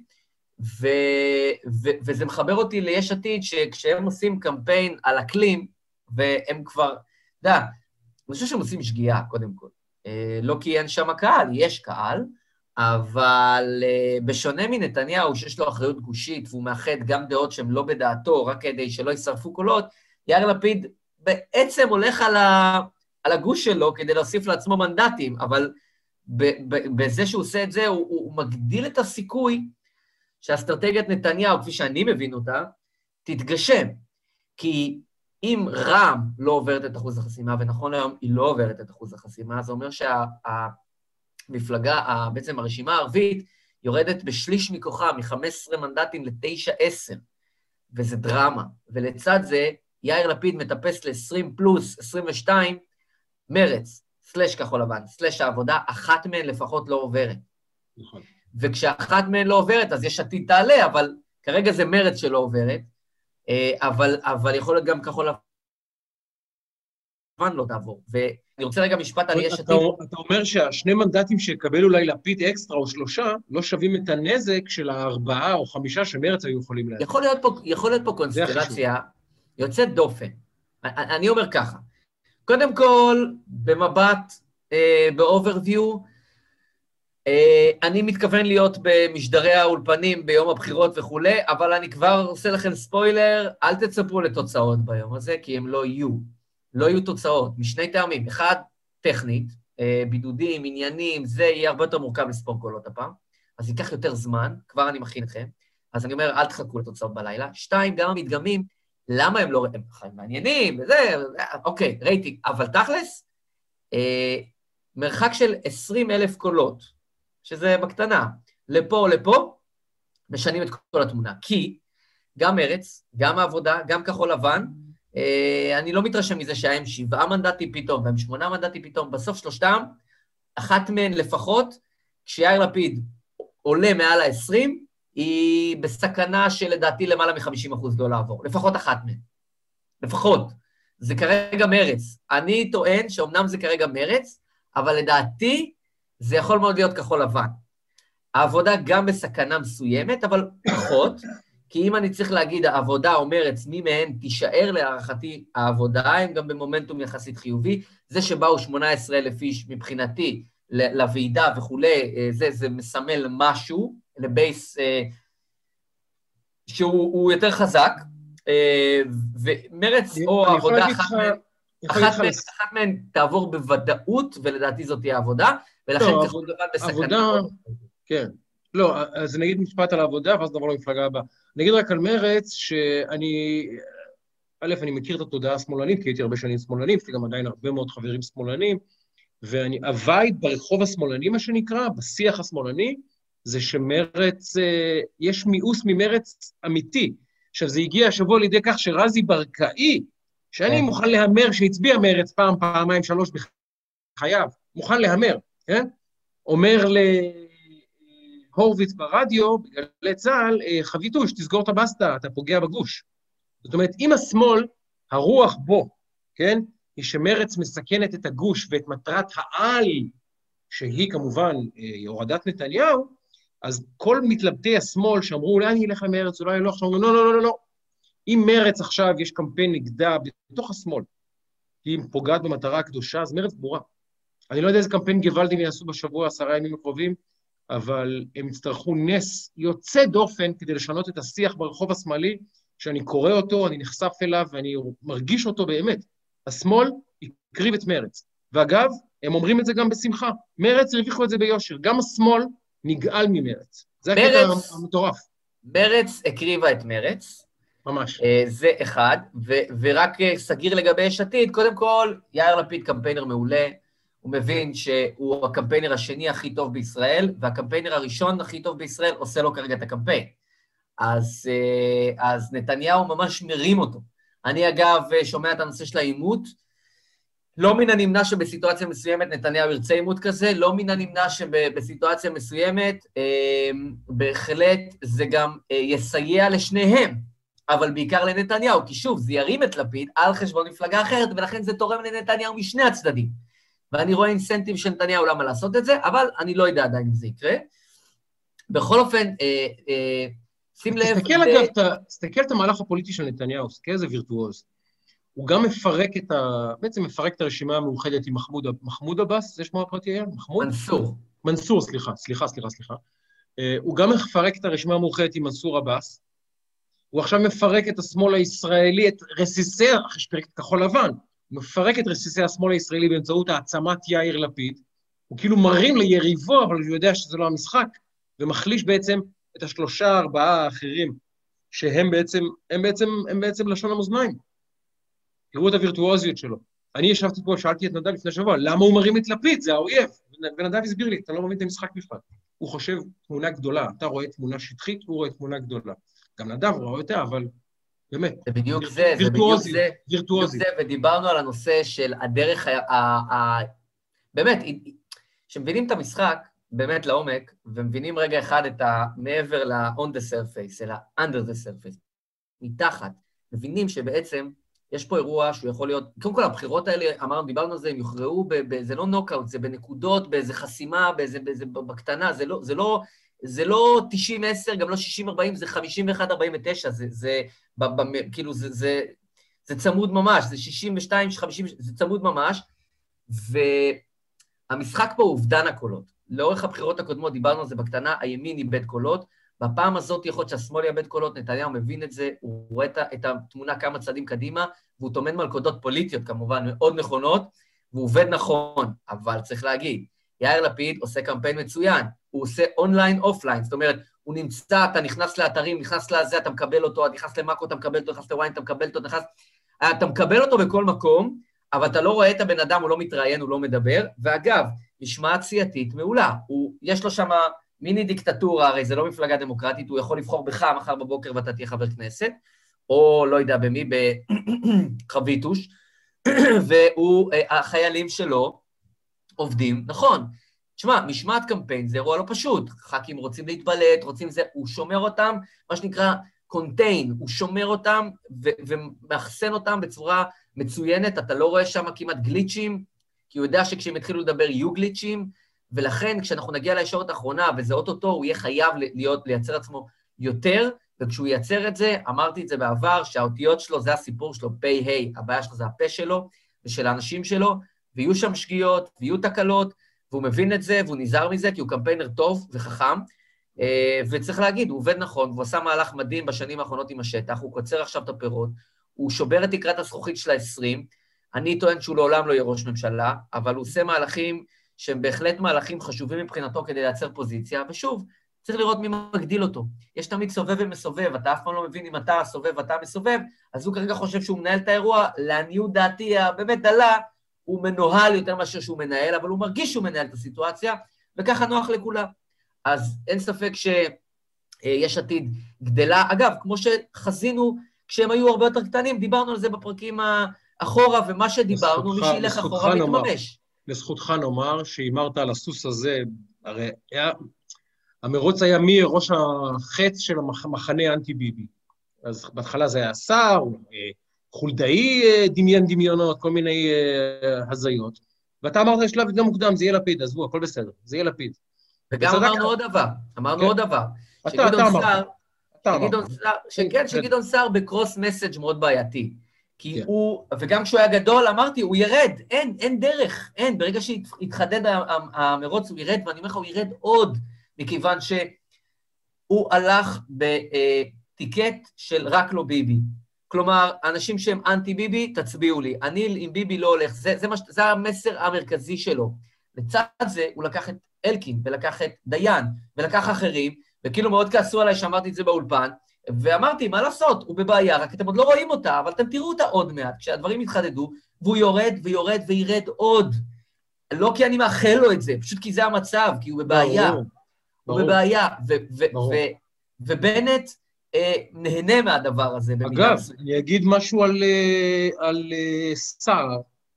וזה מחבר אותי ליש עתיד, שכשהם עושים קמפיין על אקלים, והם כבר, אני חושב שהם עושים שגיאה, קודם כל. לא כי אין שם קהל, יש קהל, אבל בשונה מנתניהו, שיש לו אחריות גושית, והוא מאחד גם דעות שהן לא בדעתו, רק כדי שלא יישרפו קולות, יאיר לפיד בעצם הולך על הגוש שלו כדי להוסיף לעצמו מנדטים, אבל בזה שהוא עושה את זה, הוא מגדיל את הסיכוי שהאסטרטגיית נתניהו, כפי שאני מבין אותה, תתגשם. כי אם רע"מ לא עוברת את אחוז החסימה, ונכון היום היא לא עוברת את אחוז החסימה, זה אומר שהמפלגה, בעצם הרשימה הערבית, יורדת בשליש מכוחה, מ-15 מנדטים ל-9-10, וזה דרמה. ולצד זה, יאיר לפיד מטפס ל-20 פלוס 22, מרץ, סלש כחול לבן, סלש העבודה, אחת מהן לפחות לא עוברת. נכון. וכשאחת מהן לא עוברת, אז יש עתיד תעלה, אבל כרגע זה מרץ שלא עוברת, אבל יכול להיות גם כחול לבן לא תעבור. ואני רוצה רגע משפט על יש עתיד. אתה אומר שהשני מנדטים שיקבל אולי לפיד אקסטרה או 3, לא שווים את הנזק של 4 או 5 שמרץ היו יכולים להגיד. יכול להיות פה קונסטלציה יוצאת דופן. אני אומר ככה, קודם כל, במבט, באוברוויו, אני מתכוון להיות במשדרי האולפנים ביום הבחירות וכו', אבל אני כבר עושה לכם ספוילר, אל תצפו לתוצאות ביום הזה, כי הם לא יהיו. לא יהיו תוצאות, משני טעמים. אחד, טכנית, בידודים, עניינים, זה יהיה הרבה יותר מורכב לספור קולות הפעם, אז ייקח יותר זמן, כבר אני מכין אתכם, אז אני אומר, אל תחכו לתוצאות בלילה. 2, גם המדגמים, למה הם לא... הם חיים מעניינים, וזה, אוקיי, רייטינג, אבל תכלס, מרחק של 20,000 קולות, שזה בקטנה, לפה או לפה, משנים את כל התמונה. כי גם מרץ, גם העבודה, גם כחול לבן, אני לא מתרשם מזה שהם 7 מנדטים פתאום, והם 8 מנדטים פתאום, בסוף שלושתם, אחת מהן לפחות, כשיאיר לפיד עולה מעל ה-20, היא בסכנה שלדעתי למעלה מ-50% לא לעבור, לפחות אחת מהן. לפחות. זה כרגע מרץ. אני טוען שאומנם זה כרגע מרץ, אבל לדעתי זה יכול מאוד להיות כחול לבן. העבודה גם בסכנה מסוימת, אבל פחות, כי אם אני צריך להגיד, העבודה או מרץ, מי מהן תישאר להערכתי העבודה, הם גם במומנטום יחסית חיובי, זה שבאו 18,000 איש מבחינתי לוועידה וכו', זה מסמל משהו, לבייס שהוא יותר חזק, ומרץ או העבודה, אחת מהן תעבור בוודאות, ולדעתי זאת תהיה עבודה, ולכן כחול לבן בסכנה. כן. לא, אז אני אגיד משפט על העבודה, ואז נעבור למפלגה הבאה. אני אגיד רק על מרץ, שאני מכיר את התודעה השמאלנית, כי הייתי הרבה שנים שמאלנים, יש לי גם עדיין הרבה מאוד חברים שמאלנים, והווייב ברחוב השמאלני, מה שנקרא, בשיח השמאלני, זה שמרץ, יש מיאוס ממרץ אמיתי. עכשיו, זה הגיע השבוע לידי כך שרזי ברקאי, שאני מוכן להמר שהצביע מרץ פעם, פעמיים, 3 בחייו, מוכן להמר, כן? אומר להורוביץ ברדיו, בגלי צה"ל, חביתוש, תסגור את הבסטה, אתה פוגע בגוש. זאת אומרת, אם השמאל, הרוח בו, כן? היא שמרץ מסכנת את הגוש ואת מטרת העל, שהיא כמובן הורדת נתניהו, אז כל מתלבטי השמאל שאמרו, אולי אני אלך למרץ, אולי לא, עכשיו אומרים, לא. אם מרץ עכשיו יש קמפיין נגדה בתוך השמאל, כי היא פוגעת במטרה הקדושה, אז מרץ ברורה. אני לא יודע איזה קמפיין גוואלדים יעשו בשבוע, 10 ימים הקרובים, אבל הם יצטרכו נס יוצא דופן כדי לשנות את השיח ברחוב השמאלי, שאני קורא אותו, אני נחשף אליו, ואני מרגיש אותו באמת. השמאל יקריב את מרץ. ואגב, הם אומרים את זה גם בשמחה. מרץ הרוויחו את זה ביושר. גם השמאל נגאל ממרץ. זה הקטע המטורף. מרץ הקריבה את מרץ. ממש. זה אחד, ורק סגיר לגבי יש עתיד, קודם כל, יאיר לפיד קמפיינר מעולה, הוא מבין שהוא הקמפיינר השני הכי טוב בישראל, והקמפיינר הראשון הכי טוב בישראל עושה לו כרגע את הקמפיין. אז נתניהו ממש מרים אותו. אני אגב שומע את הנושא של העימות, לא מן הנמנע שבסיטואציה מסוימת נתניהו ירצה עימות כזה, לא מן הנמנע שבסיטואציה מסוימת, בהחלט זה גם יסייע לשניהם, אבל בעיקר לנתניהו, כי שוב, זה ירים את לפיד על חשבון מפלגה אחרת, ולכן זה תורם לנתניהו משני הצדדים. ואני רואה אינסנטיב של נתניהו למה לעשות את זה, אבל אני לא יודע עדיין אם זה יקרה. בכל אופן, שים לב... תסתכל את המהלך הפוליטי של נתניהו, תסתכל איזה וירטואוז. הוא גם בעצם מפרק את הרשימה המאוחדת עם מחמוד עבאס, זה שמו הפרטי היה? מנסור, סליחה. הוא גם מפרק את הרשימה המאוחדת עם מנסור עבאס, הוא עכשיו מפרק את השמאל הישראלי, את רסיסי, אחרי שפרק את כחול לבן, הוא מפרק את רסיסי השמאל הישראלי באמצעות העצמת יאיר לפיד, הוא כאילו מרים ליריבו, אבל הוא יודע שזה לא המשחק, ומחליש בעצם את 3-4 האחרים, שהם בעצם לשון המאזניים. תראו את הווירטואוזיות שלו. אני ישבתי פה, שאלתי את נדב לפני שבוע, למה הוא מרים את לפיד? זה האויב. ונדב הסביר לי, אתה לא מבין את המשחק בכלל. הוא חושב תמונה גדולה, אתה רואה תמונה שטחית, הוא רואה תמונה גדולה. גם נדב רואה אותה, אבל באמת. זה בדיוק זה, וירטואוזי. ודיברנו על הנושא של הדרך, באמת, כשמבינים את המשחק, באמת לעומק, ומבינים רגע אחד את מעבר ל-on the surface, אלא under the surface, מתחת, מבינים שבעצם יש פה אירוע שהוא יכול להיות, קודם כל הבחירות האלה, אמרנו, דיברנו על זה, הם יוכרעו, זה לא נוקאוט, זה בנקודות, באיזה חסימה, בקטנה, זה לא 90-10, גם לא 60-40, זה 51-49, כאילו זה צמוד ממש, זה 62-50, זה צמוד ממש, והמשחק פה הוא אובדן הקולות. לאורך הבחירות הקודמות דיברנו על זה בקטנה, הימין איבד קולות, בפעם הזאת יכול להיות שהשמאל יאבד קולות, נתניהו מבין את זה, הוא רואה את התמונה כמה צעדים קדימה, והוא טומן מלכודות פוליטיות כמובן, מאוד נכונות, והוא עובד נכון, אבל צריך להגיד, יאיר לפיד עושה קמפיין מצוין, הוא עושה אונליין, אופליין, זאת אומרת, הוא נמצא, אתה נכנס לאתרים, נכנס לזה, אתה מקבל אותו, אתה נכנס למאקו, אתה מקבל אותו, נכנס לוויין, אתה מקבל אותו, אתה מקבל אותו בכל מקום, אבל אתה לא רואה את הבן אדם, הוא לא מתראיין, הוא לא מדבר, ואגב, משמעת סיעתית מעולה, יש לו שם מיני דיקטטורה, הרי זה לא מפלגה דמוקרטית, הוא יכול לבחור בך מחר בבוקר ואתה תהיה חבר כנסת, או לא יודע במי, בחביתוש, והחיילים שלו עובדים, נכון, תשמע, משמעת קמפיין זה אירוע לא פשוט, ח"כים רוצים להתבלט, רוצים זה, הוא שומר אותם, מה שנקרא קונטיין, הוא שומר אותם ומאחסן אותם בצורה מצוינת, אתה לא רואה שם כמעט גליצ'ים, כי הוא יודע שכשהם התחילו לדבר יהיו גליצ'ים, ולכן כשאנחנו נגיע לישורת האחרונה, וזה אוטוטו, הוא יהיה חייב לייצר עצמו יותר, וכשהוא ייצר את זה, אמרתי את זה בעבר, שהאותיות שלו זה הסיפור שלו, פי היי, הבעיה שלו זה הפה שלו, ושל האנשים שלו, ויהיו שם שגיאות, ויהיו תקלות, והוא מבין את זה, והוא נזהר מזה, כי הוא קמפיינר טוב וחכם, וצריך להגיד, הוא עובד נכון, והוא עשה מהלך מדהים בשנים האחרונות עם השטח, הוא קוצר עכשיו את הפירות, הוא שובר את תקרת הזכוכית של ה-20, אני טוען שהוא לעולם לא יהיה ראש ממשלה, אבל הוא עושה מהלכים שהם בהחלט מהלכים חשובים מבחינתו כדי לייצר פוזיציה, ושוב, צריך לראות מי מגדיל אותו. יש תמיד סובב ומסובב, אתה אף פעם לא מבין אם אתה סובב ואתה מסובב, אז הוא כרגע חושב שהוא מנהל את האירוע, לעניות דעתי באמת דלה, הוא מנוהל יותר מאשר שהוא מנהל, אבל הוא מרגיש שהוא מנהל את הסיטואציה, וככה נוח לכולם. אז אין ספק שיש עתיד גדלה. אגב, כמו שחזינו, כשהם היו הרבה יותר קטנים, דיברנו על זה בפרקים אחורה, ומה שדיברנו, מי שילך אחורה מתממש. לזכותך נאמר, שהימרת על הסוס הזה, הרי המרוץ היה מי ראש החץ של המחנה אנטי-ביבי. אז בהתחלה זה היה שר, חולדאי דמיונות, כל מיני הזיות. ואתה אמרת לשלב יותר מוקדם, זה יהיה לפיד, עזבו, הכל בסדר, זה יהיה לפיד. וגם אמרנו עוד דבר, שגדעון סער בקרוס מסאג' מאוד בעייתי, כי הוא, וגם כשהוא היה גדול, אמרתי, הוא ירד, אין דרך, אין, ברגע שהתחדד המרוץ הוא ירד, ואני אומר לך, הוא ירד עוד, מכיוון שהוא הלך בטיקט של רק לא ביבי. כלומר, אנשים שהם אנטי ביבי, תצביעו לי. אני עם ביבי לא הולך, זה המסר המרכזי שלו. לצד זה הוא לקח את אלקין, ולקח את דיין, ולקח אחרים, וכאילו מאוד כעסו עליי שאמרתי את זה באולפן, ואמרתי, מה לעשות? הוא בבעיה, רק אתם עוד לא רואים אותה, אבל אתם תראו אותה עוד מעט, כשהדברים יתחדדו, והוא יורד ויורד וירד עוד. לא כי אני מאחל לו את זה, פשוט כי זה המצב, כי הוא בבעיה. הוא בבעיה, ובנט נהנה מהדבר הזה. אגב, אני אגיד משהו על שר,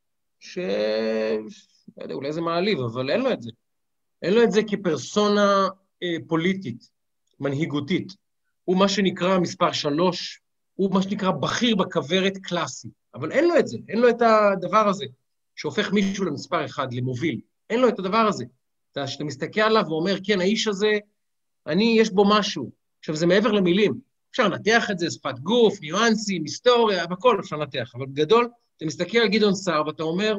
אולי זה מעליב, אבל אין לו את זה. אין לו את זה כפרסונה פוליטית, מנהיגותית. הוא מה שנקרא מספר 3, הוא מה שנקרא בכיר בכוורת קלאסי, אבל אין לו את זה, אין לו את הדבר הזה, שהופך מישהו למספר 1, למוביל. אין לו את הדבר הזה. שאתה מסתכל עליו ואומר, כן, האיש הזה, יש בו משהו. עכשיו, זה מעבר למילים. אפשר לנתח את זה, שפת גוף, ניואנסים, היסטוריה, בכל אפשר לנתח. אבל בגדול, אתה מסתכל על גדעון סער, ואתה אומר,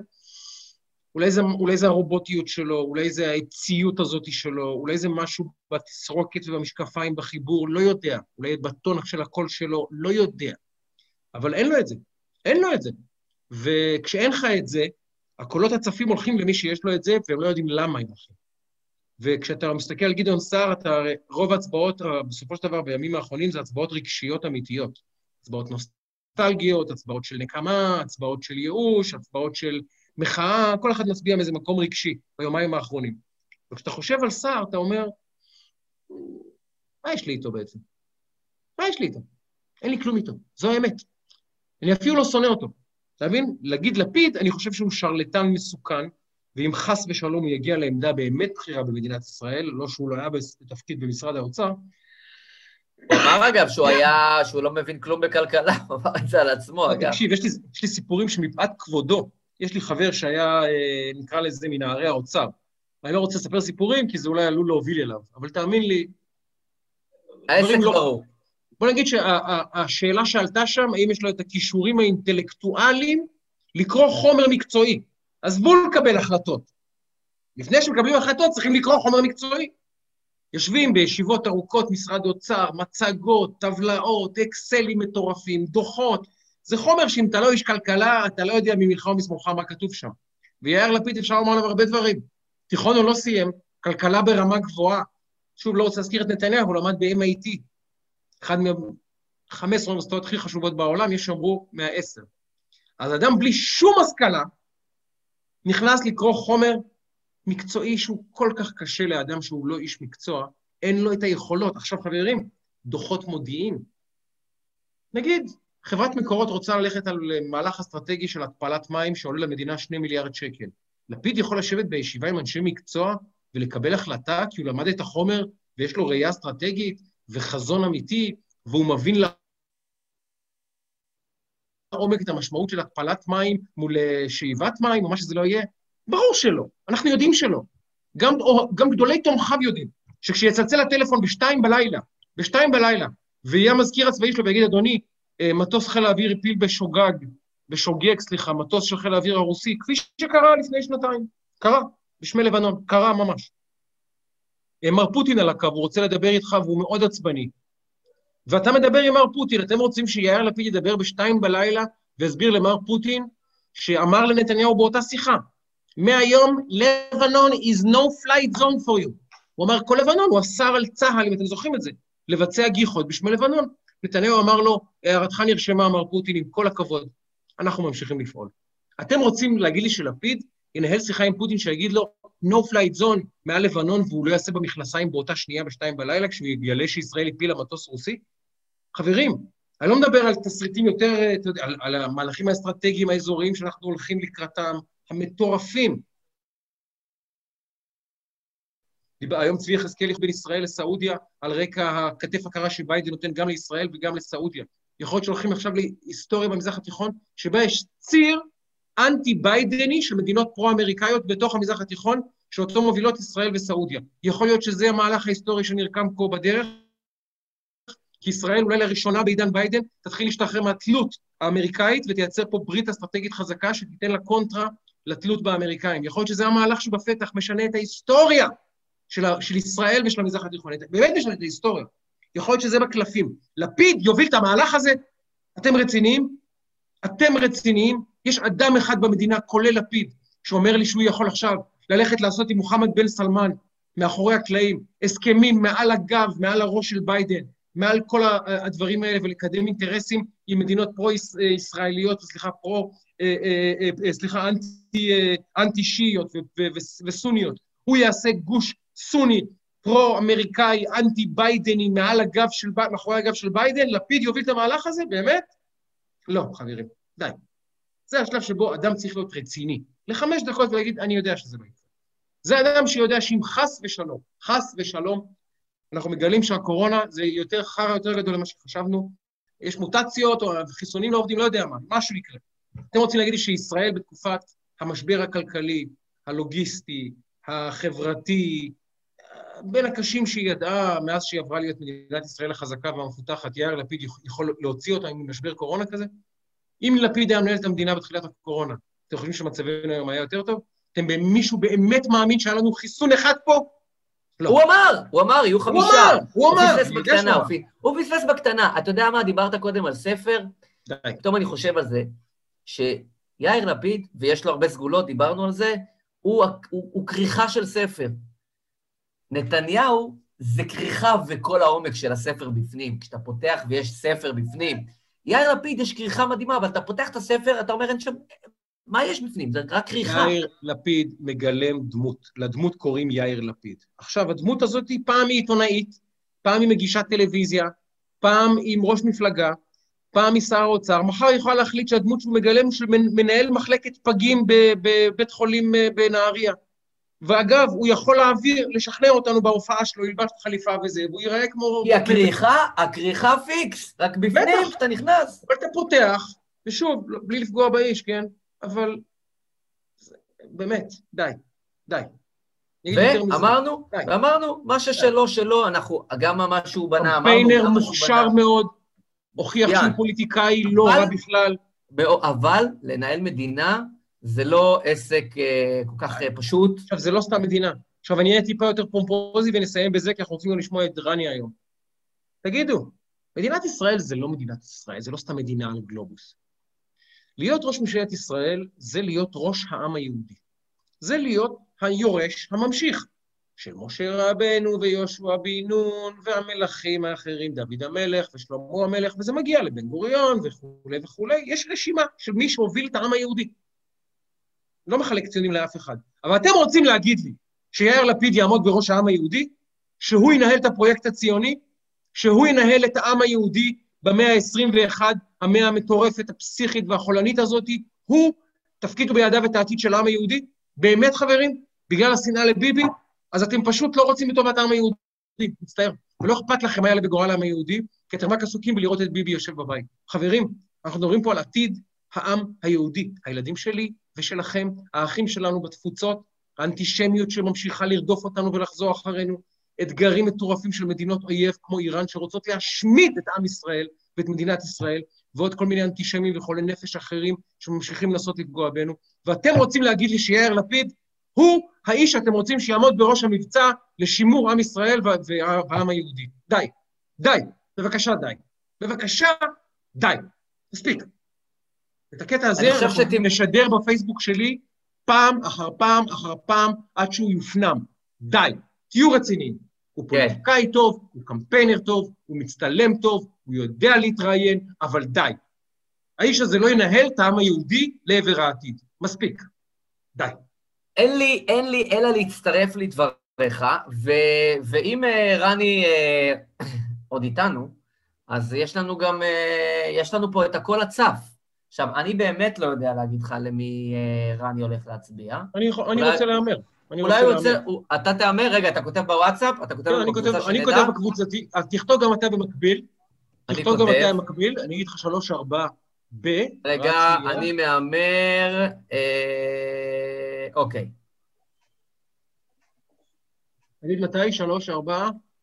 אולי זה הרובוטיות שלו, אולי זה העציות הזאת שלו, אולי זה משהו בתסרוקת ובמשקפיים בחיבור, לא יודע. אולי בטון של הקול שלו, לא יודע. אבל אין לו את זה. אין לו את זה. וכשאין לך את זה, הקולות הצפים הולכים למי שיש לו את זה, והם לא יודעים למה הם הולכים. וכשאתה מסתכל על גדעון סער, רוב ההצבעות, בסופו של דבר, בימים האחרונים, זה הצבעות רגשיות אמיתיות. הצבעות נוסטלגיות, הצבעות של נקמה, הצבעות של ייאוש, הצבעות של מחאה, כל אחד מצביע מאיזה מקום רגשי, ביומיים האחרונים. וכשאתה חושב על סער, אתה אומר, מה יש לי איתו בעצם? מה יש לי איתו? אין לי כלום איתו, זו האמת. אני אפילו לא שונא אותו. אתה מבין? להגיד לפיד, אני חושב שהוא שרלטן מסוכן, ואם חס ושלום הוא יגיע לעמדה באמת בחירה במדינת ישראל, לא שהוא לא היה בתפקיד במשרד האוצר. הוא אמר אגב שהוא לא מבין כלום בכלכלה, הוא אמר את זה על עצמו, אגב. תקשיב, יש לי סיפורים שמפאת כבודו, יש לי חבר שהיה, נקרא לזה, מנערי האוצר. אני לא רוצה לספר סיפורים, כי זה אולי עלול להוביל אליו, אבל תאמין לי... העסק ברור. בוא נגיד שהשאלה שעלתה שם, האם יש לו את הכישורים האינטלקטואליים לקרוא חומר מקצועי. אז בואו לקבל החלטות. לפני שמקבלים החלטות, צריכים לקרוא חומר מקצועי. יושבים בישיבות ארוכות, משרד אוצר, מצגות, טבלאות, אקסלים מטורפים, דוחות. זה חומר שאם אתה לא איש כלכלה, אתה לא יודע ממך או משמאלך מה כתוב שם. ויאיר לפיד אפשר לומר לו הרבה דברים. תיכון הוא לא סיים, כלכלה ברמה גבוהה, שוב, לא רוצה להזכיר את נתניהו, הוא למד ב-MIT, אחד מה-15 האוניברסיטאות הכי חשובות בעולם, יש שאמרו 110. אז אדם בלי שום השכלה, נכנס לקרוא חומר מקצועי שהוא כל כך קשה לאדם שהוא לא איש מקצוע, אין לו את היכולות. עכשיו חברים, דוחות מודיעין. נגיד, חברת מקורות רוצה ללכת על מהלך אסטרטגי של התפלת מים שעולה למדינה 2 מיליארד שקל. לפיד יכול לשבת בישיבה עם אנשי מקצוע ולקבל החלטה כי הוא למד את החומר ויש לו ראייה אסטרטגית וחזון אמיתי, והוא מבין לעומק את המשמעות של התפלת מים מול שאיבת מים, או מה שזה לא יהיה. ברור שלא, אנחנו יודעים שלא. גם גדולי תומכיו יודעים, שכשיצלצל הטלפון ב-2 בלילה, ויהיה המזכיר הצבאי שלו ויגיד, אדוני, מטוס חיל האוויר הפיל מטוס של חיל האוויר הרוסי, כפי שקרה לפני 2 קרה, בשמי לבנון, קרה ממש. מר פוטין על הקו, הוא רוצה לדבר איתך והוא מאוד עצבני. ואתה מדבר עם מר פוטין, אתם רוצים שיאיר לפיד ידבר ב-2 בלילה, והסביר למר פוטין, שאמר לנתניהו באותה שיחה, מהיום, לבנון is no flight zone for you. הוא אמר, כל לבנון, הוא אסר על צה"ל, אם אתם זוכרים את זה, לבצע גיחות בשמי לבנון. נתניהו אמר לו, הערתך נרשמה, אמר פוטין, עם כל הכבוד, אנחנו ממשיכים לפעול. אתם רוצים להגיד לי שלפיד ינהל שיחה עם פוטין שיגיד לו, no flight zone מעל לבנון, והוא לא יעשה במכנסיים באותה שנייה ב-2 בלילה, כשהוא יגלה שישראל הפילה מטוס רוסי? חברים, אני לא מדבר על תסריטים יותר, על המהלכים האסטרטגיים האזוריים שאנחנו הולכים לקראתם, המטורפים. היום צבי יחזקאל בין ישראל לסעודיה, על רקע הכתף הקרה שביידן נותן גם לישראל וגם לסעודיה. יכול להיות שהולכים עכשיו להיסטוריה במזרח התיכון, שבה יש ציר אנטי-ביידני של מדינות פרו-אמריקאיות בתוך המזרח התיכון, שאותו מובילות ישראל וסעודיה. יכול להיות שזה המהלך ההיסטורי שנרקם פה בדרך, כי ישראל אולי לראשונה בעידן ביידן תתחיל להשתחרר מהתלות האמריקאית, ותייצר פה ברית אסטרטגית חזקה שתיתן לה קונטרה לתלות באמריקאים. יכול להיות שזה המהלך שבפתח משנה את ההיסטוריה של ישראל ושל המזרח התיכון. באמת משנה את ההיסטוריה. יכול להיות שזה בקלפים. לפיד יוביל את המהלך הזה. אתם רציניים? אתם רציניים? יש אדם אחד במדינה, כולל לפיד, שאומר לי שהוא יכול עכשיו ללכת לעשות עם מוחמד בן סלמן, מאחורי הקלעים, הסכמים מעל הגב, מעל הראש של ביידן, מעל כל הדברים האלה, ולקדם אינטרסים עם מדינות פרו-ישראליות, אנטי-שיעיות וסוניות. הוא יעשה גוש סוני, פרו-אמריקאי, אנטי-ביידני, מאחורי הגב של ביידן. לפיד יוביל את המהלך הזה? באמת? לא, חברים, די. זה השלב שבו אדם צריך להיות רציני. ל5 דקות ולהגיד, אני יודע שזה לא יקרה. זה אדם שיודע שאם חס ושלום, אנחנו מגלים שהקורונה זה יותר חרא, יותר גדול למה שחשבנו, יש מוטציות או חיסונים לא עובדים, לא יודע מה, משהו יקרה. אתם רוצים להגיד לי שישראל בתקופת המשבר הכלכלי, הלוגיסטי, החברתי, בין הקשים שהיא ידעה מאז שהיא עברה להיות מדינת ישראל החזקה והמפותחת, יאיר לפיד יכול להוציא אותה עם משבר קורונה כזה? אם לפיד היה מנהל את המדינה בתחילת הקורונה, אתם חושבים שמצבנו היום היה יותר טוב? מישהו באמת מאמין שהיה לנו חיסון אחד פה? לא. הוא אמר, יהיו 5. הוא אמר. הוא פספס בקטנה. אתה יודע מה, דיברת קודם על ספר? די. פתאום אני חושב על זה, שיאיר לפיד, ויש לו הרבה סגולות, דיברנו על זה, הוא כריכה של ספר. נתניהו זה כריכה וכל העומק של הספר בפנים, כשאתה פותח ויש ספר בפנים. יאיר לפיד יש כריכה מדהימה, אבל אתה פותח את הספר, אתה אומר, אין שם... מה יש בפנים? זה רק כריכה. יאיר לפיד מגלם דמות. לדמות קוראים יאיר לפיד. עכשיו, הדמות הזאת היא פעם היא עיתונאית, פעם היא מגישת טלוויזיה, פעם היא עם ראש מפלגה, פעם היא שר האוצר. מחר היא יכולה להחליט שהדמות שהוא מגלם של מנהל מחלקת פגים בבית חולים בנהריה. ואגב, הוא יכול לשכנע אותנו בהופעה שלו, ילבש חליפה וזה, והוא ייראה כמו... כי הכריכה פיקס, רק בפנים שאתה נכנס. אבל אתה פותח, ושוב, בלי לפגוע באיש, כן? אבל באמת, די. ואמרנו, מה ששלו, גם מה שהוא בנה, פיינר מוכשר מאוד, הוכיח שהוא פוליטיקאי לא רע בכלל. אבל לנהל מדינה זה לא עסק כל כך פשוט. עכשיו, זה לא סתם מדינה. עכשיו, אני אהיה טיפה יותר פומפוזי ונסיים בזה, כי אנחנו רוצים לשמוע את רני היום. תגידו, מדינת ישראל זה לא מדינת ישראל, זה לא סתם מדינה על גלובוס. להיות ראש ממשלת ישראל זה להיות ראש העם היהודי. זה להיות היורש הממשיך של משה רבנו ויהושע בן נון, והמלכים האחרים, דוד המלך ושלמה המלך, וזה מגיע לבן גוריון וכולי וכולי. יש רשימה של מי שהוביל את העם היהודי. לא מחלק ציונים לאף אחד. אבל אתם רוצים להגיד לי שיאיר לפיד יעמוד בראש העם היהודי, שהוא ינהל את הפרויקט הציוני, שהוא ינהל את העם היהודי במאה ה-21, המאה המטורפת, הפסיכית והחולנית הזאת, הוא תפקידו בידיו את העתיד של העם היהודי? באמת חברים? בגלל השנאה לביבי? אז אתם פשוט לא רוצים לטובת העם היהודי, מצטער. ולא אכפת לכם מה יעלה בגורל העם היהודי, כי אתם רק עסוקים בלראות את ביבי יושב בבית. חברים, אנחנו מדברים פה על עתיד העם היהודי, הילדים שלי ושלכם, האחים שלנו בתפוצות, האנטישמיות שממשיכה לרדוף אותנו ולחזור אחרינו, אתגרים מטורפים של מדינות אויב כמו איראן, שרוצות להשמיד את עם ישראל ואת מדינת ישראל, ועוד כל מיני אנטישמים וחולי נפש אחרים שממשיכים לנסות לפגוע בנו, ואתם רוצים להגיד לי שיאיר לפיד הוא האיש שאתם רוצים שיעמוד בראש המבצע לשימור עם ישראל והעם היהודי. די, די, בבקשה די. בבקשה, די. מספיק. את הקטע הזה אנחנו נשדר בפייסבוק שלי פעם אחר פעם אחר פעם עד שהוא יופנם. די, תהיו רציניים. הוא פוליטיקאי טוב, הוא קמפיינר טוב, הוא מצטלם טוב, הוא יודע להתראיין, אבל די. האיש הזה לא ינהל את העם היהודי לעבר העתיד. מספיק. די. אין לי אלא להצטרף לדבריך, ואם רני עוד איתנו, אז יש לנו גם, יש לנו פה את הכל הצף. עכשיו, אני באמת לא יודע להגיד לך למי רני הולך להצביע. אני רוצה להאמר. אולי הוא רוצה, אתה תאמר, רגע, אתה כותב בוואטסאפ, אתה כותב בקבוצה שנדע? אני כותב בקבוצתי, אז תכתוב גם אתה במקביל. תכתוב גם אתה במקביל, אני אגיד לך 3-4 ב... רגע, אני מאמר... אוקיי. תגיד מתי? 3-4?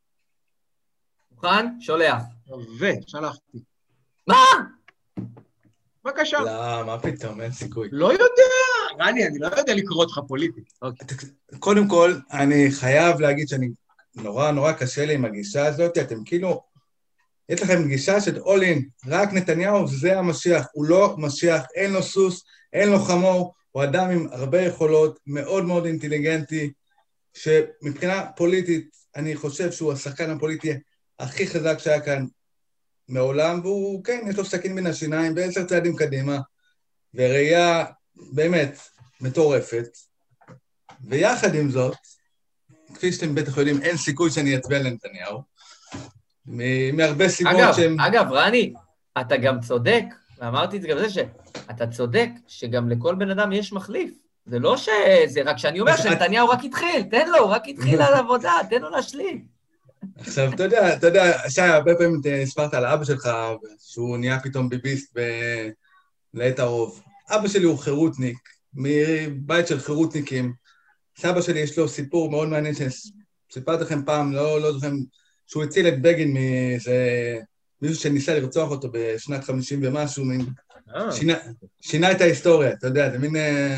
מוכן? שולח. שלחתי. מה? בבקשה. לא, מה פתאום, אין סיכוי. לא יודע, רני, אני לא יודע לקרוא אותך פוליטית. קודם כל, אני חייב להגיד שאני נורא קשה לי עם הגישה הזאת, אתם כאילו, יש לכם גישה של all in, רק נתניהו זה המשיח, הוא לא משיח, אין לו סוס, אין לו חמור, הוא אדם עם הרבה יכולות, מאוד מאוד אינטליגנטי, שמבחינה פוליטית, אני חושב שהוא השחקן הפוליטי הכי חזק שהיה כאן מעולם, והוא, כן, יש לו סכין בין השיניים, ב10 צעדים קדימה, וראייה באמת מטורפת, ויחד עם זאת, כפי שאתם בטח יודעים, אין סיכוי שאני אצביע לנתניהו, מהרבה סיבות שהם... אגב, רני, אתה גם צודק, ואמרתי את זה גם זה שאתה צודק שגם לכל בן אדם יש מחליף. זה לא שזה רק שאני אומר שנתניהו רק התחיל, תן לו, הוא רק התחיל על עבודה, תן לו להשלים. עכשיו, אתה יודע, שי, הרבה פעמים הספרת על אבא שלך, שהוא נהיה פתאום ביביסט לעת הרוב. אבא שלי הוא חירותניק, מבית של חירותניקים. סבא שלי יש לו סיפור מאוד מעניין, שסיפרתי לכם פעם, לא זוכר, שהוא הציל את בגין מישהו שניסה לרצוח אותו בשנת 50 ומשהו, שינה את ההיסטוריה, אתה יודע, זה מין...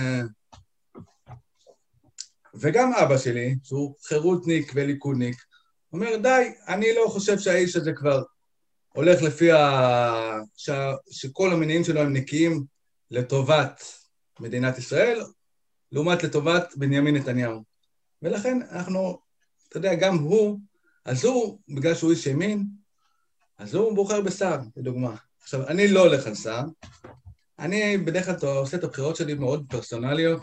וגם אבא שלי, שהוא חירותניק וליכודניק, אומר, די, אני לא חושב שהאיש הזה כבר הולך לפי שכל המניעים שלו הם נקיים לטובת מדינת ישראל, לעומת לטובת בנימין נתניהו. ולכן אנחנו, אתה יודע, גם הוא, אז הוא, בגלל שהוא איש ימין, אז הוא בוחר בשר, לדוגמה. עכשיו, אני לא הולך על שר, אני בדרך כלל עושה את הבחירות שלי מאוד פרסונליות,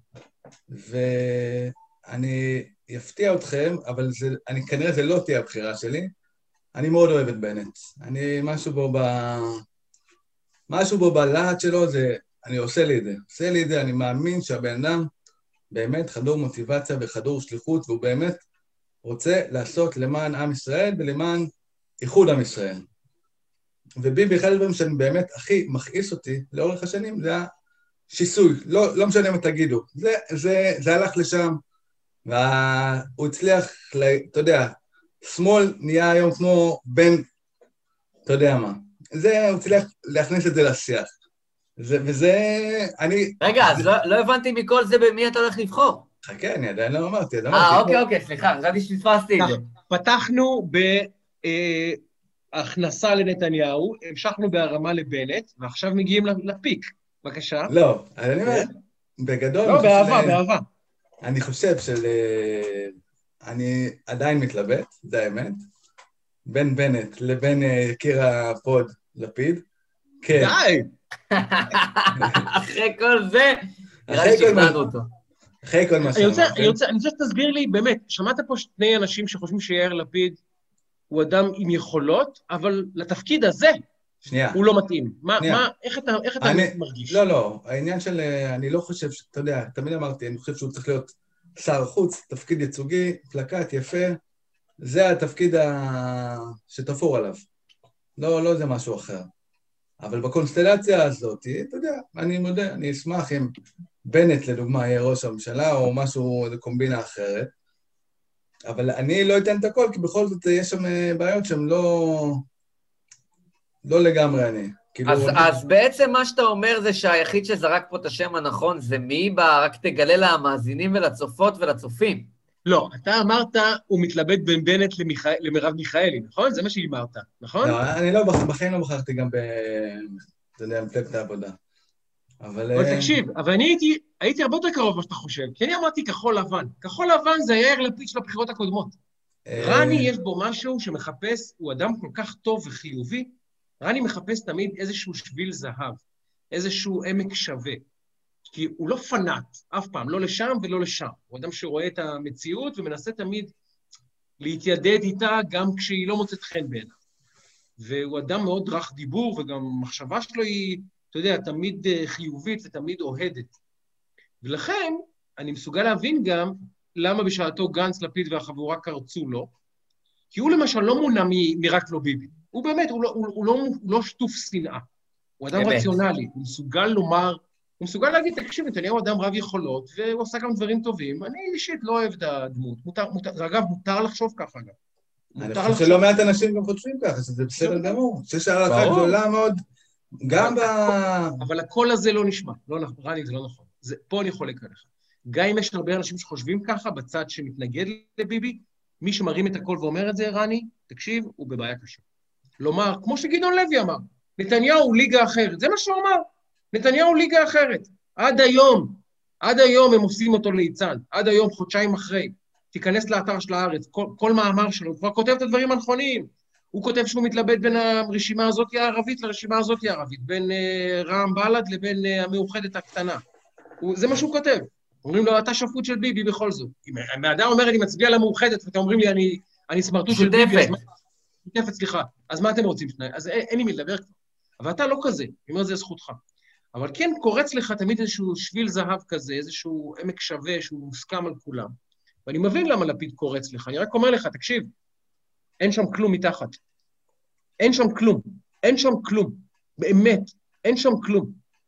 ואני אפתיע אתכם, אבל כנראה זה לא תהיה הבחירה שלי, אני מאוד אוהב את בנט. משהו בו בלהט שלו, אני עושה לי את זה, אני מאמין שהבן אדם באמת חדור מוטיבציה וחדור שליחות, והוא באמת רוצה לעשות למען עם ישראל ולמען איחוד עם ישראל. וביבי, אחד הדברים שאני באמת הכי מכעיס אותי לאורך השנים, זה השיסוי, לא משנה מה תגידו. זה הלך לשם, והוא הצליח, אתה יודע, שמאל נהיה היום כמו בן, אתה יודע מה. הוא הצליח להכניס את זה לשיח. וזה, רגע, אז לא הבנתי מכל זה במי אתה הולך לבחור. חכה, אני עדיין לא אמרתי. אוקיי, סליחה, חשבתי שפספסתי את זה. פתחנו בהכנסה לנתניהו, המשכנו בהרמה לבנט, ועכשיו מגיעים לפיק. בבקשה. לא, אני אומר, בגדול... לא, באהבה. אני חושב אני עדיין מתלבט, זה האמת. בין בנט לבין יקיר הפוד לפיד. כן. די! אחרי כל זה, נראה לי שכנענו אותו. אחרי כל מה שאמרתם. אני רוצה שתסביר לי, באמת, שמעת פה שני אנשים שחושבים שיאיר לפיד הוא אדם עם יכולות, אבל לתפקיד הזה הוא לא מתאים. איך אתה מרגיש? לא, העניין של, אני לא חושב, אתה יודע, תמיד אמרתי, אני חושב שהוא צריך להיות שר חוץ, תפקיד ייצוגי, פלקט יפה, זה התפקיד שתפור עליו. לא זה משהו אחר. אבל בקונסטלציה הזאת, אתה יודע, אני מודה, אני אשמח אם בנט, לדוגמה, יהיה ראש הממשלה, או משהו, איזו קומבינה אחרת, אבל אני לא אתן את הכל, כי בכל זאת יש שם בעיות שהן לא לגמרי אני. אז בעצם מה שאתה אומר זה שהיחיד שזרק פה את השם הנכון זה מי, רק תגלה למאזינים ולצופות ולצופים. לא, אתה אמרת, הוא מתלבט בין בנט למרב מיכאלי, נכון? זה מה שאמרת, נכון? לא, אני בחיים לא בחרתי גם אתה יודע, מפלגת העבודה. אבל תקשיב, אבל אני הייתי הרבה יותר קרוב מה שאתה חושב, כי אני אמרתי כחול לבן. כחול לבן זה יאיר לפיד של הבחירות הקודמות. רני יש בו משהו שמחפש, הוא אדם כל כך טוב וחיובי, רני מחפש תמיד איזשהו שביל זהב, איזשהו עמק שווה. כי הוא לא פנאט, אף פעם, לא לשם ולא לשם. הוא אדם שרואה את המציאות ומנסה תמיד להתיידד איתה גם כשהיא לא מוצאת חן בעיניו. והוא אדם מאוד רך דיבור, וגם המחשבה שלו היא, אתה יודע, תמיד חיובית ותמיד אוהדת. ולכן, אני מסוגל להבין גם למה בשעתו גנץ, לפיד והחבורה קרצו לו, כי הוא למשל לא מונע מרק לא ביבי. הוא באמת, הוא לא שטוף שנאה. הוא אדם רציונלי, הוא מסוגל לומר, הוא מסוגל להגיד, תקשיב, נתניהו אדם רב יכולות, והוא עושה גם דברים טובים. אני אישית לא אוהב את הדמות. אגב, מותר לחשוב ככה גם. אני חושב שלא מעט אנשים גם חושבים ככה, שזה בסדר גמור. שיש הערכה גדולה מאוד, גם אבל הקול הזה לא נשמע. לא נכון, רני, זה לא נכון. פה אני חולק עליך. גם אם יש הרבה אנשים שחושבים ככה, בצד שמתנגד לביבי, מי שמרים את הקול ואומר את זה, רני, תקשיב, הוא בבעיה קשה. לומר, כמו שגדעון לוי אמר, נתניהו ליגה אחרת. זה מה שהוא אמר. נתניהו ליגה אחרת. עד היום הם עושים אותו ליצן. עד היום, חודשיים אחרי. תיכנס לאתר של הארץ. כל מאמר שלו, הוא כבר כותב את הדברים הנכונים. הוא כותב שהוא מתלבט בין הרשימה הזאת הערבית לרשימה הזאת הערבית, בין רע"מ בל"ד לבין המאוחדת הקטנה. זה מה שהוא כותב. אומרים לו, אתה שפוט של ביבי בכל זאת. אם האדם אומר, אני מצביע למאוחדת, ואתם אומרים לי, אני סמרטוט של ביבי, שותפת, סליחה. אז מה אתם רוצים שניים? אז אין לי מי לדבר כבר. אבל אתה לא כזה, אני אומר, זה זכותך. אבל כן קורץ לך תמיד איזשהו שביל זהב כזה, איזשהו עמק שווה שהוא מוסכם על כולם. ואני מבין למה לפיד קורץ לך. אני רק אומר לך, תקשיב, אין שם כלום מתחת. אין שם כלום. אין שם כלום. באמת, אין שם כלום.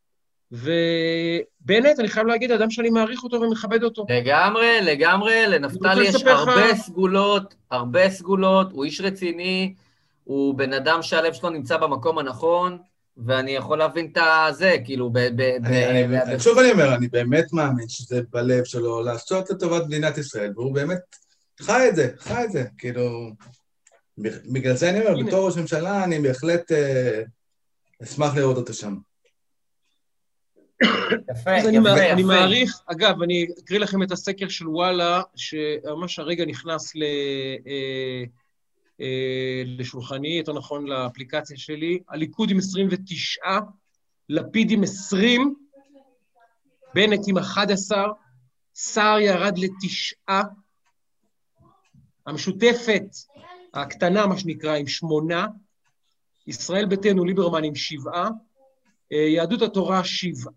ובאמת, אני חייב להגיד, אדם שאני מעריך אותו ומכבד אותו. לגמרי, לנפתלי יש הרבה סגולות, הוא איש רציני, הוא בן אדם שהלב שלו נמצא במקום הנכון, ואני יכול להבין את זה, כאילו, שוב אני אומר, אני באמת מאמין שזה בלב שלו, לעשות לטובת מדינת ישראל, והוא באמת חי את זה, כאילו, בגלל זה אני אומר, בתור ראש ממשלה, אני בהחלט אשמח לראות אותו שם. יפה. אני מעריך, אגב, אני אקריא לכם את הסקר של וואלה, שממש הרגע נכנס לשולחני, יותר נכון לאפליקציה שלי, הליכוד עם 29, לפיד עם 20, בנט עם 11, סער ירד ל9, המשותפת, הקטנה, מה שנקרא, עם 8, ישראל ביתנו, ליברמן עם 7, יהדות התורה 7,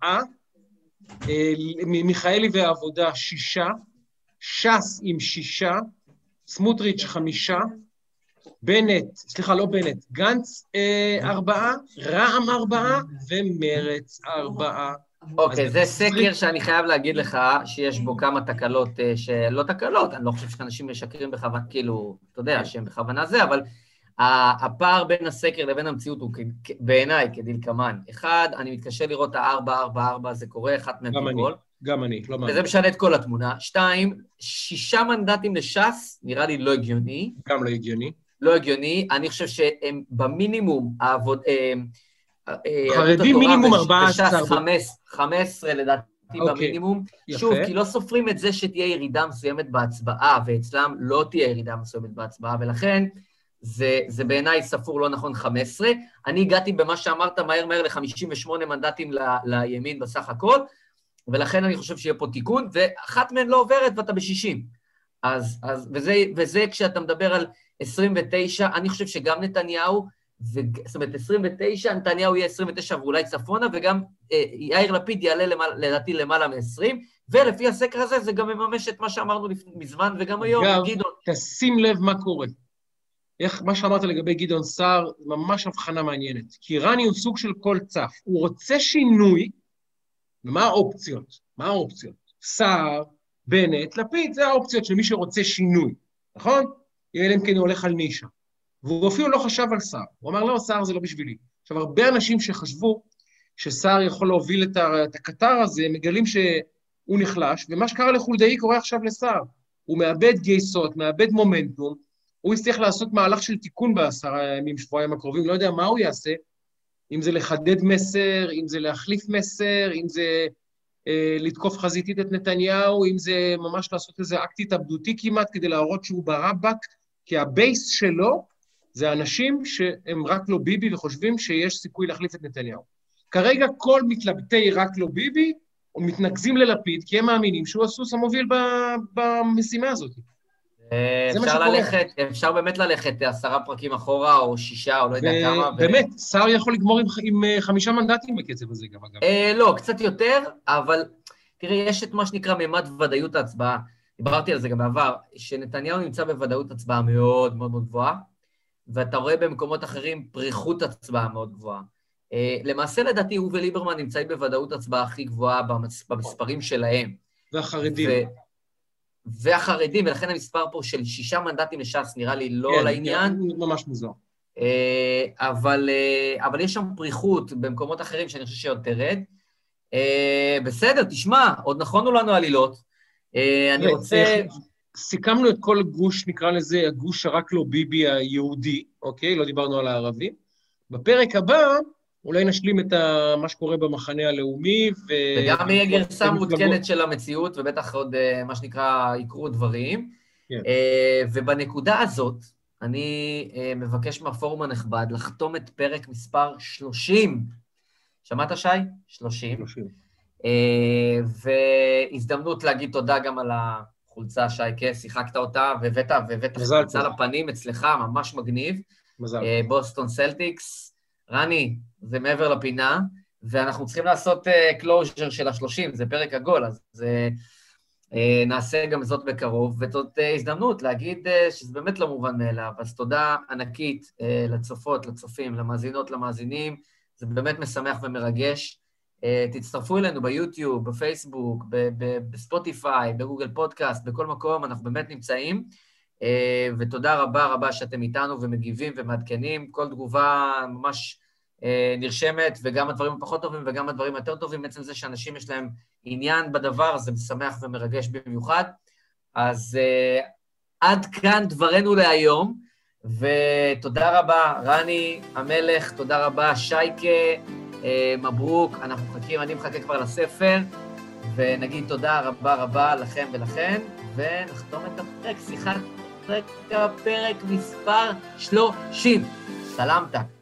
מיכאלי והעבודה 6, ש"ס עם 6, סמוטריץ' 5, בנט, סליחה, לא בנט, גנץ 4, רע"מ 4 ומרץ 4. אוקיי, זה סקר שאני חייב להגיד לך שיש בו כמה תקלות, שלא תקלות, אני לא חושב שאנשים משקרים בכוונה, כאילו, אתה יודע, שהם בכוונה זה, אבל הפער בין הסקר לבין המציאות הוא בעיניי כדלקמן. אחד, אני מתקשה לראות ה-4-4-4, זה קורה, אחת מהביקול. גם אני, לא מאמין. וזה משנה את כל התמונה. 2, 6 מנדטים לש"ס, נראה לי לא הגיוני. גם לא הגיוני. לא הגיוני, אני חושב שהם במינימום, חרדים מינימום 14. 15 לדעתי במינימום. שוב, כי לא סופרים את זה שתהיה ירידה מסוימת בהצבעה, ואצלם לא תהיה ירידה מסוימת בהצבעה, ולכן זה בעיניי ספור לא נכון 15. אני הגעתי במה שאמרת מהר ל-58 מנדטים לימין בסך הכל, ולכן אני חושב שיהיה פה תיקון, ואחת מהן לא עוברת ואתה ב-60. וזה כשאתה מדבר על 29, אני חושב שגם נתניהו, זאת אומרת 29, נתניהו יהיה 29 ואולי צפונה, וגם יאיר לפיד יעלה לדעתי למעלה מ-20, ולפי הסקר הזה זה גם מממש את מה שאמרנו מזמן, וגם היום, גדעון. תשים לב מה קורה. מה שאמרת לגבי גדעון סער, ממש הבחנה מעניינת. כי רני הוא סוג של כל צף. הוא רוצה שינוי, ומה האופציות? מה האופציות? סער, בנט, לפיד, זה האופציות של מי שרוצה שינוי, נכון? אלא אם כן הוא הולך על נישה. והוא אפילו לא חשב על סער. הוא אמר, לא, סער זה לא בשבילי. עכשיו, הרבה אנשים שחשבו שסער יכול להוביל את הקטר הזה, מגלים שהוא נחלש, ומה שקרה לחולדאי קורה עכשיו לסער. הוא מאבד גייסות, מאבד מומנטום, הוא יצטרך לעשות מהלך של תיקון ב10 ימים, שבועיים הקרובים, לא יודע מה הוא יעשה, אם זה לחדד מסר, אם זה להחליף מסר, אם זה לתקוף חזיתית את נתניהו, אם זה ממש לעשות איזה אקט התאבדותי כמעט, כדי להראות שהוא ברבק, כי הבייס שלו זה אנשים שהם רק לא ביבי וחושבים שיש סיכוי להחליף את נתניהו. כרגע כל מתלבטי רק לא ביבי, מתנגזים ללפיד, כי הם מאמינים שהוא הסוס המוביל במשימה הזאת. אפשר באמת ללכת 10 פרקים אחורה, או 6, או לא יודע כמה. באמת, סער יכול לגמור עם 5 מנדטים בקצב הזה גם, אגב. לא, קצת יותר, אבל תראה, יש את מה שנקרא ממד ודאיות ההצבעה. דיברתי על זה גם בעבר, שנתניהו נמצא בוודאות הצבעה מאוד מאוד מאוד גבוהה, ואתה רואה במקומות אחרים פריחות הצבעה מאוד גבוהה. למעשה, לדעתי, הוא וליברמן נמצאים בוודאות הצבעה הכי גבוהה במספרים שלהם. והחרדים, ולכן המספר פה של 6 מנדטים לש"ס נראה לי לא לעניין. כן, ממש מוזר. אבל יש שם פריחות במקומות אחרים שאני חושב שעוד תרד. בסדר, תשמע, עוד נכונו לנו עלילות. אני רוצה... סיכמנו את כל גוש, נקרא לזה, הגוש שרק לא ביבי היהודי, אוקיי? לא דיברנו על הערבים. בפרק הבא, אולי נשלים את מה שקורה במחנה הלאומי, וגם יהיה גרסה מעודכנת של המציאות, ובטח עוד, מה שנקרא, יקרו דברים. ובנקודה הזאת, אני מבקש מהפורום הנכבד לחתום את פרק מספר 30. שמעת, שי? 30. והזדמנות להגיד תודה גם על החולצה, שייקה, שיחקת אותה, והבאת חולצה לפנים אצלך, ממש מגניב. בוסטון סלטיקס. רני, זה מעבר לפינה, ואנחנו צריכים לעשות קלוז'ר של 30, זה פרק עגול, אז נעשה גם זאת בקרוב, וזאת הזדמנות להגיד שזה באמת לא מובן מאליו, אז תודה ענקית לצופות, לצופים, למאזינות, למאזינים, זה באמת משמח ומרגש. תצטרפו אלינו ביוטיוב, בפייסבוק, בספוטיפיי, בגוגל פודקאסט, בכל מקום, אנחנו באמת נמצאים, ותודה רבה רבה שאתם איתנו ומגיבים ומעדכנים, כל תגובה ממש נרשמת, וגם הדברים הפחות טובים וגם הדברים היותר טובים, בעצם זה שאנשים יש להם עניין בדבר, זה משמח ומרגש במיוחד. אז עד כאן דברנו להיום, ותודה רבה רני המלך, תודה רבה שייקה, מברוק, אנחנו מחכים, אני מחכה כבר לספר, ונגיד תודה רבה רבה לכם ולכן, ונחתום את הפרק, שיחת פרק מספר 30. סלמתה.